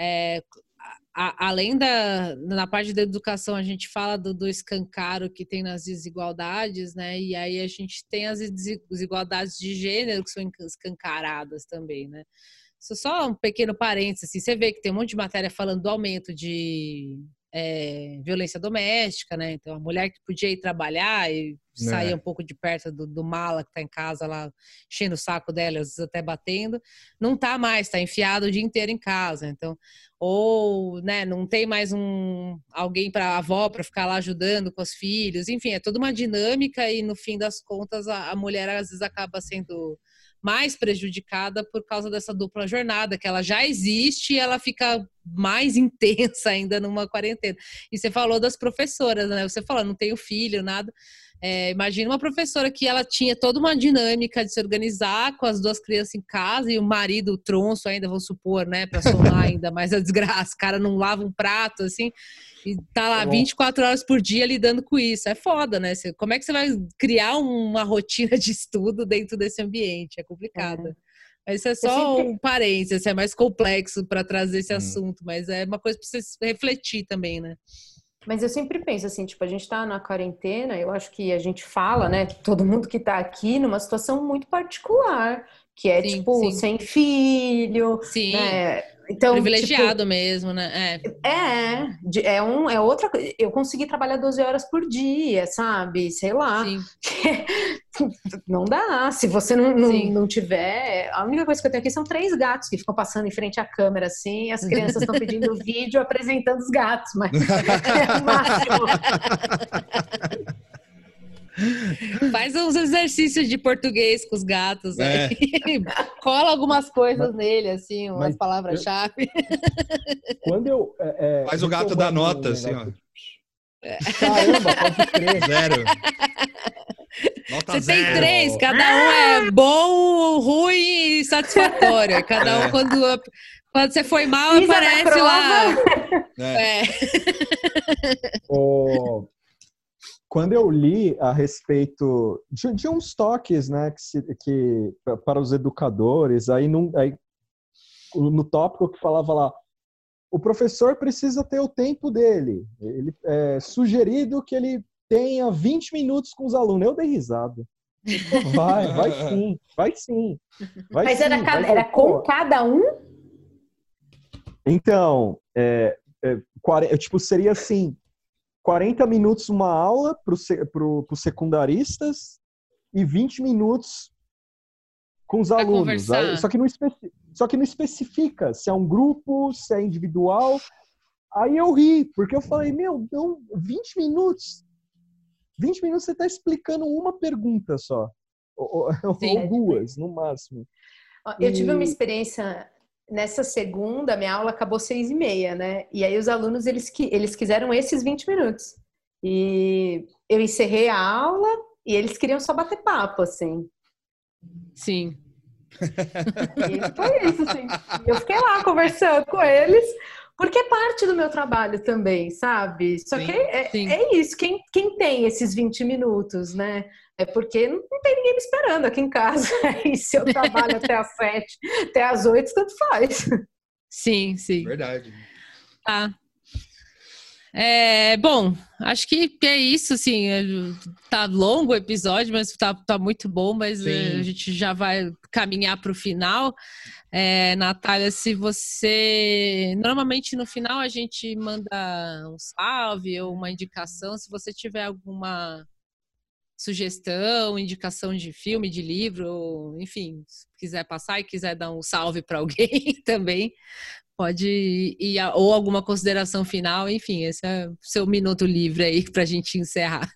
Speaker 3: além na parte da educação, a gente fala do escancaro que tem nas desigualdades, né? E aí a gente tem as desigualdades de gênero que são escancaradas também, né? Isso só um pequeno parênteses, assim, você vê que tem um monte de matéria falando do aumento de violência doméstica, né? Então, a mulher que podia ir trabalhar e sair um pouco de perto do mala que tá em casa lá, enchendo o saco dela, às vezes até batendo, não tá mais, tá enfiado o dia inteiro em casa. Então, ou, né, não tem mais alguém para avó para ficar lá ajudando com os filhos. Enfim, é toda uma dinâmica e, no fim das contas, a mulher às vezes acaba sendo mais prejudicada por causa dessa dupla jornada, que ela já existe e ela fica mais intensa ainda numa quarentena. E você falou das professoras, né? Você falou, não tenho filho, nada. Imagina uma professora que ela tinha toda uma dinâmica de se organizar com as 2 crianças em casa e o marido, o tronço ainda, vamos supor, né? Para somar ainda mais a desgraça. O cara não lava um prato, assim, e tá lá 24 horas por dia lidando com isso. É foda, né? Como é que você vai criar uma rotina de estudo dentro desse ambiente? É complicado. Mas isso é só um parênteses, é mais complexo para trazer esse assunto, mas é uma coisa para você refletir também, né?
Speaker 4: Mas eu sempre penso assim, tipo, a gente tá na quarentena, eu acho que a gente fala, né, todo mundo que tá aqui numa situação muito particular, que é, tipo, sem filho, né? Então,
Speaker 3: privilegiado
Speaker 4: tipo,
Speaker 3: mesmo, né?
Speaker 4: É outra coisa. Eu consegui trabalhar 12 horas por dia, sabe? Sei lá. Não dá. Se você não tiver. A única coisa que eu tenho aqui são 3 gatos que ficam passando em frente à câmera, assim, e as crianças estão pedindo vídeo apresentando os gatos, mas é o máximo.
Speaker 3: Faz uns exercícios de português com os gatos, né? Cola algumas coisas nele, assim, umas palavras-chave.
Speaker 2: Quando eu...
Speaker 1: Faz o gato dar nota, assim, ó.
Speaker 2: Caramba, pode crer.
Speaker 1: 0. Nota
Speaker 3: Você
Speaker 1: 0.
Speaker 3: tem 3, cada um é bom, ruim e satisfatório. Cada um, quando você foi mal, aparece lá.
Speaker 2: Quando eu li a respeito de uns toques, né, que para os educadores, aí no tópico que falava lá, o professor precisa ter o tempo dele. Ele é sugerido que ele tenha 20 minutos com os alunos. Eu dei risada. Vai sim.
Speaker 4: Mas era com cada um?
Speaker 2: Então, tipo, seria assim, 40 minutos uma aula para os secundaristas e 20 minutos com os alunos. Só que não especifica se é um grupo, se é individual. Aí eu ri, porque eu falei, meu, não, 20 minutos. 20 minutos você está explicando uma pergunta só. Ou duas, no máximo.
Speaker 4: Eu tive uma experiência nessa segunda, minha aula acabou 6h30, né? E aí os alunos, eles quiseram esses 20 minutos. E eu encerrei a aula e eles queriam só bater papo, assim.
Speaker 3: Sim.
Speaker 4: E foi isso, assim. Eu fiquei lá conversando com eles, porque é parte do meu trabalho também, sabe? Só que é isso, quem tem esses 20 minutos, né? É porque não tem ninguém me esperando aqui em casa. E se eu trabalho até às 7, até às 8, tanto faz.
Speaker 3: Sim.
Speaker 1: Verdade.
Speaker 3: Tá. Bom, acho que é isso, assim, tá longo o episódio, mas tá muito bom, mas a gente já vai caminhar para o final. Natália, se você... Normalmente no final a gente manda um salve ou uma indicação, se você tiver alguma sugestão, indicação de filme, de livro, ou, enfim, se quiser passar e quiser dar um salve para alguém também, pode ir, ou alguma consideração final, enfim, esse é o seu minuto livre aí pra gente encerrar.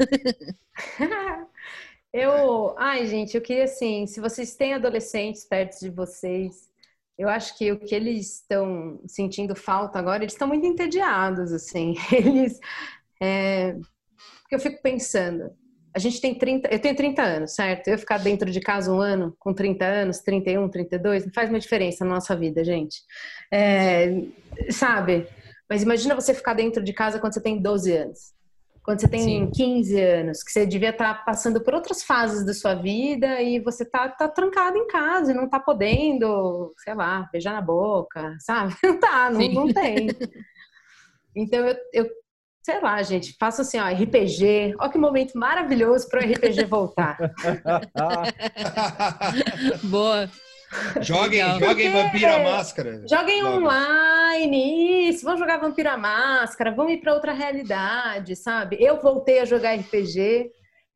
Speaker 4: Gente, eu queria assim, se vocês têm adolescentes perto de vocês, eu acho que o que eles estão sentindo falta agora, eles estão muito entediados, assim, porque eu fico pensando, eu tenho 30 anos, certo? Eu ficar dentro de casa um ano, com 30 anos, 31, 32, não faz uma diferença na nossa vida, gente. Sabe? Mas imagina você ficar dentro de casa quando você tem 12 anos. Quando você tem 15 anos, que você devia estar passando por outras fases da sua vida e você tá trancado em casa e não tá podendo, sei lá, beijar na boca, sabe? Não tem. Então eu sei lá, gente, faça assim, ó, RPG. Ó que momento maravilhoso para o RPG voltar.
Speaker 3: Boa.
Speaker 1: Joguem Vampira Máscara.
Speaker 4: Joguem online, isso. Vão jogar Vampira Máscara, vão ir para outra realidade, sabe? Eu voltei a jogar RPG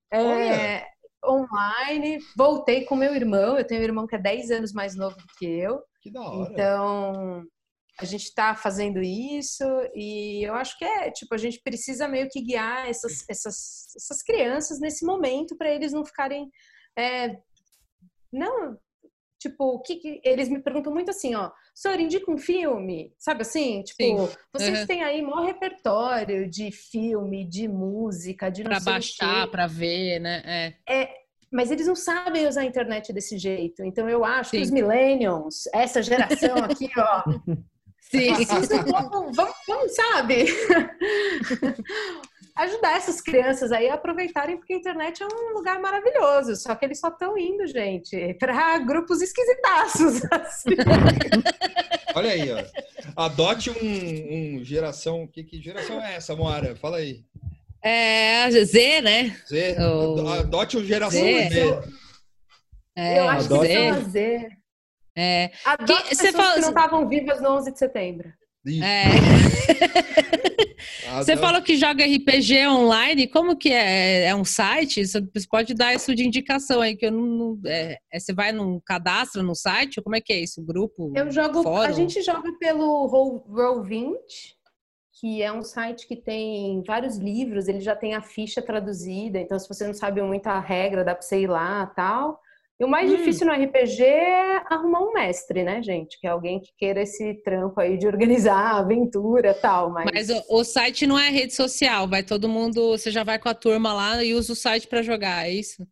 Speaker 4: online, voltei com meu irmão. Eu tenho um irmão que é 10 anos mais novo do que eu.
Speaker 1: Que da hora.
Speaker 4: Então... a gente está fazendo isso e eu acho que a gente precisa meio que guiar essas crianças nesse momento para eles não ficarem que eles me perguntam muito assim, ó, Sora, indica um filme, sabe assim, vocês têm aí maior repertório de filme, de música, de não sei o quê.
Speaker 3: Pra baixar, pra ver, né?
Speaker 4: Mas eles não sabem usar a internet desse jeito, então eu acho que os millennials, essa geração aqui, ó, vamos, sabe? Ajudar essas crianças aí a aproveitarem, porque a internet é um lugar maravilhoso. Só que eles só estão indo, gente, para grupos esquisitaços. Assim.
Speaker 1: Olha aí, ó. Adote um geração. Que geração é essa, Moara? Fala aí.
Speaker 3: Z, né?
Speaker 1: Z. Adote um geração Z.
Speaker 4: Eu acho que são a Z. Adote pessoas que não estavam vivas no 11 de setembro.
Speaker 3: Você falou que joga RPG online, como que é? É um site? Você pode dar isso de indicação aí, que eu não... você vai num cadastro no site? Como é que é isso? Grupo?
Speaker 4: A gente joga pelo Roll20, que é um site que tem vários livros, ele já tem a ficha traduzida, então se você não sabe muita regra, dá pra você ir lá e tal. E o mais difícil no RPG é arrumar um mestre, né, gente? Que é alguém que queira esse trampo aí de organizar a aventura e tal.
Speaker 3: Mas o site não é rede social, vai todo mundo... Você já vai com a turma lá e usa o site para jogar, é isso?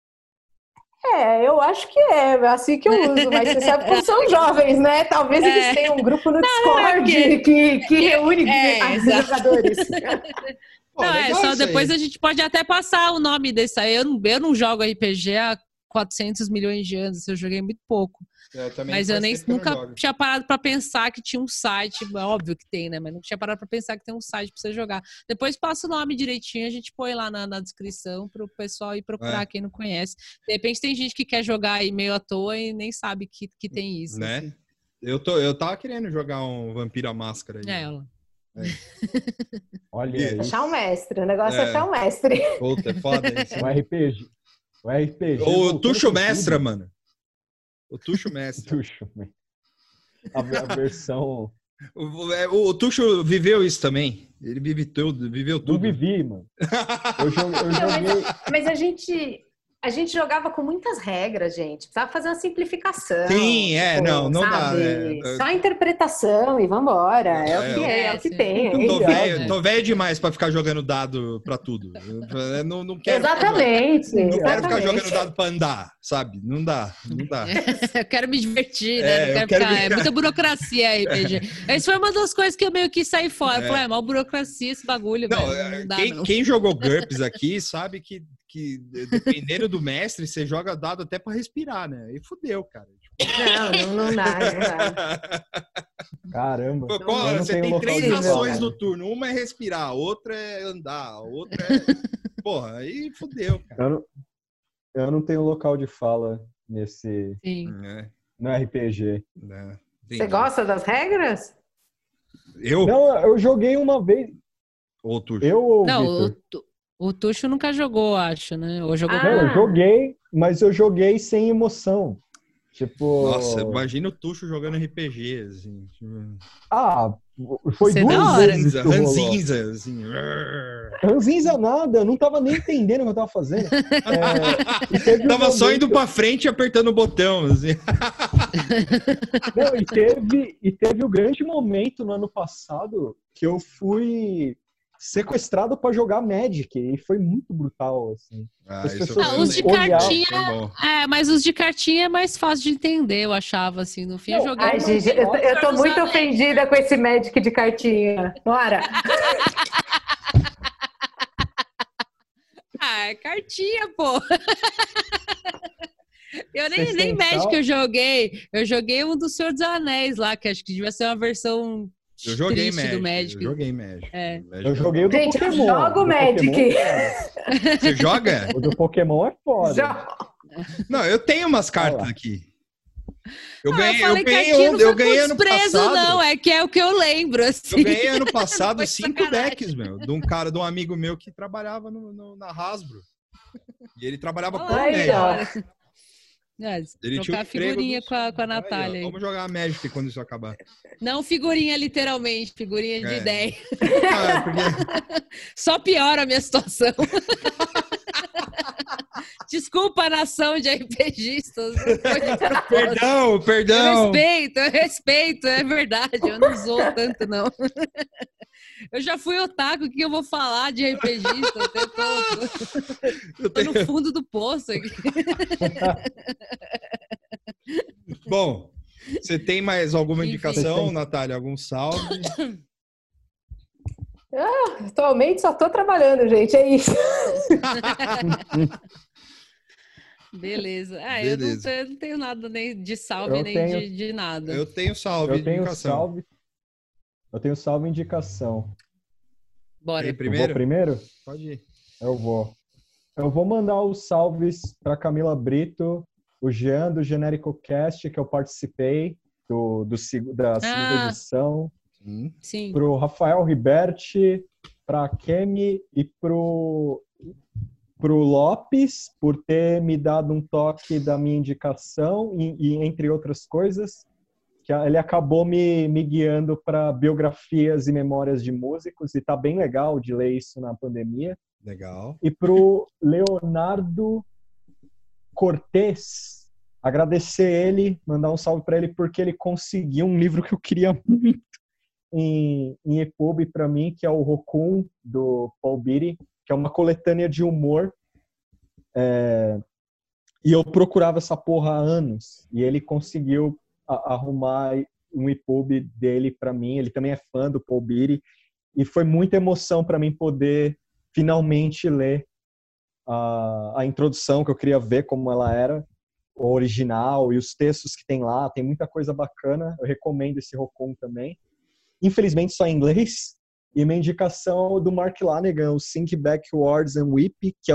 Speaker 4: Eu acho que é assim que eu uso, mas você sabe como são jovens, né? Talvez eles tenham um grupo no Discord que reúne jogadores.
Speaker 3: Só depois a gente pode até passar o nome desse aí. Eu não jogo RPG há 400 milhões de anos, eu joguei muito pouco. Mas eu nunca tinha parado para pensar que tinha um site, óbvio que tem, né? Mas não tinha parado para pensar que tem um site para você jogar. Depois passa o nome direitinho, a gente põe lá na descrição para o pessoal ir procurar, quem não conhece. De repente tem gente que quer jogar aí meio à toa e nem sabe que tem isso.
Speaker 1: Né?
Speaker 3: Assim.
Speaker 1: Eu tava querendo jogar um Vampira Máscara aí.
Speaker 2: Olha isso.
Speaker 4: Achar um mestre, o negócio é achar um mestre.
Speaker 1: Puta, é foda isso.
Speaker 2: O RPG. O RPG.
Speaker 1: O Tuxo Mestra, mano. O Tuxo Mestra.
Speaker 2: Tuxo. A versão...
Speaker 1: O Tuxo viveu isso também. Ele viveu tudo.
Speaker 2: Não vivi, mano. Eu joguei...
Speaker 4: Mas a gente jogava com muitas regras, gente. Precisava fazer uma simplificação.
Speaker 1: Sim, não dá.
Speaker 4: Só interpretação e vambora. É o que tem.
Speaker 1: Tô velho demais pra ficar jogando dado pra tudo. Eu não quero.
Speaker 4: Exatamente.
Speaker 1: Não quero ficar jogando dado pra andar, sabe? Não dá.
Speaker 3: Eu quero me divertir, né? É muita burocracia RPG. Essa foi uma das coisas que eu meio que saí fora. Falei, mal burocracia esse bagulho, não dá,
Speaker 4: quem
Speaker 1: jogou GURPS aqui sabe que dependendo do mestre, você joga dado até pra respirar, né? E fudeu, cara.
Speaker 4: Não dá.
Speaker 2: Caramba.
Speaker 1: Você tem 3 ações no turno. Uma é respirar, a outra é andar, a outra é... Porra, aí fudeu, cara.
Speaker 2: Eu não tenho local de fala nesse...
Speaker 3: Sim.
Speaker 2: No RPG.
Speaker 4: Você gosta das regras?
Speaker 2: Não, eu joguei uma vez.
Speaker 1: Ou Tuxo?
Speaker 3: O Tuxo nunca jogou, acho, né? Ou jogou
Speaker 2: Não, eu joguei, mas eu joguei sem emoção. Tipo...
Speaker 1: Nossa, imagina o Tuxo jogando RPG, assim.
Speaker 2: Foi
Speaker 3: Você
Speaker 2: 2 vezes.
Speaker 1: Ranzinza, assim.
Speaker 2: Ranzinza nada, eu não tava nem entendendo o que eu tava fazendo.
Speaker 1: Tava só indo pra frente e apertando o botão, assim.
Speaker 2: Não, e teve o grande momento no ano passado que eu fui sequestrado para jogar Magic e foi muito brutal, assim.
Speaker 3: Os de cartinha, mas os de cartinha é mais fácil de entender, eu achava, assim, no fim eu joguei.
Speaker 4: Ai, gente, eu tô muito ofendida com esse Magic de cartinha. Bora!
Speaker 3: É cartinha, pô! Eu nem Magic eu joguei um do Senhor dos Anéis lá, que acho que devia ser uma versão...
Speaker 1: Eu joguei
Speaker 3: do Magic.
Speaker 1: Eu joguei Magic.
Speaker 2: Eu joguei o do Pokémon.
Speaker 4: Gente, eu jogo Magic.
Speaker 1: Você joga?
Speaker 2: O do Pokémon é foda.
Speaker 1: Não, eu tenho umas cartas aqui. Eu ganhei ano passado.
Speaker 3: Não, é que é o que eu lembro. Assim.
Speaker 1: Eu ganhei ano passado 5 decks, de um amigo meu que trabalhava na Hasbro. E ele trabalhava com Magic. Ele tinha um
Speaker 3: figurinha com a Natália.
Speaker 1: Vamos jogar Magic quando isso acabar.
Speaker 3: Não figurinha literalmente, figurinha de ideia.
Speaker 1: Porque...
Speaker 3: Só piora a minha situação. Desculpa, nação de RPGistas.
Speaker 1: Perdão.
Speaker 3: Eu respeito, é verdade. Eu não sou tanto, não. Eu já fui otaku, o que eu vou falar de RPGista? Eu tô no fundo do poço aqui.
Speaker 1: Bom, você tem mais alguma indicação, Natália? Algum salve?
Speaker 4: Atualmente só tô trabalhando, gente, é isso.
Speaker 3: Beleza. Eu não tenho nada nem de salve, nem de nada.
Speaker 1: Eu tenho salve, indicação.
Speaker 2: Eu tenho salve e indicação.
Speaker 3: Bora.
Speaker 1: Primeiro?
Speaker 2: Eu vou primeiro?
Speaker 1: Pode ir.
Speaker 2: Eu vou mandar os salves para Camila Brito, o Jean do Genérico Cast, que eu participei da segunda edição.
Speaker 3: Sim.
Speaker 2: Pro Rafael Riberti, pra Kemi e pro Lopes, por ter me dado um toque da minha indicação e entre outras coisas, que ele acabou me guiando para biografias e memórias de músicos, e tá bem legal de ler isso na pandemia.
Speaker 1: Legal.
Speaker 2: E pro Leonardo Cortez, agradecer ele, mandar um salve para ele, porque ele conseguiu um livro que eu queria muito em EPUB para mim, que é o Rokun, do Paul Beatty, que é uma coletânea de humor. E eu procurava essa porra há anos, e ele conseguiu arrumar um EPUB dele para mim. Ele também é fã do Paul Beatty, e foi muita emoção para mim poder finalmente ler a introdução, que eu queria ver como ela era, o original, e os textos que tem lá. Tem muita coisa bacana, eu recomendo esse Rokun também. Infelizmente só em inglês. E minha indicação do Mark Lanegan, o Think Backwards and Weep, que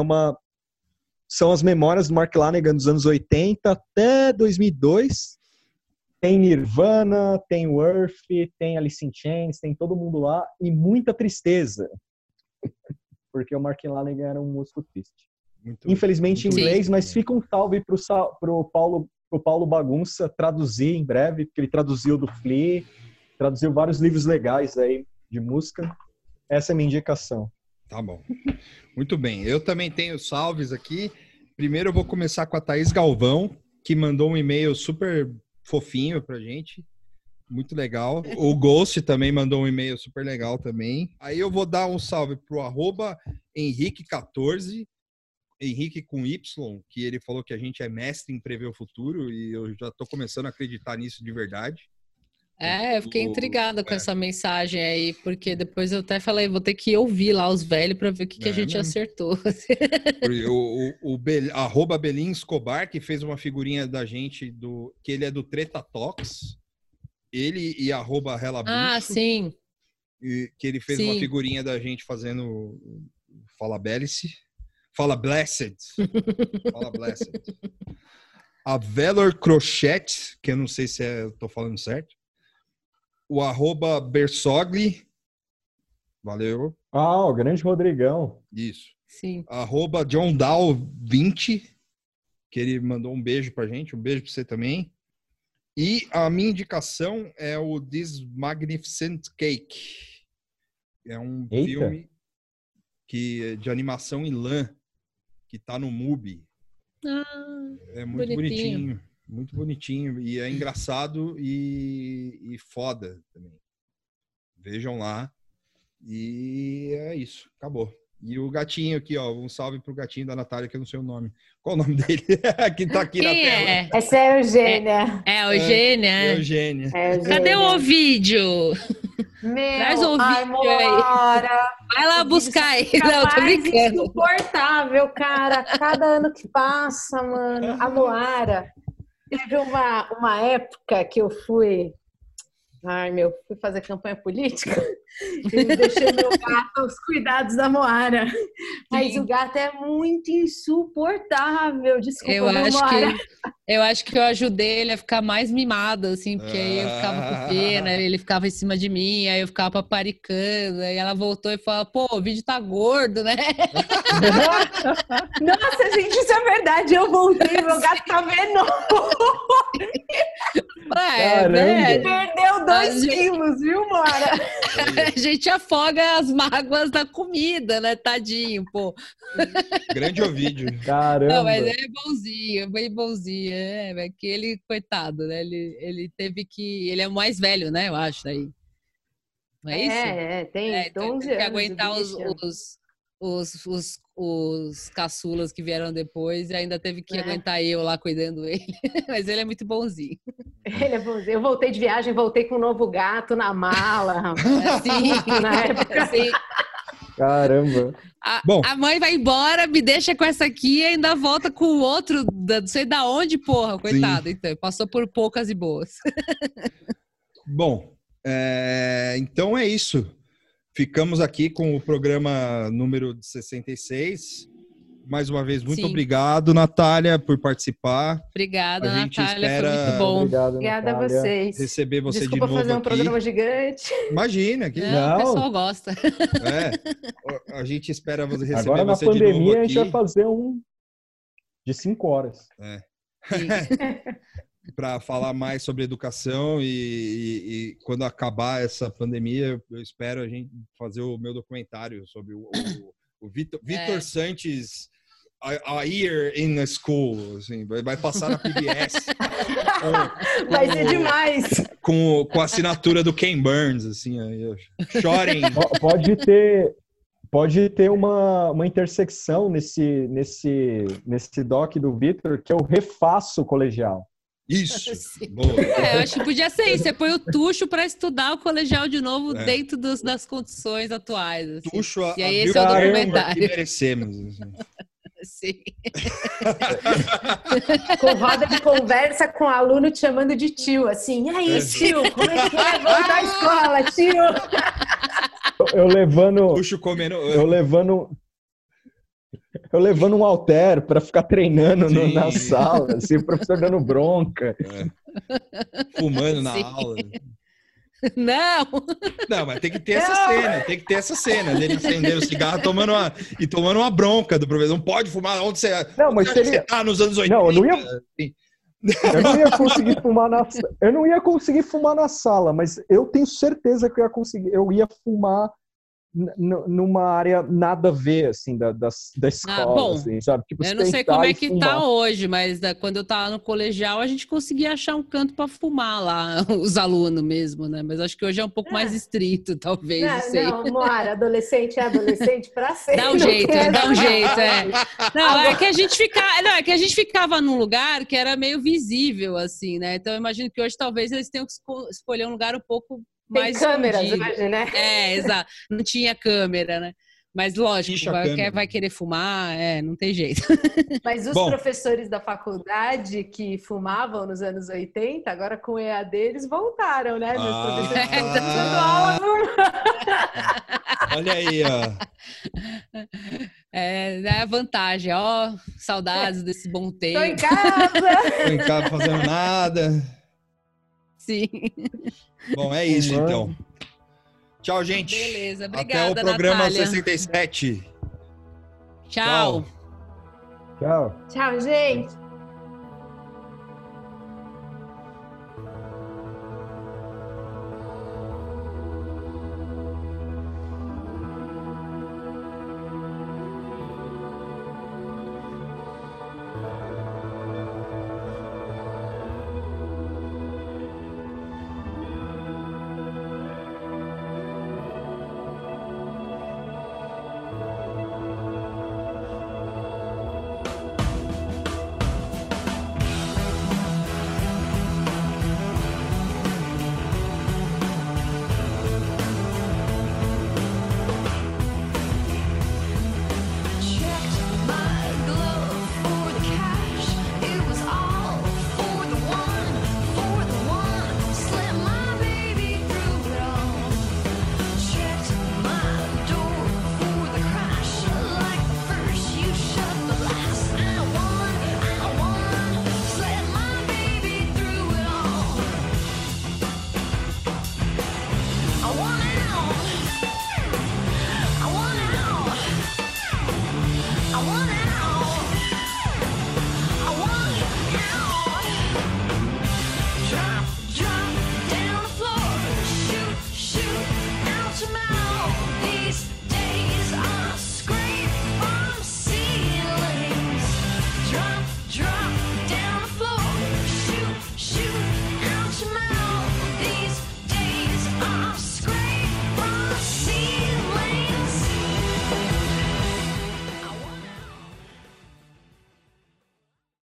Speaker 2: são as memórias do Mark Lanegan dos anos 80 até 2002. Tem Nirvana, tem Worth, tem Alice in Chains, tem todo mundo lá e muita tristeza. Porque o Mark Lanegan era um músico triste. Infelizmente em inglês, mas fica um salve pro Paulo Bagunça traduzir em breve, porque ele traduziu do Flea, traduziu vários livros legais aí de música. Essa é a minha indicação.
Speaker 1: Tá bom. Muito bem. Eu também tenho salves aqui. Primeiro eu vou começar com a Thaís Galvão, que mandou um e-mail super fofinho pra gente. Muito legal. O Ghost também mandou um e-mail super legal também. Aí eu vou dar um salve pro @Henrique14, Henrique com Y, que ele falou que a gente é mestre em prever o futuro e eu já tô começando a acreditar nisso de verdade.
Speaker 3: Eu fiquei intrigada com essa mensagem aí, porque depois eu até falei, vou ter que ouvir lá os velhos para ver o que a gente acertou.
Speaker 1: O @Belin Escobar, que fez uma figurinha da gente, que ele é do Treta Talks, ele e @Relabucho.
Speaker 3: Ah, sim.
Speaker 1: Que ele fez uma figurinha da gente fazendo Fala Blessed. Fala Blessed. A Valor Crochet, que eu não sei se eu tô falando certo. O @Bersogli. Valeu.
Speaker 2: O grande Rodrigão.
Speaker 1: Isso.
Speaker 3: Sim.
Speaker 1: @JohnDal20, que ele mandou um beijo pra gente. Um beijo pra você também. E a minha indicação é o This Magnificent Cake. É um filme de animação em lã, que tá no MUBI. É muito bonitinho. Muito bonitinho. E é engraçado e foda também. Vejam lá. E é isso. Acabou. E o gatinho aqui, ó. Um salve pro gatinho da Natália, que eu não sei o nome. Qual o nome dele? Que tá aqui na tela.
Speaker 4: Essa é a Eugênia.
Speaker 3: Eugênia. Cadê o vídeo? Traz o vídeo aí. Vai lá buscar ele. Não, tô brincando.
Speaker 4: Insuportável, cara. Cada ano que passa, mano. A Moara. Teve uma época que eu fui fazer campanha política e deixei meu gato aos cuidados da Moara. Mas o gato é muito insuportável. Desculpa, Moara.
Speaker 3: Eu acho que eu ajudei ele a ficar mais mimado, assim, porque aí eu ficava com pena, ele ficava em cima de mim, aí eu ficava paparicando, aí ela voltou e falou, pô, o vídeo tá gordo, né?
Speaker 4: Nossa, gente, isso é verdade, eu voltei, meu gato tá menor. Perdeu 2 quilos, viu, Mora?
Speaker 3: A gente afoga as mágoas da comida, né, tadinho, pô.
Speaker 1: Grande Ovídio.
Speaker 2: Caramba.
Speaker 3: Não, mas ele é bonzinho, bem bonzinho. Aquele coitado, né? Ele teve que... Ele é o mais velho, né? Eu acho, daí. Não é isso?
Speaker 4: Tem 11 anos.
Speaker 3: Tem que aguentar os caçulas que vieram depois e ainda teve que aguentar eu lá cuidando dele. Mas ele é muito bonzinho.
Speaker 4: Ele é bonzinho. Eu voltei de viagem, voltei com um novo gato na mala.
Speaker 3: Assim, na época. Assim.
Speaker 2: Caramba.
Speaker 3: A mãe vai embora, me deixa com essa aqui e ainda volta com o outro, não sei da onde, porra, coitado. Então, passou por poucas e boas.
Speaker 1: Bom, então é isso. Ficamos aqui com o programa número 66. Mais uma vez, muito obrigado, Natália, por participar.
Speaker 3: Obrigada, Natália, foi muito bom.
Speaker 4: Obrigada a vocês.
Speaker 1: Receber você
Speaker 4: Desculpa
Speaker 1: de novo
Speaker 4: fazer um
Speaker 1: aqui.
Speaker 4: programa gigante.
Speaker 1: Imagina. Que...
Speaker 3: Não, o pessoal gosta.
Speaker 1: A gente espera receber
Speaker 2: agora,
Speaker 1: você de novo aqui.
Speaker 2: Agora, na pandemia, a gente vai fazer um de 5 horas.
Speaker 1: Para falar mais sobre educação e quando acabar essa pandemia, eu espero a gente fazer o meu documentário sobre o Vitor Sanches, a Year in a School, assim, vai passar na PBS.
Speaker 4: Vai ser demais.
Speaker 1: Com a assinatura do Ken Burns, assim, chorem.
Speaker 2: Pode ter uma intersecção nesse doc do Vitor, que eu refaço o colegial.
Speaker 1: Isso. Boa.
Speaker 3: Eu acho que podia ser isso. Você põe o Tuxo para estudar o colegial de novo dentro das condições atuais. Assim.
Speaker 1: Tuxo,
Speaker 3: e aí esse é o documentário.
Speaker 1: Que merecemos. Assim.
Speaker 3: Sim.
Speaker 4: Com roda de conversa com o aluno te chamando de tio, assim. E aí, tio, como é que é? Vamos da escola, tio.
Speaker 2: Eu levando...
Speaker 1: Tuxo comendo...
Speaker 2: Eu levando um halter para ficar treinando na sala, assim, o professor dando bronca.
Speaker 1: Fumando na
Speaker 3: Sim.
Speaker 1: aula.
Speaker 3: Não!
Speaker 1: Não, mas tem que ter essa cena dele acendendo o cigarro tomando uma bronca do professor. Não pode fumar onde você...
Speaker 2: Não, mas
Speaker 1: onde você tá nos anos 80?
Speaker 2: Não, eu não ia...
Speaker 1: Assim.
Speaker 2: Eu não ia conseguir fumar eu não ia conseguir fumar na sala, mas eu tenho certeza que eu ia fumar numa área nada a ver, assim, da escola,
Speaker 3: bom,
Speaker 2: assim, sabe? Tipo,
Speaker 3: eu não sei como é que
Speaker 2: fumar.
Speaker 3: tá hoje, mas quando eu tava no colegial, a gente conseguia achar um canto para fumar lá, os alunos mesmo, né? Mas acho que hoje é um pouco mais estrito, talvez, não sei.
Speaker 4: Não, Moara, adolescente é adolescente pra sempre.
Speaker 3: Dá um jeito, é. Não, é que a gente ficava num lugar que era meio visível, assim, né? Então, eu imagino que hoje talvez eles tenham que escolher um lugar um pouco mais
Speaker 4: câmeras
Speaker 3: escondido.
Speaker 4: hoje, né?
Speaker 3: É, exato. Não tinha câmera, né? Mas lógico, vai querer fumar, não tem jeito.
Speaker 4: Mas os professores da faculdade que fumavam nos anos 80, agora com o EAD, eles voltaram, né? Meus professores estão dando aula.
Speaker 1: Olha aí, ó.
Speaker 3: É a vantagem, ó. Saudades desse bom tempo.
Speaker 4: Tô em casa
Speaker 1: fazendo nada.
Speaker 3: Sim.
Speaker 1: Bom, é isso então. Tchau, gente.
Speaker 3: Beleza, obrigada,
Speaker 1: até o programa
Speaker 3: Natália.
Speaker 1: 67.
Speaker 3: Tchau.
Speaker 2: Tchau.
Speaker 4: Tchau, gente.